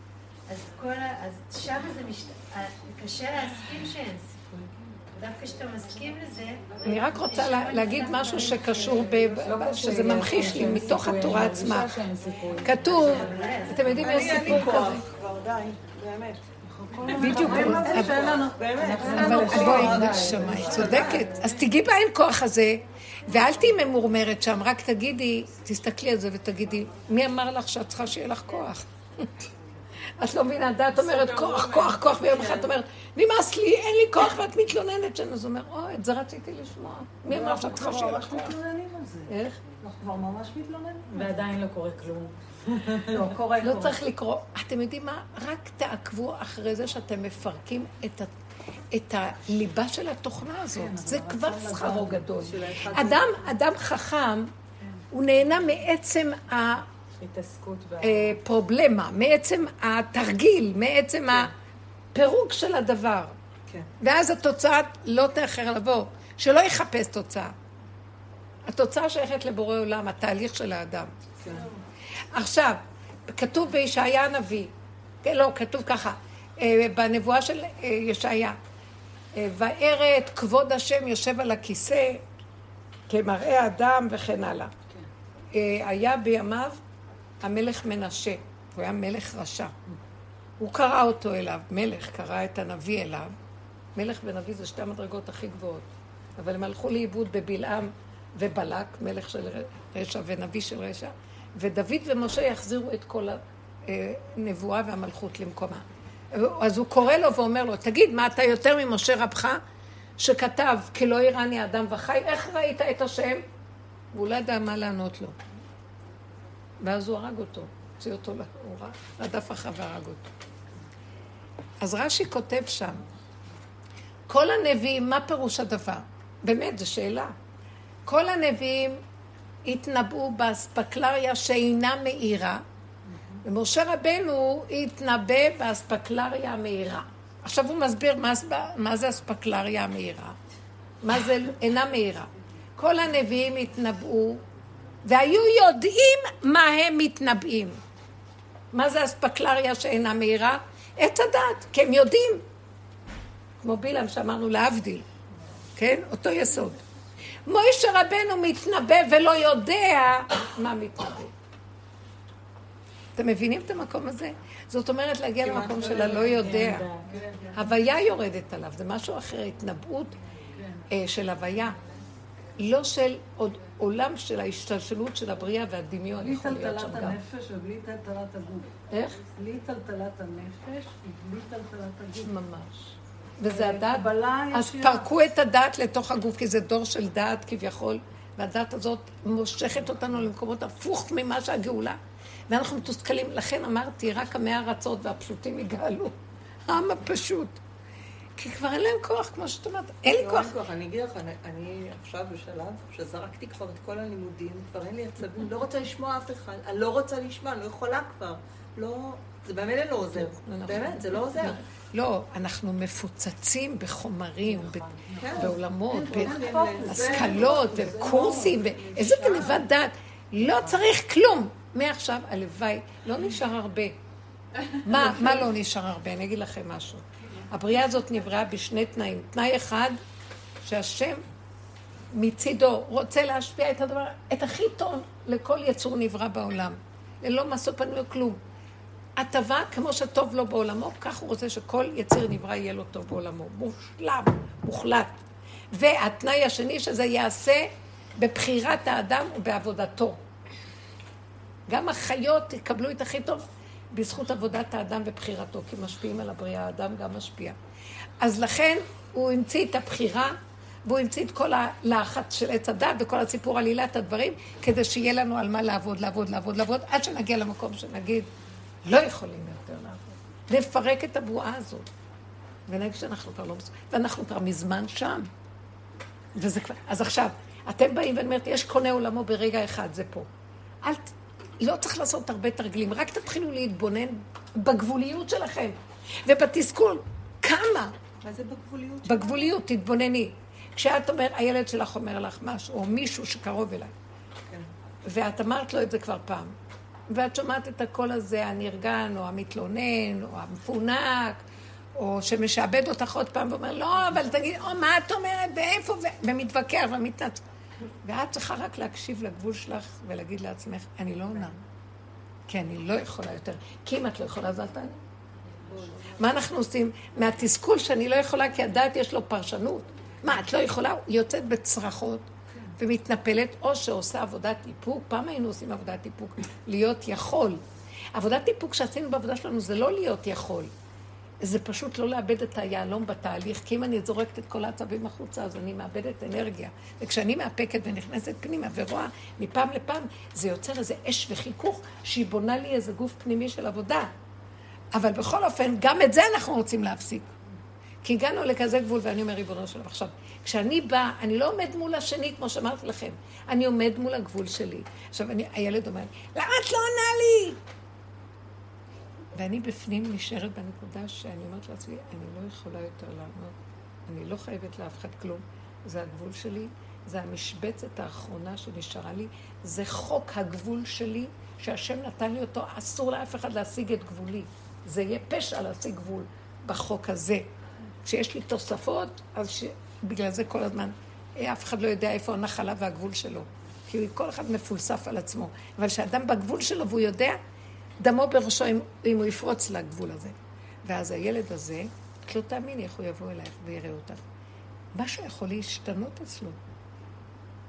Speaker 5: אז שמה זה קשה להסכים שאין סיכוי. דווקא שאתה מסכים לזה...
Speaker 3: אני רק רוצה להגיד משהו שקשור, שזה ממחיש לי מתוך התורה עצמה. כתוב, אתם יודעים, יש סיפור כזה.
Speaker 6: כבר די, באמת.
Speaker 3: בדיוק. אבל בואי, שמעי, צודקת. אז תגיעי באין כוח הזה, ואל תהי ממורמרת שם, רק תגידי, תסתכלי על זה ותגידי, מי אמר לך שאת צריכה שיהיה לך כוח? את לא מבינה, את אומרת כוח, ויום אחד את אומרת, נמאס לי, אין לי כוח, ואת מתלוננת שאני, אז אומר, את זה רציתי לשמוע. מי אמר שאת צריכה שיהיה לך כוח?
Speaker 7: אנחנו מתלוננים על זה.
Speaker 3: איך?
Speaker 7: אנחנו כבר ממש מתלוננים.
Speaker 1: ועדיין לא קורה כלום.
Speaker 7: לא, קורה.
Speaker 3: לא צריך לקרוא. אתם יודעים מה? רק תעקבו אחרי זה שאתם מפרקים את הליבה של התוכנה הזאת. זה כבר שכרו גדול. אדם חכם, הוא נהנה מעצם הפרובלמה, מעצם התרגיל, מעצם הפירוק של הדבר. ואז התוצאה לא תאחר לבוא, שלא יחפש תוצאה. התוצאה שייכת לבורא עולם, התהליך של האדם. עכשיו, כתוב בישעיה הנביא, לא, כתוב ככה, בנבואה של ישעיה, ואראה את כבוד השם יושב על הכיסא, כמראה אדם וכן הלאה. היה בימיו המלך מנשה, הוא היה מלך רשע. הוא קרא אותו אליו, מלך קרא את הנביא אליו. מלך ונביא זה שתי המדרגות הכי גבוהות, אבל הם הלכו לאיבוד בבלעם ובלק, מלך של רשע ונביא של רשע, ודוד ומשה יחזירו את כל הנבואה והמלכות למקומה. אז הוא קורא לו ואומר לו, תגיד, מה אתה יותר ממשה רבך? שכתב, כי לא יראני אדם וחי, איך ראית את השם? והוא לא ידע מה לענות לו. ואז הוא הרג אותו, הוציא אותו לדף אחר והרג אותו. אז רש"י כותב שם, כל הנביאים, מה פירוש הדבר? באמת, זו שאלה. כל הנביאים התנבאו באספקלריה שאינה מאירה, ומשה רבנו התנבא באספקלריה המאירה. עכשיו הוא מסביר מה זה אספקלריה המאירה, מה זה אינה מאירה. כל הנביאים התנבאו, והיו יודעים מה הם מתנבאים. מה זה אספקלריה שאינה מאירה? את הדת, כי הם יודעים. כמו בילם שאמרנו להבדיל, כן? אותו יסוד. מוישה רבנו מתנבא ולא יודע מה מתנבא. אתם מבינים את המקום הזה? זאת אומרת להגיע למקום של הלא יודע. הוויה יורדת עליו, זה משהו אחר, התנבאות של הוויה. לא של עוד עולם של ההשתלשלות של הבריאה והדמיון יכול להיות שם גם.
Speaker 7: בלי טלטלת הנפש ובלי טלטלת הגוף.
Speaker 3: איך?
Speaker 7: בלי טלטלת הנפש ובלי טלטלת הגוף.
Speaker 3: ממש. וזה הדת, אז פרקו את הדת לתוך הגוף, כי זה דור של דת כביכול, והדת הזאת מושכת אותנו למקומות הפוך ממה שהגאולה. ואנחנו מתוסכלים, לכן אמרתי, רק 100 ארצות והפשוטים יגאלו. העם הפשוט. כי כבר אין להם כוח, כמו שאת אומרת, אין לי כוח.
Speaker 6: אני אגיד לך, אני עכשיו בשלב שזרקתי כבר את כל הלימודים, כבר אין לי עצבים, לא רוצה לשמוע אף אחד, אני לא רוצה לשמוע, לא יכולה כבר. לא, זה באמת לא עוזר. באמת, זה לא עוזר.
Speaker 3: לא, אנחנו מפוצצים בחומרים, בעולמות, בהשכלות וקורסים, איזה גנבת דעת. לא צריך כלום. מעכשיו, הלוואי, לא נשאר הרבה. מה לא נשאר הרבה? אני אגיד לכם משהו. הבריאה הזאת נבראה בשני תנאים. תנאי אחד, שהשם מצידו רוצה להשפיע את הדבר, את הכי טוב לכל יצור נברא בעולם. ללא משוא פנים כלום. הטבה, כמו שטוב לו בעולמו, כך הוא רוצה שכל יציר נברא יהיה לו טוב בעולמו. מושלם, מוחלט. והתנאי השני שזה יעשה בבחירת האדם ובעבודתו. גם החיות יקבלו את הכי טוב בזכות עבודת האדם ובחירתו, כי משפיעים על הבריאה, האדם גם משפיע. אז לכן הוא המציא את הבחירה, והוא המציא את כל הלחץ של עץ הדת וכל הסיפור עלילת הדברים, כדי שיהיה לנו על מה לעבוד, עד שנגיע למקום שנגיד, לא יכולים יותר לעבוד. נפרק את הבועה הזאת. ונגיד שאנחנו כבר לא מסוגלים. ואנחנו כבר מזמן שם. וזה כבר... אז עכשיו, אתם באים ואני אומרת, יש קונה עולמו ברגע אחד, זה פה. לא צריך לעשות הרבה תרגלים, רק תתחילו להתבונן בגבוליות שלכם. ובתסכול, כמה?
Speaker 6: מה זה בגבוליות?
Speaker 3: בגבוליות, תתבונני. כשאת אומר, הילד שלך אומר לך משהו, או מישהו שקרוב אליי. כן. ואת אמרת לו את זה כבר פעם. ואת שומעת את הקול הזה, הנרגן, או המתלונן, או המפונק, או שמשעבד אותך עוד פעם, ואומר, לא, אבל תגיד, מה את אומרת, ואיפה, ומתווכח ומתנצ... ואת צריכה רק להקשיב לגבול שלך, ולהגיד לעצמך, אני לא עונה. כי אני לא יכולה יותר. כי אם את לא יכולה, אז אל תעני. מה אנחנו עושים? מהתסכול שאני לא יכולה, כי הדעת יש לו פרשנות. מה, את לא יכולה? היא יוצאת בצרחות, ומתנפלת, או שעושה עבודת איפוק. פעם היינו עושים עבודת איפוק, להיות יכול. עבודת איפוק שעשינו בעבודה שלנו זה לא להיות יכול. זה פשוט לא לאבד את היעלום בתהליך, כי אם אני זורקת את כל העצבים החוצה, אז אני מאבדת אנרגיה. וכשאני מאפקת ונכנסת פנימה ורואה מפעם לפעם, זה יוצר איזה אש וחיכוך שהיא בונה לי איזה גוף פנימי של עבודה. אבל בכל אופן, גם את זה אנחנו רוצים להפסיק. כי הגענו לכזה גבול, ואני אומר, ריבונו שלנו, עכשיו, כשאני באה, אני לא עומד מול השני, כמו שאמרתי לכם, אני עומד מול הגבול שלי. עכשיו, הילד אומר, למה את לא עונה לי? ואני בפנים נשארת בנקודה שאני אומרת לעצמי, אני לא יכולה יותר לענות, אני לא חייבת לאף אחד כלום, זה הגבול שלי, זה המשבצת האחרונה שנשארה לי, זה חוק הגבול שלי, שהשם נתן לי אותו, אסור לאף אחד להשיג את גבולי, זה יהיה פשע להשיג גבול בחוק הזה. כשיש לי תוספות, אז בגלל זה כל הזמן, אף אחד לא יודע איפה הנחלה והגבול שלו, כי כל אחד מפולסף על עצמו, אבל שאדם בגבול שלו והוא יודע, דמו בראשו אם הוא יפרוץ לגבול הזה. ואז הילד הזה, את לא תאמיני איך הוא יבוא אלייך ויראה אותך. משהו יכול להשתנות אצלו.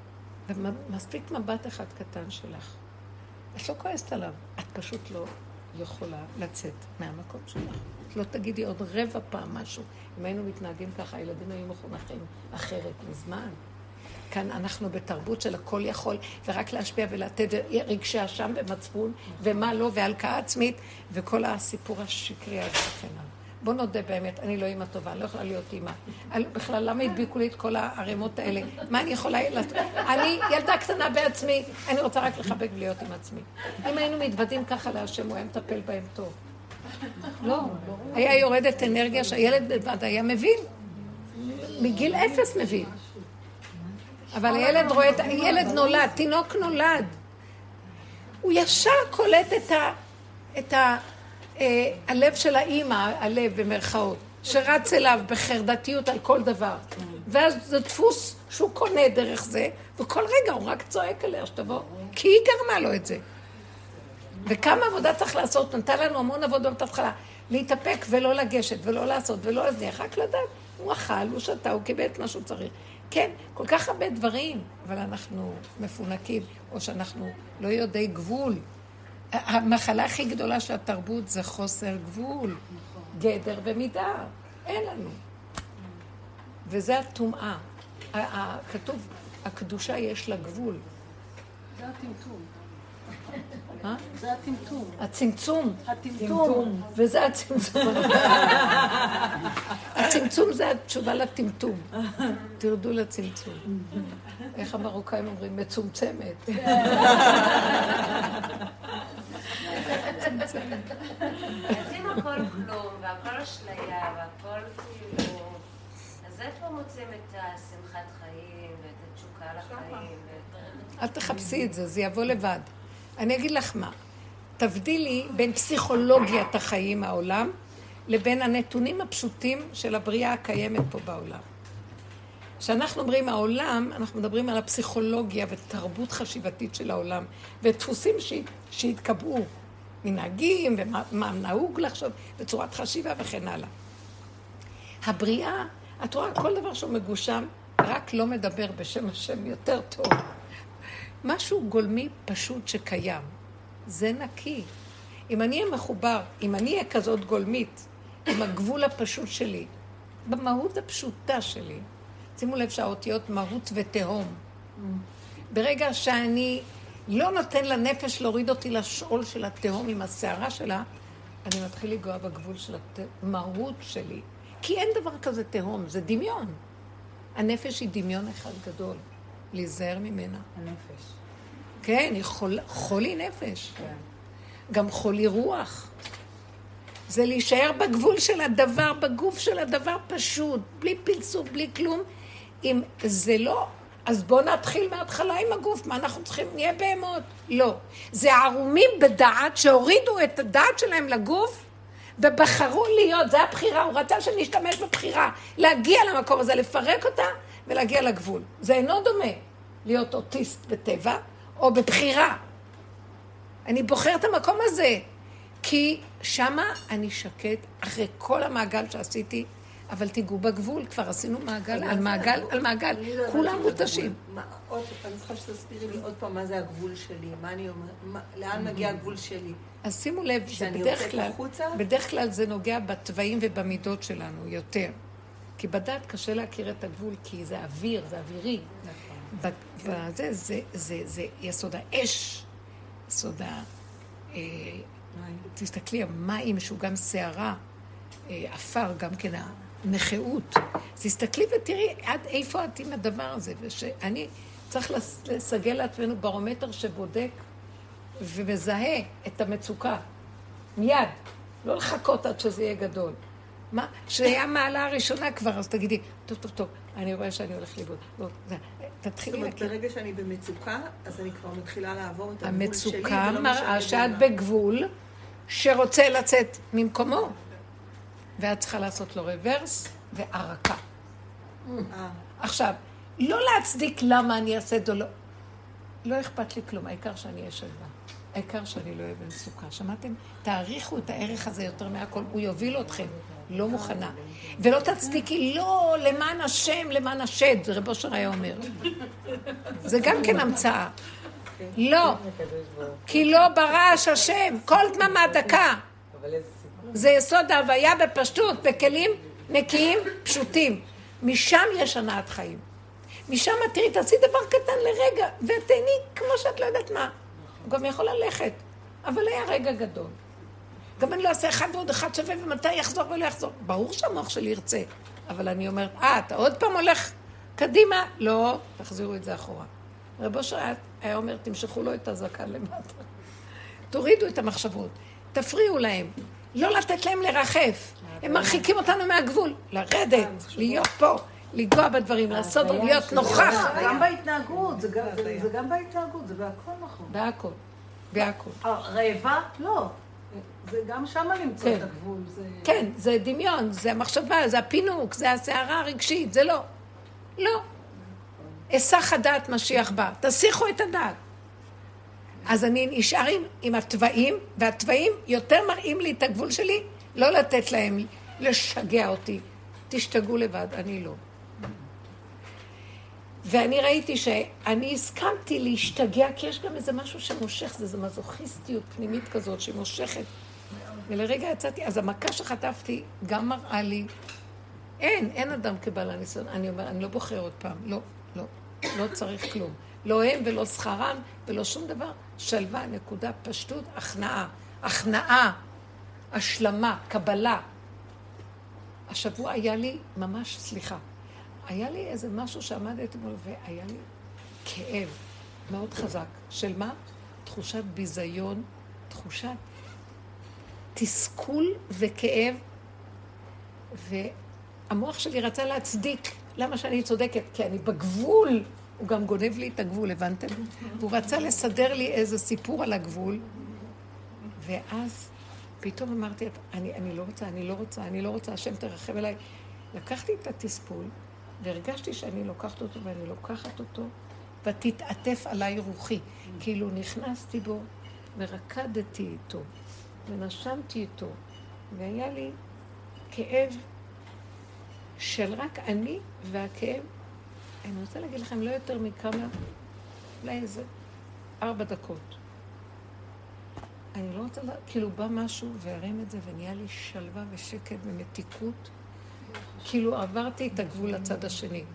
Speaker 3: ומספיק מבט אחד קטן שלך. את לא כועסת עליו, את פשוט לא יכולה לצאת מהמקום שלך. לא תגידי עוד רבע פעם משהו. אם היינו מתנהגים ככה, הילדים היו מחונכים אחרת מזמן. כאן אנחנו בתרבות של הכל יכול, ורק להשפיע ולתת רגשי אשם ומצפון, ומה לא, והלקאה עצמית, וכל הסיפור השקרי הזה. בוא נודה באמת, אני לא אימא טובה, אני לא יכולה להיות אימא. בכלל, למה הדביקו לי את כל הערימות האלה? מה אני יכולה... אני ילדה קטנה בעצמי, אני רוצה רק לחבק ולהיות עם עצמי. אם היינו מתוודים ככה להשם, הוא היה מטפל בהם טוב. לא, היה יורדת אנרגיה שהילד לבד היה מבין. מגיל 0 מבין. אבל הילד רואה, הילד נולד, תינוק נולד. הוא ישר קולט את הלב של האימא, הלב במרכאות, שרץ אליו בחרדתיות על כל דבר. ואז זה דפוס שהוא קונה דרך זה, וכל רגע הוא רק צועק עליה שתבוא, כי היא גרמה לו את זה. וכמה עבודה צריך לעשות, נתן לנו המון עבודה בהתחלה, להתאפק ולא לגשת ולא לעשות ולא להזניח, רק לדעת, הוא אכל, הוא שתה, הוא קיבל את מה שהוא צריך. כן, כל כך הרבה דברים, אבל אנחנו מפונקים, או שאנחנו לא יודעי גבול. המחלה הכי גדולה של התרבות זה חוסר גבול, גדר ומידה, אין לנו. וזה הטומאה. כתוב, הקדושה יש לה גבול.
Speaker 7: זה הטמטום.
Speaker 3: מה?
Speaker 7: זה הטמטום.
Speaker 3: הצמצום.
Speaker 7: הטמטום.
Speaker 3: וזה הצמצום. הצמצום זה התשובה לטמטום. תרדו לצמצום. איך המרוקאים אומרים? מצומצמת.
Speaker 8: אז אם הכל כלום, והכל אשליה, והכל כאילו... אז איפה מוצאים את השמחת חיים, ואת התשוקה לחיים?
Speaker 3: אל תחפשי את זה, זה יבוא לבד. אני אגיד לך מה, תבדילי בין פסיכולוגיית החיים העולם, לבין הנתונים הפשוטים של הבריאה הקיימת פה בעולם. כשאנחנו אומרים העולם, אנחנו מדברים על הפסיכולוגיה ותרבות חשיבתית של העולם, ודפוסים שהתקבעו, מנהגים ומה נהוג לחשוב, בצורת חשיבה וכן הלאה. הבריאה, את רואה כל דבר שהוא מגושם, רק לא מדבר בשם השם יותר טוב. משהו גולמי פשוט שקיים, זה נקי. אם אני אהיה מחובר, אם אני אהיה כזאת גולמית, עם הגבול הפשוט שלי, במהות הפשוטה שלי, שימו לב שהאותיות מהות ותהום. ברגע שאני לא נותן לנפש להוריד אותי לשאול של התהום עם השערה שלה, אני מתחיל לגוע בגבול של המהות שלי. כי אין דבר כזה תהום, זה דמיון. הנפש היא דמיון אחד גדול. להיזהר ממנה.
Speaker 1: הנפש.
Speaker 3: כן, היא חולי נפש. כן. גם חולי רוח. זה להישאר בגבול של הדבר, בגוף של הדבר פשוט, בלי פלסוף, בלי כלום. אם זה לא, אז בואו נתחיל מההתחלה עם הגוף. מה אנחנו צריכים? נהיה בהמות. לא. זה ערומים בדעת שהורידו את הדעת שלהם לגוף, ובחרו להיות, זה הבחירה, הוא רצה שנשתמש בבחירה, להגיע למקום הזה, לפרק אותה, ולהגיע לגבול. זה אינו דומה להיות אוטיסט בטבע, או בבחירה. אני בוחר את המקום הזה, כי שמה אני שקט אחרי כל המעגל שעשיתי, אבל תיגעו בגבול, כבר עשינו מעגל על מעגל על מעגל, כולם מותשים.
Speaker 6: אני צריכה שתסבירי לי עוד פעם מה זה הגבול שלי, מה אני אומר, לאן מגיע הגבול שלי.
Speaker 3: אז שימו לב, בדרך כלל זה נוגע בטבעים ובמידות שלנו יותר. כי בדעת קשה להכיר את הגבול, כי זה אוויר, זה אווירי. זה יסוד האש, יסוד תסתכלי, המים שהוא גם שערה, אפר, גם כן הנכאות. תסתכלי ותראי עד איפה את עם הדבר הזה, ושאני צריך לסגל לעצמנו ברומטר שבודק ומזהה את המצוקה. מיד, לא לחכות עד שזה יהיה גדול. מה? שהיה מעלה הראשונה כבר, אז תגידי, טוב, אני רואה שאני הולך לאיבוד. תתחילי להכיר.
Speaker 6: זאת אומרת, ברגע שאני במצוקה, אז אני כבר מתחילה לעבור את הגבול שלי.
Speaker 3: המצוקה מראה שאת בגבול שרוצה לצאת ממקומו, ואת צריכה לעשות לו רוורס וערקה. עכשיו, לא להצדיק למה אני אעשה את זה, לא אכפת לי כלום, העיקר שאני אהיה שלווה. העיקר שאני לא אהיה במצוקה. שמעתם? תעריכו את הערך הזה יותר מהכל, הוא יוביל אתכם. לא מוכנה. ולא תצדיקי, לא, למען השם, למען השד, זה רב אושר היה אומר. זה גם כן המצאה. לא. כי לא ברעש השם, כל דממה דקה. זה יסוד ההוויה בפשטות, בכלים נקיים, פשוטים. משם יש הנעת חיים. משם תראי, תעשי דבר קטן לרגע, ותהני כמו שאת לא יודעת מה. הוא גם יכול ללכת, אבל היה רגע גדול. גם אני לא אעשה 1 ועוד 1 שווה, ומתי יחזור ולא יחזור. ברור שהמוח שלי ירצה, אבל אני אומרת, אתה עוד פעם הולך קדימה? לא, תחזירו את זה אחורה. רב אושר היה אומר, תמשכו לו את הזקן למטה. תורידו את המחשבות, תפריעו להם, לא לתת להם לרחף. הם מרחיקים אותנו מהגבול, לרדת, להיות פה, לגוע בדברים, לעשות, להיות נוכח.
Speaker 7: גם בהתנהגות, זה גם בהתנהגות, זה בהכל נכון.
Speaker 3: בהכל.
Speaker 7: רעבה? לא. זה גם שם למצוא את הגבול.
Speaker 3: כן, זה דמיון, זה המחשבה, זה הפינוק, זה הסערה הרגשית, זה לא. לא. הסח הדעת משיח בא, תסיכו את הדעת. אז אני נשאר עם התוואים, והתוואים יותר מראים לי את הגבול שלי, לא לתת להם לשגע אותי. תשתגעו לבד, אני לא. ואני ראיתי שאני הסכמתי להשתגע, כי יש גם איזה משהו שמושך, זה מזוכיסטיות פנימית כזאת שמושכת. ולרגע יצאתי, אז המכה שחטפתי גם מראה לי, אין אדם כבעל הניסיון. אני אומר, אני לא בוחר עוד פעם, לא צריך כלום. לא הם ולא שכרם ולא שום דבר. שלווה, נקודה, פשטות, הכנעה, השלמה, קבלה. השבוע היה לי ממש, סליחה, היה לי איזה משהו שעמדתי מול והיה לי כאב מאוד חזק. של מה? תחושת ביזיון, תחושת תסכול וכאב, והמוח שלי רצה להצדיק למה שאני צודקת, כי אני בגבול, הוא גם גונב לי את הגבול, הבנתם? והוא רצה לסדר לי איזה סיפור על הגבול, ואז פתאום אמרתי, אני לא רוצה, השם תרחב אליי. לקחתי את התספול, והרגשתי שאני לוקחת אותו ואני לוקחת אותו, ותתעטף עליי רוחי. כאילו נכנסתי בו ורקדתי איתו, ונשמתי איתו, והיה לי כאב של רק אני והכאב. אני רוצה להגיד לכם, לא יותר מכמה, אולי איזה 4 דקות. אני לא רוצה, כאילו בא משהו והרים את זה ונהיה לי שלווה ושקט ומתיקות. כאילו עברתי את הגבול לצד השני.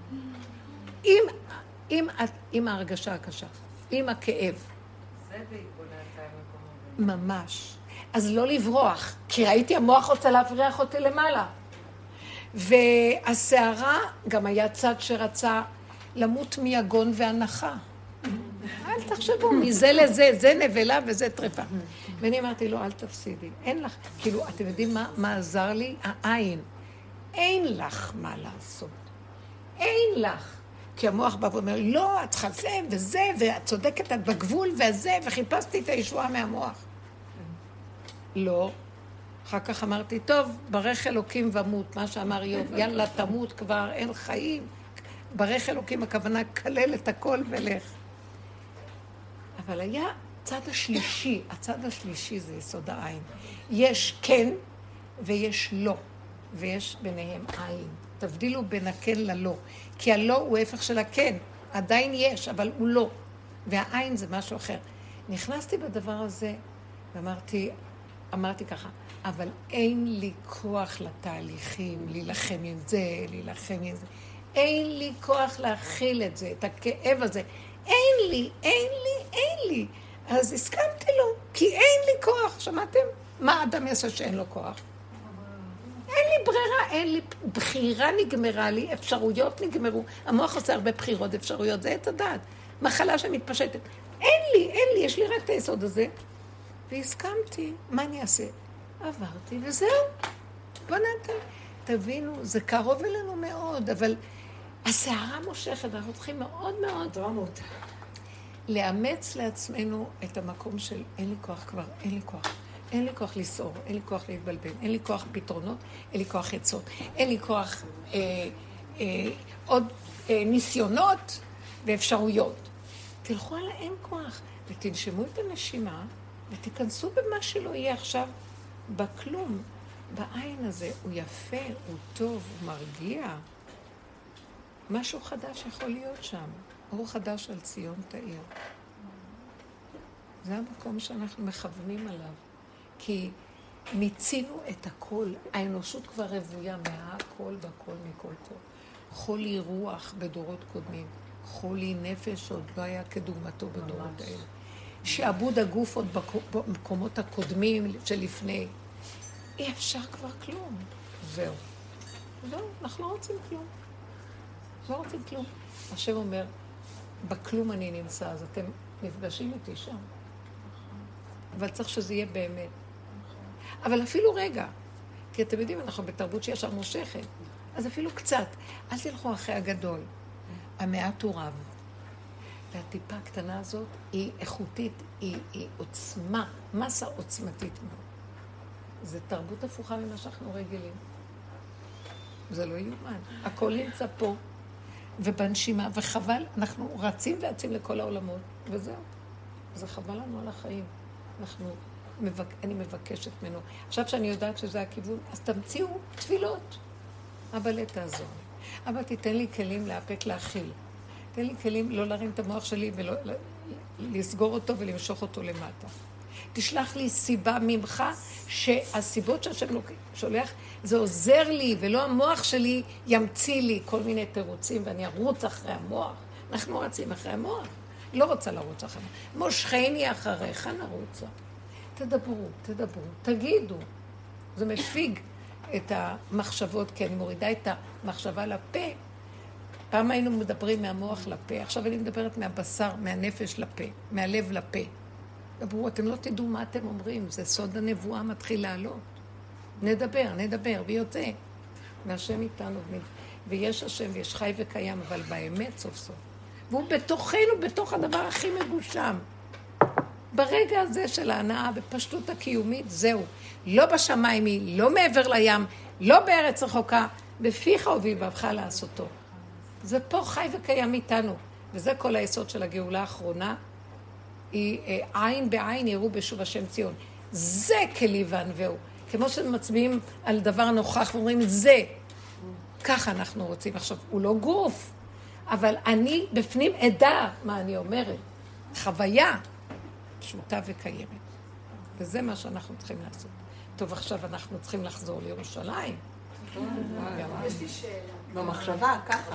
Speaker 3: עם ההרגשה הקשה, עם הכאב.
Speaker 8: זה בהתבונן
Speaker 3: ממש. אז לא לברוח, כי ראיתי המוח רוצה להבריח אותי למעלה. והשערה גם היה צד שרצה למות מיגון והנחה. אל תחשבו, מזה לזה, זה נבלה וזה טרפה. ואני אמרתי לו, אל תפסידי, אין לך, כאילו, אתם יודעים מה עזר לי? העין. אין לך מה לעשות. אין לך. כי המוח בא ואומר, לא, את צריכה זה וזה, ואת צודקת, את בגבול וזה, וחיפשתי את הישועה מהמוח. לא. אחר כך אמרתי, טוב, ברך אלוקים ומות, מה שאמר איוב, יאללה, תמות כבר, אין חיים. ברך אלוקים, הכוונה, כלל את הכל ולך. אבל היה הצד השלישי זה יסוד העין. יש כן ויש לא, ויש ביניהם עין. תבדילו בין הכן ללא, כי הלא הוא ההפך של הכן, עדיין יש, אבל הוא לא, והעין זה משהו אחר. נכנסתי בדבר הזה ואמרתי ככה, אבל אין לי כוח לתהליכים, להילחם עם זה, אין לי כוח להכיל את זה, את הכאב הזה. אין לי. אז הסכמתי לו, כי אין לי כוח. שמעתם? מה אדם יעשה שאין לו כוח? אין לי ברירה, אין לי בחירה נגמרה לי, אפשרויות נגמרו. המוח עושה הרבה בחירות, אפשרויות, זה את הדעת. מחלה שמתפשטת. אין לי, יש לי רק את היסוד הזה. והסכמתי, מה אני אעשה? עברתי וזהו. בוא נתן. תבינו, זה קרוב אלינו מאוד, אבל השערה מושכת, אנחנו צריכים מאוד מאוד דרמות. לאמץ לעצמנו את המקום של אין לי כוח כבר, אין לי כוח. אין לי כוח לסעור, אין לי כוח להתבלבל, אין לי כוח פתרונות, אין לי כוח עצות, אין לי כוח עוד ניסיונות ואפשרויות. תלכו על האין כוח ותנשמו את הנשימה ותיכנסו במה שלא יהיה עכשיו בכלום. בעין הזה הוא יפה, הוא טוב, הוא מרגיע. משהו חדש יכול להיות שם. אור חדש על ציון תאיר. זה המקום שאנחנו מכוונים עליו. כי מיצינו את הכל. האנושות כבר רבויה מהכל בכל מכל כל. חולי רוח בדורות קודמים. חולי נפש עוד לא היה כדוגמתו בדורות האלה. שעבוד הגוף עוד במקומות הקודמים שלפני. אי אפשר כבר כלום. זהו. אנחנו לא רוצים כלום. לא רוצים כלום. השם אומר, בכלום אני נמצא, אז אתם נפגשים איתי שם. אבל צריך שזה יהיה באמת. אבל אפילו רגע, כי אתם יודעים, אנחנו בתרבות שיש שם מושכת, אז אפילו קצת. אל תלכו אחרי הגדול. המעט הוא רב. והטיפה הקטנה הזאת היא איכותית, היא עוצמה, מסה עוצמתית מאוד. זה תרבות הפוכה ממה שאנחנו רגילים. זה לא יאומן. הכל נמצא פה, ובנשימה, וחבל, אנחנו רצים ועצים לכל העולמות, וזהו. זה חבל לנו על החיים. אני מבקשת ממנו. עכשיו שאני יודעת שזה הכיוון, אז תמציאו תפילות. אבל תעזור. אבל תיתן לי כלים להפק להכיל. תן לי כלים לא להרים את המוח שלי ולא לסגור אותו ולמשוך אותו למטה. תשלח לי סיבה ממך שהסיבות שהשם שולח זה עוזר לי ולא המוח שלי ימציא לי כל מיני תירוצים ואני ארוץ אחרי המוח. אנחנו רצים אחרי המוח. לא רוצה לרוץ אחרי המוח. מושכני אחריך נרוצה. תדברו, תגידו. זה מפיג את המחשבות, כי אני מורידה את המחשבה לפה. פעם היינו מדברים מהמוח לפה, עכשיו אני מדברת מהבשר, מהנפש לפה, מהלב לפה. דברו, אתם לא תדעו מה אתם אומרים, זה סוד הנבואה מתחיל לעלות. נדבר, ויוצא. והשם איתנו, ויש השם, ויש חי וקיים, אבל באמת סוף סוף. והוא בתוכנו, בתוך הדבר הכי מגושם. ברגע הזה של ההנאה, בפשטות הקיומית, זהו. לא בשמיים היא, לא מעבר לים, לא בארץ רחוקה, בפיך ובלבבך לעשותו. זה פה חי וקיים איתנו, וזה כל היסוד של הגאולה האחרונה, היא עין בעין יראו בשוב השם ציון. זה כלי וענווהו. כמו שמצביעים על דבר נוכח ואומרים זה, ככה אנחנו רוצים. עכשיו, הוא לא גוף, אבל אני בפנים עדה מה אני אומרת. חוויה פשוטה וקיימת. וזה מה שאנחנו צריכים לעשות. טוב, עכשיו אנחנו צריכים לחזור לירושלים.
Speaker 6: יש לי שאלה. במחשבה, ככה.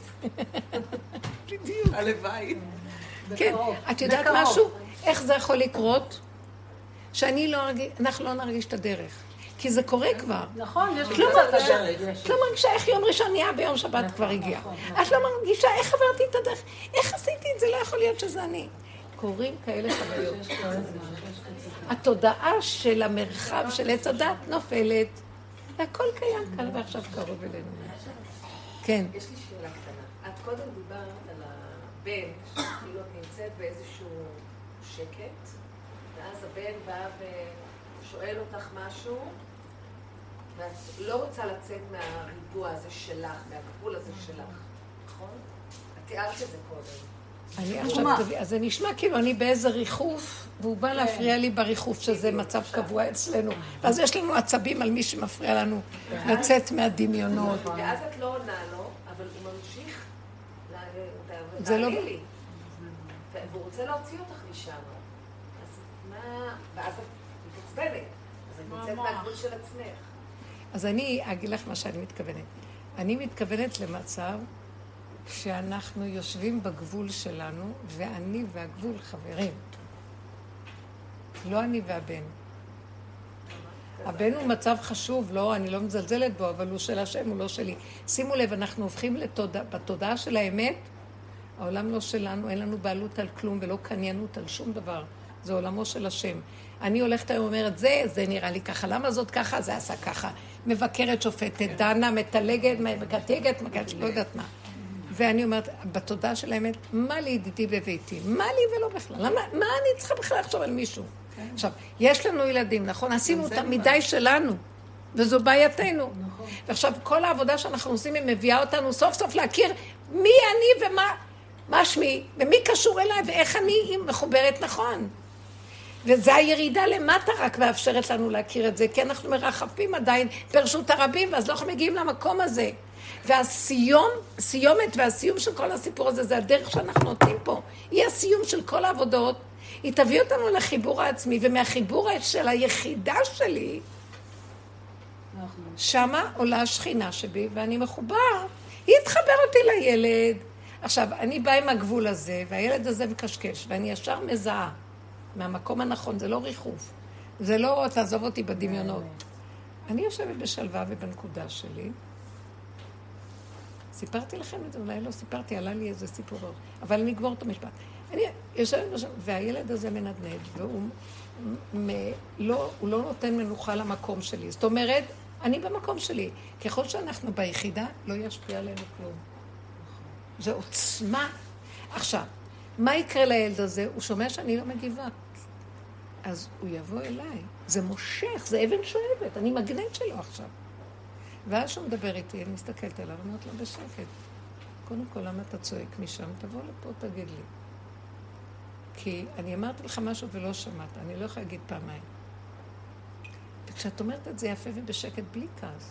Speaker 6: בדיוק. הלוואי.
Speaker 3: כן, את יודעת משהו? איך זה יכול לקרות? שאנחנו לא נרגיש את הדרך. כי זה קורה כבר.
Speaker 7: נכון, יש לי קצת הדרך.
Speaker 3: את לא מרגישה איך יום ראשון נהיה ביום שבת כבר הגיע. את לא מרגישה איך עברתי את הדרך. איך עשיתי את זה? לא יכול להיות שזה אני. קוראים כאלה חוויות. התודעה של המרחב של עץ הדת נופלת. והכל קיים כאן ועכשיו קרוב אלינו. כן.
Speaker 9: יש לי שאלה קטנה. את קודם דיברת על הבן, שכאילו את נמצאת באיזשהו שקט, ואז הבן בא ושואל אותך משהו, ואת לא רוצה לצאת מהריבוע הזה שלך, מהגבול הזה שלך, נכון? את תיארת את זה קודם.
Speaker 3: אני עכשיו תביא, אז זה נשמע כאילו אני באיזה ריחוף, והוא בא להפריע לי בריחוף, שזה מצב קבוע אצלנו. ואז יש לנו עצבים על מי שמפריע לנו לצאת מהדמיונות.
Speaker 9: ואז את לא עונה לו, אבל הוא ממשיך, תעני לי. והוא רוצה להוציא אותך משם. אז מה, ואז את מתעצבנת. אז את יוצאת מהגבול של עצמך.
Speaker 3: אז אני אגיד לך מה שאני מתכוונת. אני מתכוונת למצב שאנחנו יושבים בגבול שלנו, ואני והגבול חברים. לא אני והבן. הבן הוא מצב חשוב, לא, אני לא מזלזלת בו, אבל הוא של השם, הוא לא שלי. שימו לב, אנחנו הופכים בתודעה של האמת, העולם לא שלנו, אין לנו בעלות על כלום ולא קניינות על שום דבר. זה עולמו של השם. אני הולכת היום אומרת, זה נראה לי ככה, למה זאת ככה, זה עשה ככה. מבקרת, שופטת, דנה, מתלגת, מקטגת, לא יודעת מה. ואני אומרת, בתודעה של האמת, מה לי ידידי בביתי? מה לי ולא בכלל? מה אני צריכה בכלל לחשוב על מישהו? עכשיו, יש לנו ילדים, נכון? עשינו אותם מדי שלנו, וזו בעייתנו. ועכשיו, כל העבודה שאנחנו עושים, היא מביאה אותנו סוף סוף להכיר מי אני ומה שמי, ומי קשור אליי, ואיך אני מחוברת נכון. וזה הירידה למטה רק מאפשרת לנו להכיר את זה, כי אנחנו מרחפים עדיין ברשות הרבים, ואז לא מגיעים למקום הזה. והסיומת והסיום של כל הסיפור הזה, זה הדרך שאנחנו נותנים פה. היא הסיום של כל העבודות, היא תביא אותנו לחיבור העצמי, ומהחיבור של היחידה שלי, שמה עולה השכינה שבי, ואני מחובר. היא התחבר אותי לילד. עכשיו, אני באה עם הגבול הזה, והילד הזה מקשקש, ואני ישר מזהה מהמקום הנכון, זה לא ריחוף. זה לא תעזוב אותי בדמיונות. אני יושבת בשלווה ובנקודה שלי. סיפרתי לכם את זה, אולי לא סיפרתי, עלה לי איזה סיפור. אבל אני אגמור את המשפט. אני יושבת בשלווה, והילד הזה מנדנד, והוא לא נותן מנוחה למקום שלי. זאת אומרת, אני במקום שלי. ככל שאנחנו ביחידה, לא ישפיע עלינו כלום. זה עוצמה. עכשיו, מה יקרה לילד הזה? הוא שומע שאני לא מגיבה. אז הוא יבוא אליי. זה מושך, זה אבן שואבת. אני מגנט שלו עכשיו. ואז שהוא מדבר איתי, אני מסתכלת עליו, אומרת לו בשקט. קודם כל, למה אתה צועק משם? תבוא לפה, תגיד לי. כי אני אמרתי לך משהו ולא שמעת. אני לא יכולה להגיד פעמיים. וכשאת אומרת את זה יפה ובשקט בלי כעס,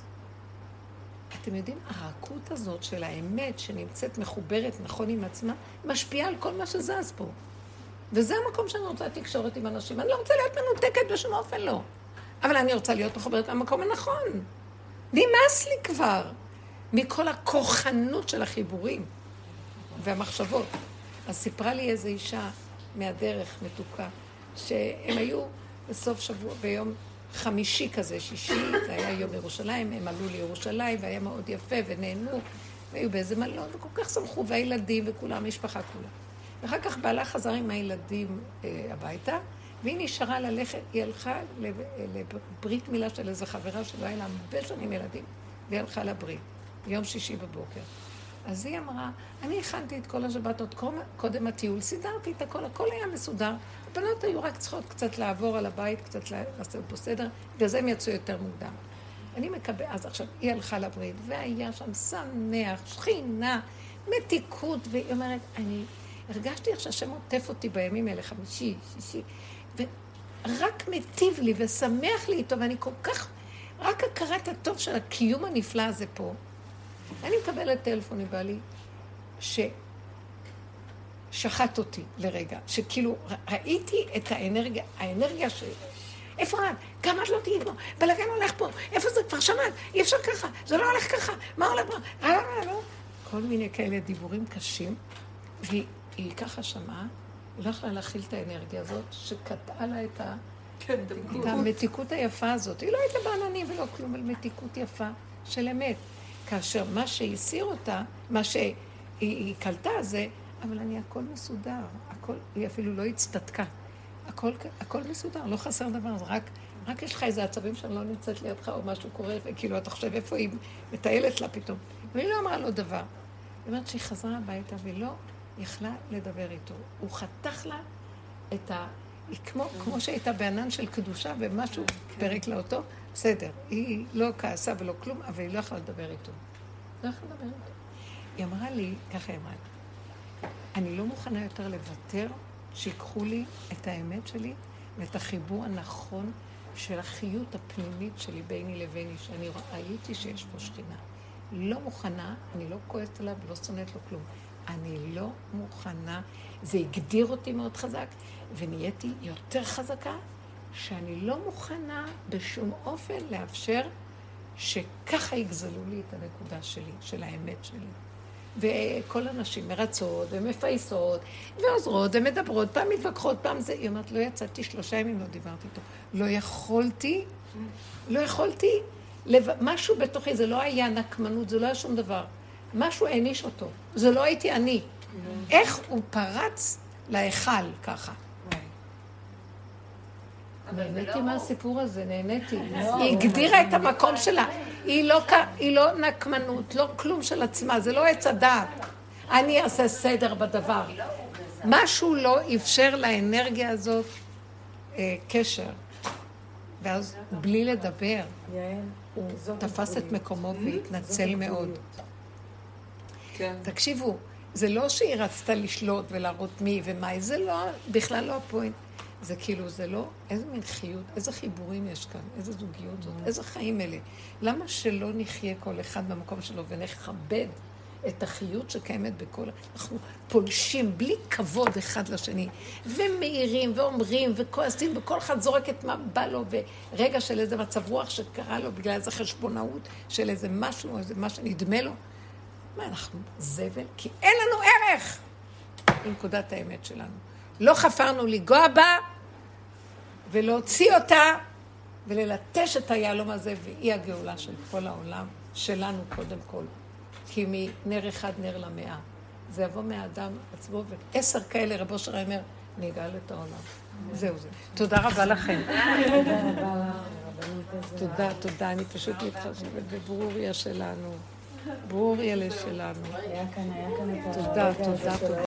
Speaker 3: אתם יודעים, הרכות הזאת של האמת שנמצאת מחוברת נכון עם עצמה, משפיעה על כל מה שזז פה. וזה המקום שאני רוצה תקשורת עם אנשים. אני לא רוצה להיות מנותקת בשום אופן לא. אבל אני רוצה להיות מחוברת מהמקום הנכון. נמאס לי כבר מכל הכוחנות של החיבורים והמחשבות. אז סיפרה לי איזו אישה מהדרך מתוקה, שהם היו בסוף שבוע, ביום חמישי כזה, שישי, זה היה יום ירושלים, הם עלו לירושלים, והיה מאוד יפה, ונהנו, והיו באיזה מלון, וכל כך שמחו, והילדים וכולם, המשפחה כולה. ואחר כך בעלה חזר עם הילדים הביתה, והיא נשארה ללכת, היא הלכה לברית מילה של איזו חברה שלא היה לה הרבה שנים ילדים, והיא הלכה לברית, יום שישי בבוקר. אז היא אמרה, אני הכנתי את כל השבתות, קודם הטיול, סידרתי את הכל היה מסודר. הבנות היו רק צריכות קצת לעבור על הבית, קצת לעשות פה סדר, וזה הם יצאו יותר מוקדם. אני מקבל, אז עכשיו היא הלכה לברית, והיה שם שמח, שכינה, מתיקות, והיא אומרת, אני הרגשתי איך שהשם עוטף אותי בימים האלה, חמישי, שישי, ורק מטיב לי ושמח לי איתו, ואני כל כך, רק הכרת הטוב של הקיום הנפלא הזה פה. אני מקבלת טלפון מבעלי, שחט אותי לרגע, שכאילו ראיתי את האנרגיה של... איפה את? כמה את לא תהיי פה? בלגן הולך פה, איפה זה? כבר שמעת? אי אפשר ככה, זה לא הולך ככה, מה הולך פה? כל מיני כאלה דיבורים קשים, והיא ככה שמעה, היא לא יכלה להכיל את האנרגיה הזאת, שקטעה לה את המתיקות היפה הזאת. היא לא הייתה בעננים ולא כלום, על מתיקות יפה של אמת. כאשר מה שהסיר אותה, מה שהיא קלטה זה, אבל אני הכל מסודר, היא אפילו לא הצטדקה. הכל מסודר, לא חסר דבר, זה רק יש לך איזה עצבים שאני לא נמצאת לידך או משהו קורה, וכאילו אתה חושב איפה היא מטיילת לה פתאום. והיא לא אמרה לו דבר. היא אומרת שהיא חזרה הביתה והיא לא יכלה לדבר איתו. הוא חתך לה את היא כמו שהייתה בענן של קדושה ומשהו פרק לה אותו, בסדר. היא לא כעסה ולא כלום, אבל היא לא יכלה לדבר איתו. לא יכלה לדבר איתו. היא אמרה לי, ככה היא אמרה לי, אני לא מוכנה יותר לוותר שיקחו לי את האמת שלי ואת החיבור הנכון של החיות הפנימית שלי ביני לביני, שאני ראיתי שיש פה שכינה. לא מוכנה, אני לא כועסת עליו, לא שונאת לו כלום. אני לא מוכנה, זה הגדיר אותי מאוד חזק, ונהייתי יותר חזקה, שאני לא מוכנה בשום אופן לאפשר שככה יגזלו לי את הנקודה שלי, של האמת שלי. וכל הנשים מרצות ומפייסות ועוזרות ומדברות, פעם מתווכחות, פעם זה, היא אומרת, לא יצאתי 3 ימים, לא דיברתי איתו. לא יכולתי, משהו בתוכי, זה לא היה נקמנות, זה לא היה שום דבר. משהו העניש אותו, זה לא הייתי אני. איך הוא פרץ להיכל ככה? נהניתי מהסיפור הזה, נהניתי. היא הגדירה את המקום שלה. היא לא נקמנות, לא כלום של עצמה, זה לא עץ הדעת. אני אעשה סדר בדבר. משהו לא אפשר לאנרגיה הזאת קשר. ואז בלי לדבר, הוא תפס את מקומו והתנצל מאוד. תקשיבו, זה לא שהיא רצתה לשלוט ולהראות מי ומה, זה לא, בכלל לא הפוינט. זה כאילו, זה לא, איזה מין חיות, איזה חיבורים יש כאן, איזה זוגיות זאת, איזה חיים אלה. למה שלא נחיה כל אחד במקום שלו ונכבד את החיות שקיימת בכל... אנחנו פולשים בלי כבוד אחד לשני, ומאירים ואומרים וכועסים, וכל אחד זורק את מה בא לו, ורגע של איזה מצב רוח שקרה לו, בגלל איזה חשבונאות של איזה משהו, איזה מה שנדמה לו. מה אנחנו? זבל? כי אין לנו ערך! היא נקודת האמת שלנו. לא חפרנו לגוע בה, ולהוציא אותה, וללטש את היעלום הזה, והיא הגאולה של כל העולם, שלנו קודם כל. כי מנר אחד נר למאה. זה יבוא מהאדם עצמו, ו10 כאלה רבו שרה אומר, נגאל את העולם. זהו זה. תודה רבה לכם. תודה, תודה. אני פשוט מתחשבת בברוריה שלנו. ברוריה שלנו. תודה, תודה, תודה.